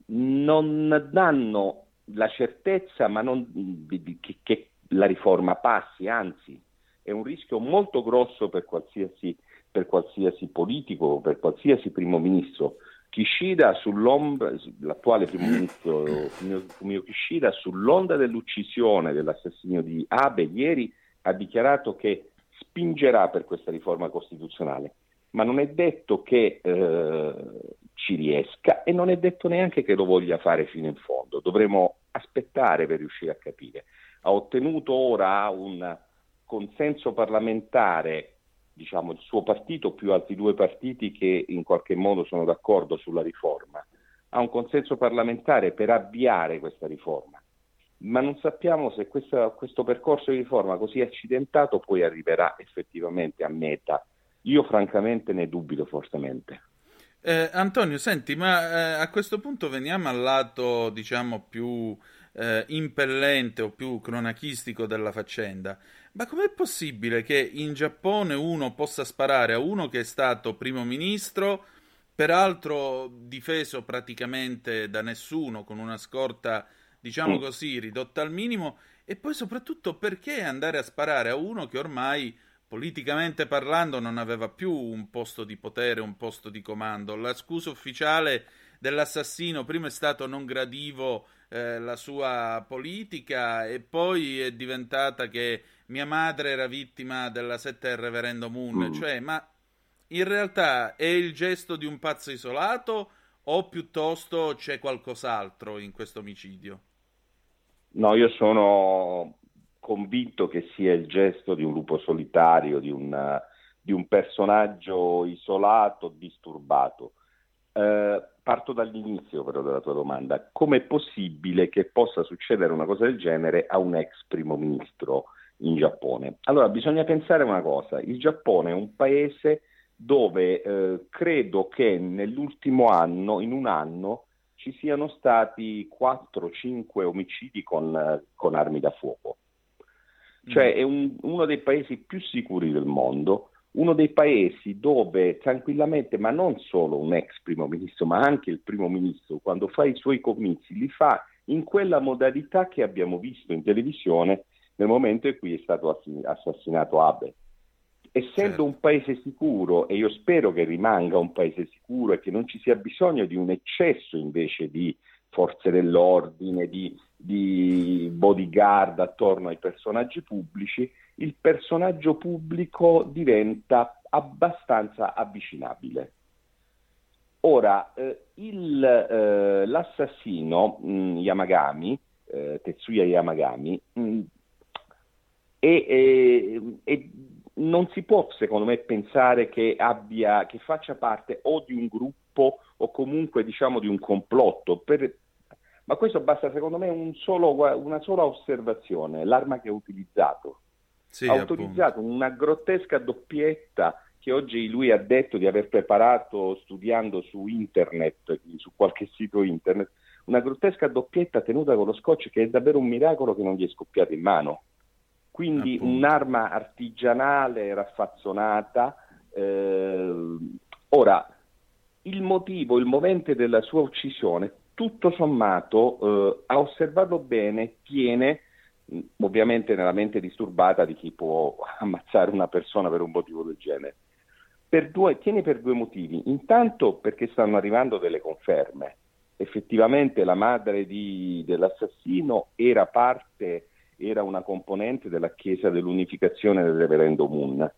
non danno la certezza ma non, che, che la riforma passi, anzi è un rischio molto grosso per qualsiasi, per qualsiasi politico o per qualsiasi primo ministro. Kishida sull'ombra, l'attuale primo ministro Fumio Kishida, sull'onda dell'uccisione, dell'assassinio di Abe ieri, ha dichiarato che spingerà per questa riforma costituzionale, ma non è detto che eh, ci riesca e non è detto neanche che lo voglia fare fino in fondo. Dovremo aspettare per riuscire a capire. Ha ottenuto ora un consenso parlamentare, diciamo il suo partito più altri due partiti che in qualche modo sono d'accordo sulla riforma, ha un consenso parlamentare per avviare questa riforma, ma non sappiamo se questa, questo percorso di riforma così accidentato poi arriverà effettivamente a meta. Io francamente ne dubito fortemente. Eh, Antonio, senti, ma eh, a questo punto veniamo al lato, diciamo, più eh, impellente o più cronachistico della faccenda. Ma com'è possibile che in Giappone uno possa sparare a uno che è stato primo ministro, peraltro difeso praticamente da nessuno, con una scorta, diciamo mm. così, ridotta al minimo, e poi soprattutto perché andare a sparare a uno che ormai, politicamente parlando, non aveva più un posto di potere, un posto di comando? La scusa ufficiale dell'assassino prima è stato non gradivo eh, la sua politica e poi è diventata che mia madre era vittima della setta del Reverendo Moon, mm. cioè, ma in realtà è il gesto di un pazzo isolato o piuttosto c'è qualcos'altro in questo omicidio? No, io sono convinto che sia il gesto di un lupo solitario, di un, di un personaggio isolato, disturbato. Eh, parto dall'inizio però della tua domanda. Com'è possibile che possa succedere una cosa del genere a un ex primo ministro in Giappone? Allora, bisogna pensare una cosa: il Giappone è un paese dove eh, credo che nell'ultimo anno, in un anno, ci siano stati quattro cinque omicidi con, con armi da fuoco. Cioè è un, uno dei paesi più sicuri del mondo, uno dei paesi dove tranquillamente, ma non solo un ex primo ministro, ma anche il primo ministro, quando fa i suoi comizi, li fa in quella modalità che abbiamo visto in televisione nel momento in cui è stato assassinato Abe. Essendo certo. un paese sicuro, e io spero che rimanga un paese sicuro e che non ci sia bisogno di un eccesso invece di forze dell'ordine, di, di bodyguard attorno ai personaggi pubblici, il personaggio pubblico diventa abbastanza avvicinabile. Ora, eh, il, eh, l'assassino mh, Yamagami, eh, Tetsuya Yamagami, mh, è, è, è non si può, secondo me, pensare che abbia, che faccia parte o di un gruppo o comunque, diciamo, di un complotto. Per... Ma questo basta, secondo me, un solo, una sola osservazione: l'arma che ha utilizzato. Sì, ha appunto. utilizzato una grottesca doppietta che oggi lui ha detto di aver preparato studiando su internet, su qualche sito internet, una grottesca doppietta tenuta con lo scotch che è davvero un miracolo che non gli è scoppiato in mano. Quindi appunto. Un'arma artigianale, raffazzonata. Eh, ora, il motivo, il movente della sua uccisione, tutto sommato, eh, a osservarlo bene, tiene mh, ovviamente nella mente disturbata di chi può ammazzare una persona per un motivo del genere. Per due, tiene per due motivi. Intanto perché stanno arrivando delle conferme. Effettivamente la madre di, dell'assassino era parte... era una componente della Chiesa dell'Unificazione del Reverendo Moon,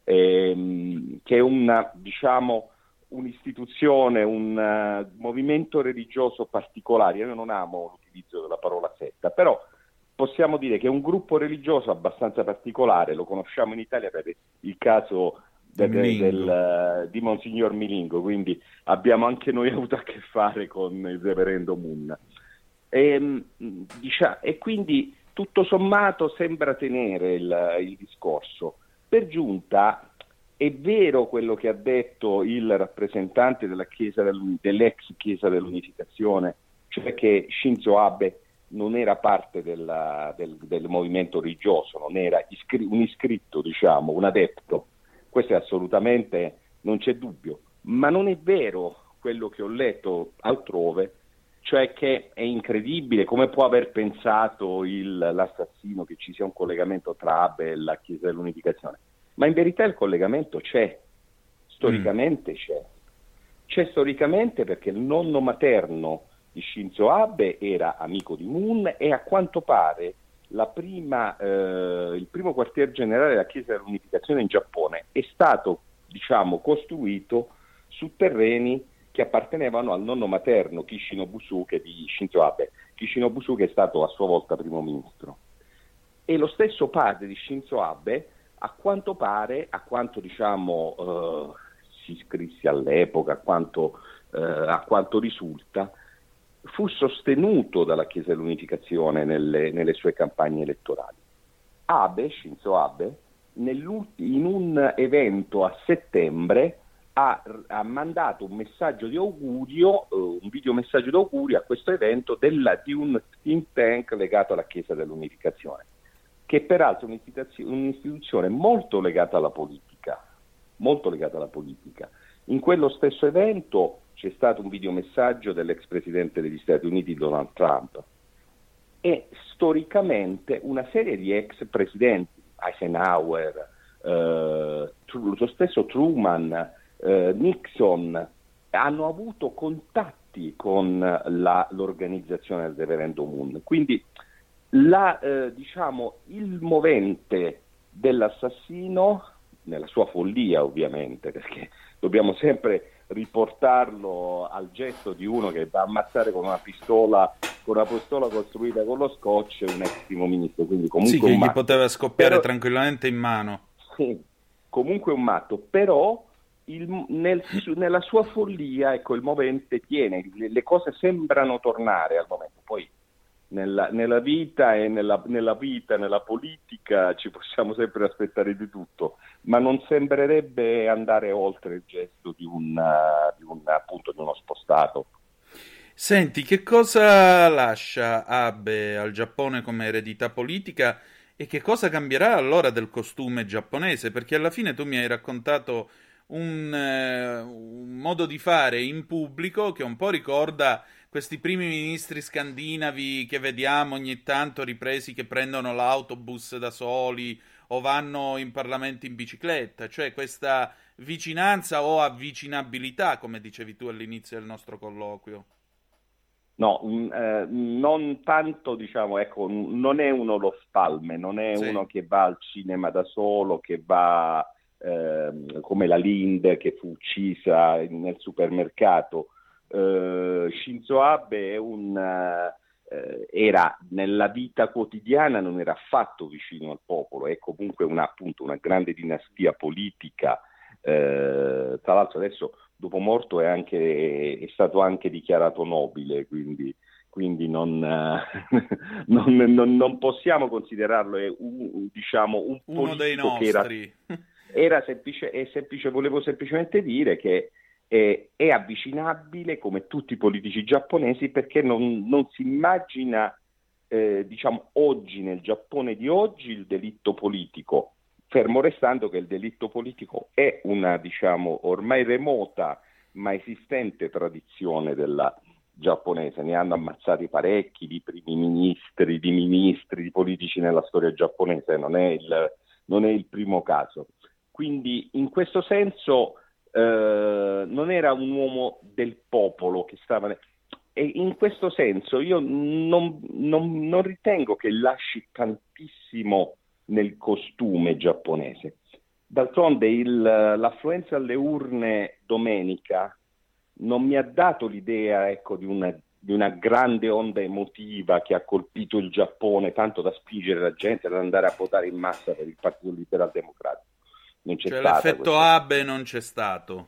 ehm, che è una, diciamo, un'istituzione, un uh, movimento religioso particolare. Io non amo l'utilizzo della parola setta, però possiamo dire che è un gruppo religioso abbastanza particolare. Lo conosciamo in Italia per il caso del, del, uh, di Monsignor Milingo, quindi abbiamo anche noi avuto a che fare con il Reverendo Moon. E, diciamo, e quindi tutto sommato sembra tenere il, il discorso. Per giunta è vero quello che ha detto il rappresentante della chiesa dell'ex Chiesa dell'Unificazione, cioè che Shinzo Abe non era parte della, del, del movimento religioso, non era iscri- un iscritto, diciamo, un adepto. Questo è assolutamente, non c'è dubbio, ma non è vero quello che ho letto altrove, cioè che è incredibile come può aver pensato il, l'assassino che ci sia un collegamento tra Abe e la Chiesa dell'Unificazione, ma in verità il collegamento c'è, storicamente mm. c'è, c'è storicamente perché il nonno materno di Shinzo Abe era amico di Moon e a quanto pare la prima, eh, il primo quartier generale della Chiesa dell'Unificazione in Giappone è stato, diciamo, costruito su terreni che appartenevano al nonno materno Kishinobusuke di Shinzo Abe. Kishinobusuke è stato a sua volta primo ministro. E lo stesso padre di Shinzo Abe, a quanto pare, a quanto diciamo eh, si scrisse all'epoca, a quanto, eh, a quanto risulta, fu sostenuto dalla Chiesa dell'Unificazione nelle, nelle sue campagne elettorali. Abe, Shinzo Abe, in un evento a settembre ha, ha mandato un messaggio di augurio, uh, un videomessaggio di augurio a questo evento della, di un think tank legato alla Chiesa dell'Unificazione, che peraltro è un'istituzione molto legata alla politica, molto legata alla politica. In quello stesso evento c'è stato un videomessaggio dell'ex presidente degli Stati Uniti Donald Trump e storicamente una serie di ex presidenti, Eisenhower, eh, lo stesso Truman, eh, Nixon, hanno avuto contatti con la, l'organizzazione del Reverendo Moon. Quindi la, eh, diciamo, il movente dell'assassino, nella sua follia ovviamente, perché dobbiamo sempre riportarlo al gesto di uno che va a ammazzare con una pistola con una pistola costruita con lo scotch un ex primo ministro, quindi comunque sì, che un gli matto. Poteva scoppiare però, tranquillamente in mano. Sì, comunque un matto, però il, nel, nella sua follia, ecco, il movente tiene, le, le cose sembrano tornare al momento, poi nella, nella vita e nella, nella vita, nella politica ci possiamo sempre aspettare di tutto, ma non sembrerebbe andare oltre il gesto di un, di un appunto di uno spostato. Senti, che cosa lascia Abe al Giappone come eredità politica e che cosa cambierà allora del costume giapponese? Perché alla fine tu mi hai raccontato un, eh, un modo di fare in pubblico che un po' ricorda questi primi ministri scandinavi che vediamo ogni tanto ripresi che prendono l'autobus da soli o vanno in Parlamento in bicicletta, cioè questa vicinanza o avvicinabilità, come dicevi tu all'inizio del nostro colloquio. No, eh, non tanto, diciamo, ecco, non è uno lo spalme, non è sì. uno che va al cinema da solo, che va eh, come la Linde che fu uccisa nel supermercato. Uh, Shinzo Abe è un, uh, era nella vita quotidiana, non era affatto vicino al popolo, è comunque una, appunto, una grande dinastia politica, uh, tra l'altro adesso dopo morto è, anche, è stato anche dichiarato nobile, quindi, quindi non, uh, non, non, non possiamo considerarlo eh, un, diciamo, un uno dei nostri. Che era, era semplice, è semplice, volevo semplicemente dire che Eh, è avvicinabile come tutti i politici giapponesi perché non, non si immagina eh, diciamo oggi nel Giappone di oggi il delitto politico, fermo restando che il delitto politico è una diciamo ormai remota ma esistente tradizione della giapponese, ne hanno ammazzati parecchi di primi ministri, di ministri, di politici nella storia giapponese, non è il, non è il primo caso, quindi in questo senso Uh, non era un uomo del popolo che stava ne- e in questo senso io non, non, non ritengo che lasci tantissimo nel costume giapponese. D'altronde il, l'affluenza alle urne domenica non mi ha dato l'idea, ecco, di una, di una grande onda emotiva che ha colpito il Giappone tanto da spingere la gente ad andare a votare in massa per il Partito Liberal Democratico. Non c'è cioè stata l'effetto questa... Abe non c'è stato.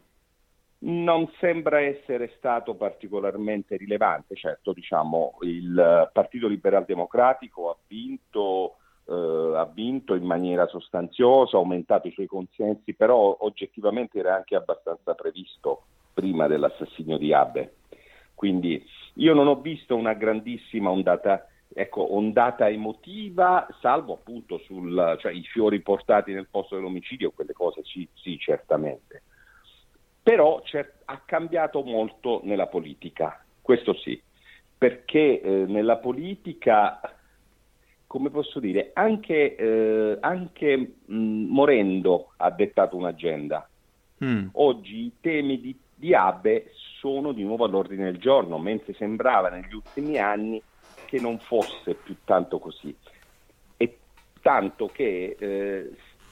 Non sembra essere stato particolarmente rilevante, certo diciamo il Partito Liberal Democratico ha vinto, eh, ha vinto in maniera sostanziosa, ha aumentato i suoi consensi, però oggettivamente era anche abbastanza previsto prima dell'assassinio di Abe, quindi io non ho visto una grandissima ondata ecco, ondata emotiva, salvo appunto sul, cioè, i fiori portati nel posto dell'omicidio, quelle cose sì, sì certamente. Però cer- ha cambiato molto nella politica, questo sì, perché eh, nella politica, come posso dire, anche, eh, anche mh, morendo ha dettato un'agenda. Mm. Oggi i temi di, di Abe sono di nuovo all'ordine del giorno, mentre sembrava negli ultimi anni che non fosse più tanto così. E tanto che eh,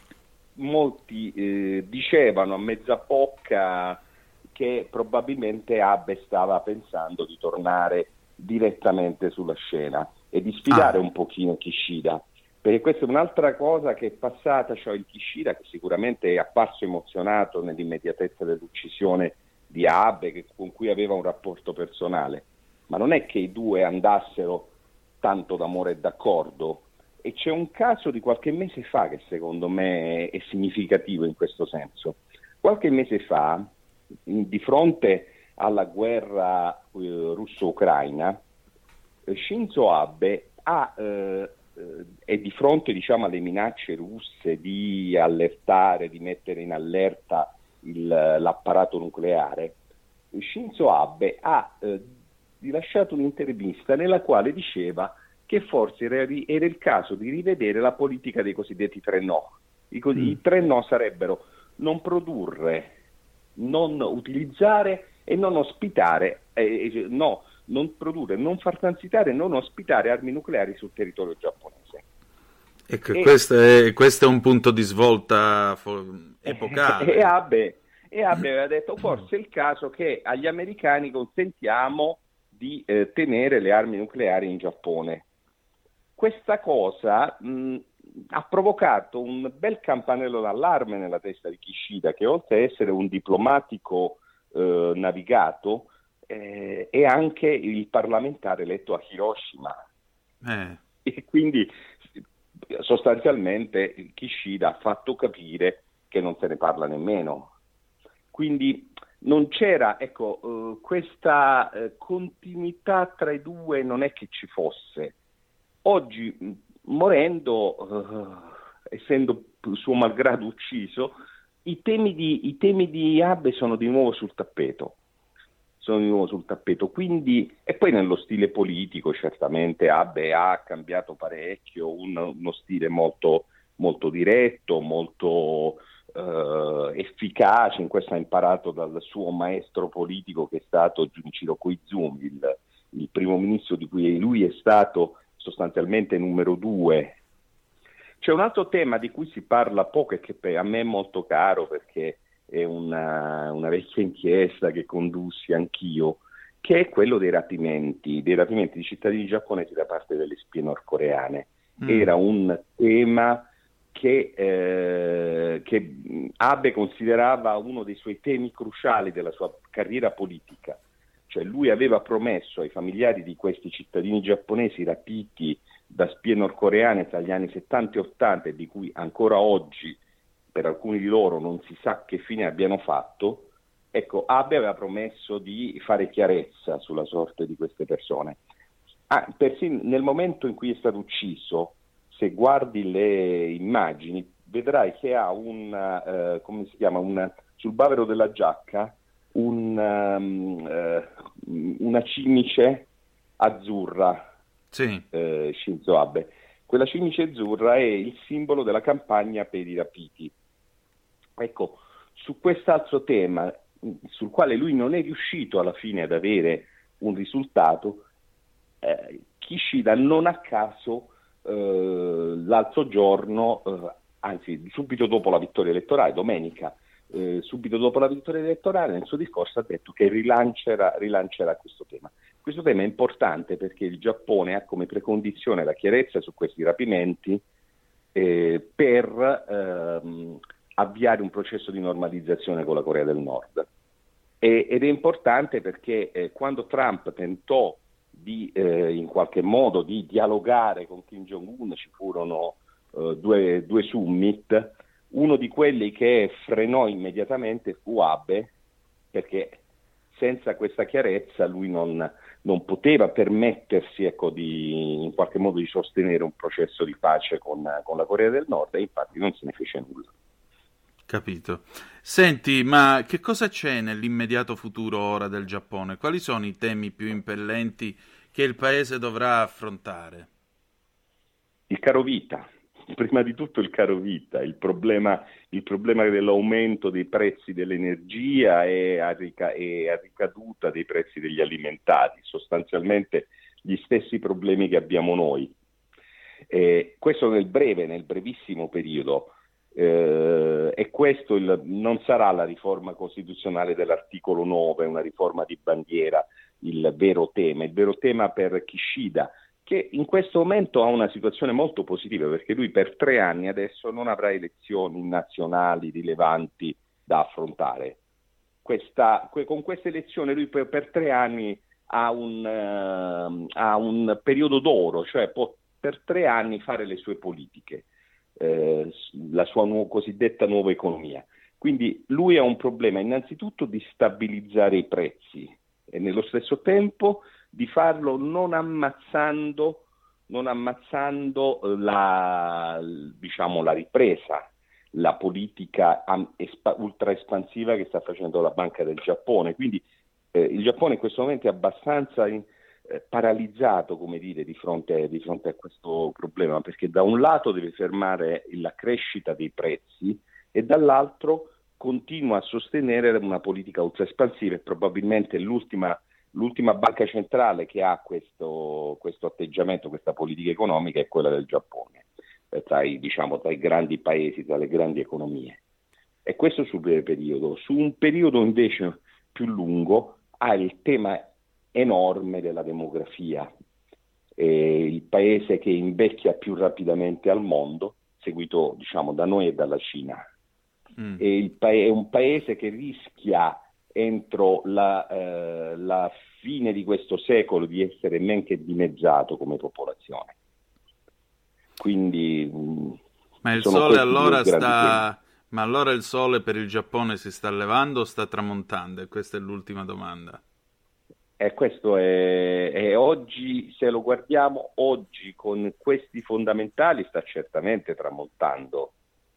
molti eh, dicevano a mezza bocca che probabilmente Abe stava pensando di tornare direttamente sulla scena e di sfidare ah. un pochino Kishida, perché questa è un'altra cosa che è passata, cioè il Kishida, che sicuramente è apparso emozionato nell'immediatezza dell'uccisione di Abe, che, con cui aveva un rapporto personale, ma non è che i due andassero tanto d'amore e d'accordo, e c'è un caso di qualche mese fa che secondo me è significativo in questo senso. Qualche mese fa, di fronte alla guerra eh, russo-ucraina, eh, Shinzo Abe ha, eh, eh, è di fronte, diciamo, alle minacce russe di allertare, di mettere in allerta il, l'apparato nucleare. Shinzo Abe ha eh, rilasciato un'intervista nella quale diceva che forse era, era il caso di rivedere la politica dei cosiddetti tre no. I, mm. i tre no sarebbero non produrre, non utilizzare e non ospitare, eh, no, non produrre, non far transitare, non ospitare armi nucleari sul territorio giapponese. Ecco, e, questo, è, questo è un punto di svolta epocale. E Abe, e Abe aveva detto forse è il caso che agli americani consentiamo di eh, tenere le armi nucleari in Giappone. Questa cosa mh, ha provocato un bel campanello d'allarme nella testa di Kishida, che oltre a essere un diplomatico eh, navigato, eh, è anche il parlamentare eletto a Hiroshima. Eh. E quindi sostanzialmente Kishida ha fatto capire che non se ne parla nemmeno. Quindi non c'era, ecco, uh, questa uh, continuità tra i due non è che ci fosse. Oggi, morendo, uh, essendo suo malgrado ucciso, i temi di, i temi di Abe sono di nuovo sul tappeto. Sono di nuovo sul tappeto. Quindi, e poi nello stile politico, certamente Abe ha cambiato parecchio, un, uno stile molto, molto diretto, molto Uh, efficace. In questo ha imparato dal suo maestro politico che è stato Junichiro Koizumi, il, il primo ministro di cui lui è stato sostanzialmente numero due. C'è un altro tema di cui si parla poco e che a me è molto caro, perché è una, una vecchia inchiesta che condussi anch'io, che è quello dei rapimenti, dei rapimenti di cittadini giapponesi da parte delle spie nordcoreane. Mm. Era un tema che, eh, che Abe considerava uno dei suoi temi cruciali della sua carriera politica. Cioè lui aveva promesso ai familiari di questi cittadini giapponesi rapiti da spie nordcoreane tra gli anni settanta e ottanta, e di cui ancora oggi per alcuni di loro non si sa che fine abbiano fatto. Ecco, Abe aveva promesso di fare chiarezza sulla sorte di queste persone. Ah, persino nel momento in cui è stato ucciso, se guardi le immagini, vedrai che ha un, uh, come si chiama, un, sul bavero della giacca, un, um, uh, una cimice azzurra, sì. uh, Shinzo Abe. Quella cimice azzurra è il simbolo della campagna per i rapiti. Ecco, su quest'altro tema, sul quale lui non è riuscito alla fine ad avere un risultato, eh, Kishida non a caso Uh, l'altro giorno, uh, anzi subito dopo la vittoria elettorale, domenica, uh, subito dopo la vittoria elettorale, nel suo discorso ha detto che rilancerà, rilancerà questo tema. Questo tema è importante perché il Giappone ha come precondizione la chiarezza su questi rapimenti eh, per uh, avviare un processo di normalizzazione con la Corea del Nord. E, ed è importante perché eh, quando Trump tentò di eh, in qualche modo di dialogare con Kim Jong-un, ci furono eh, due, due summit. Uno di quelli che frenò immediatamente fu Abe, perché senza questa chiarezza lui non, non poteva permettersi, ecco, di, in qualche modo di sostenere un processo di pace con, con la Corea del Nord, e infatti non se ne fece nulla. Capito. Senti, ma che cosa c'è nell'immediato futuro ora del Giappone? Quali sono i temi più impellenti che il paese dovrà affrontare? Il caro vita, prima di tutto il caro vita, il problema, il problema dell'aumento dei prezzi dell'energia e a, rica- e a ricaduta dei prezzi degli alimentari, sostanzialmente gli stessi problemi che abbiamo noi. E questo nel breve, nel brevissimo periodo. Eh, e questo il, non sarà la riforma costituzionale dell'articolo nove, una riforma di bandiera, il vero tema. Il vero tema per Kishida, che in questo momento ha una situazione molto positiva, perché lui per tre anni adesso non avrà elezioni nazionali rilevanti da affrontare. Questa, que, con questa elezione lui per, per tre anni ha un, uh, ha un periodo d'oro, cioè può per tre anni fare le sue politiche. Eh, la sua nu- cosiddetta nuova economia. Quindi lui ha un problema innanzitutto di stabilizzare i prezzi e nello stesso tempo di farlo non ammazzando, non ammazzando la, diciamo, la ripresa, la politica am- espa- ultra espansiva che sta facendo la Banca del Giappone. Quindi eh, il Giappone in questo momento è abbastanza in, paralizzato, come dire, di fronte, di fronte a questo problema, perché da un lato deve fermare la crescita dei prezzi e dall'altro continua a sostenere una politica ultra espansiva, e probabilmente l'ultima, l'ultima banca centrale che ha questo, questo atteggiamento, questa politica economica, è quella del Giappone, tra i, diciamo, tra i grandi paesi, tra le grandi economie. E questo sul breve periodo. Su un periodo invece più lungo ha il tema enorme della demografia, eh, il paese che invecchia più rapidamente al mondo, seguito, diciamo, da noi e dalla Cina. Mm. E il pa- è un paese che rischia entro la, eh, la fine di questo secolo di essere men che dimezzato come popolazione. Quindi mh, ma il sole allora sta temi. Ma allora il sole per il Giappone si sta levando o sta tramontando? E questa è l'ultima domanda. E questo è, è oggi, se lo guardiamo oggi con questi fondamentali, sta certamente tramontando.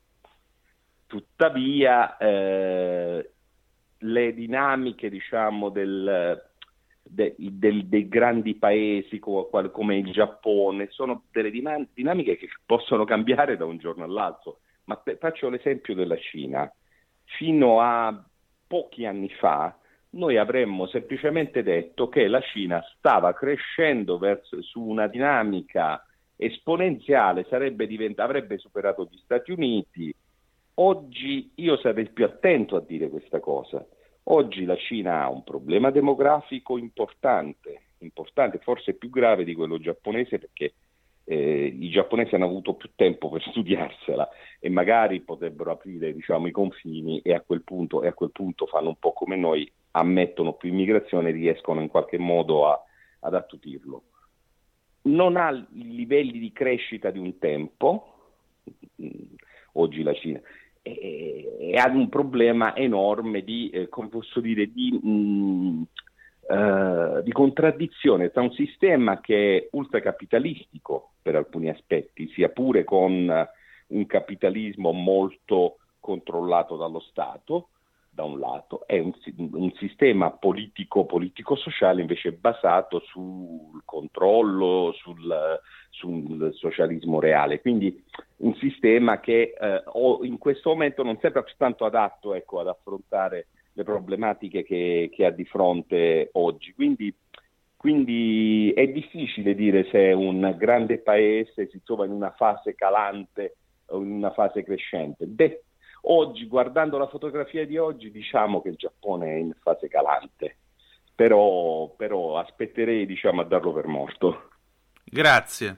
Tuttavia eh, le dinamiche, diciamo, del, de, del, dei grandi paesi come, come il Giappone sono delle dinamiche che possono cambiare da un giorno all'altro. Ma per, faccio l'esempio della Cina. Fino a pochi anni fa noi avremmo semplicemente detto che la Cina stava crescendo verso, su una dinamica esponenziale, sarebbe divent- avrebbe superato gli Stati Uniti. Oggi io sarei più attento a dire questa cosa. Oggi la Cina ha un problema demografico importante, importante, forse più grave di quello giapponese, perché eh, i giapponesi hanno avuto più tempo per studiarsela e magari potrebbero aprire, diciamo, i confini, e a quel punto, e a quel punto fanno un po' come noi, ammettono più immigrazione e riescono in qualche modo a, ad attutirlo. Non ha i livelli di crescita di un tempo, oggi la Cina, e, e ha un problema enorme di, eh, come posso dire, di, mh, uh, di contraddizione tra un sistema che è ultracapitalistico per alcuni aspetti, sia pure con un capitalismo molto controllato dallo Stato, da un lato, è un, un sistema politico, politico-sociale invece basato sul controllo, sul, sul socialismo reale. Quindi un sistema che eh, in questo momento non sembra tanto adatto, ecco, ad affrontare le problematiche che, che ha di fronte oggi. Quindi, quindi è difficile dire se un grande paese si trova in una fase calante o in una fase crescente. De- Oggi, guardando la fotografia di oggi, diciamo che il Giappone è in fase calante, però, però aspetterei, diciamo, a darlo per morto. Grazie.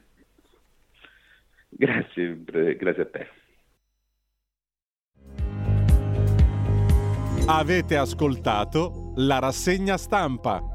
Grazie, grazie a te. Avete ascoltato la rassegna stampa.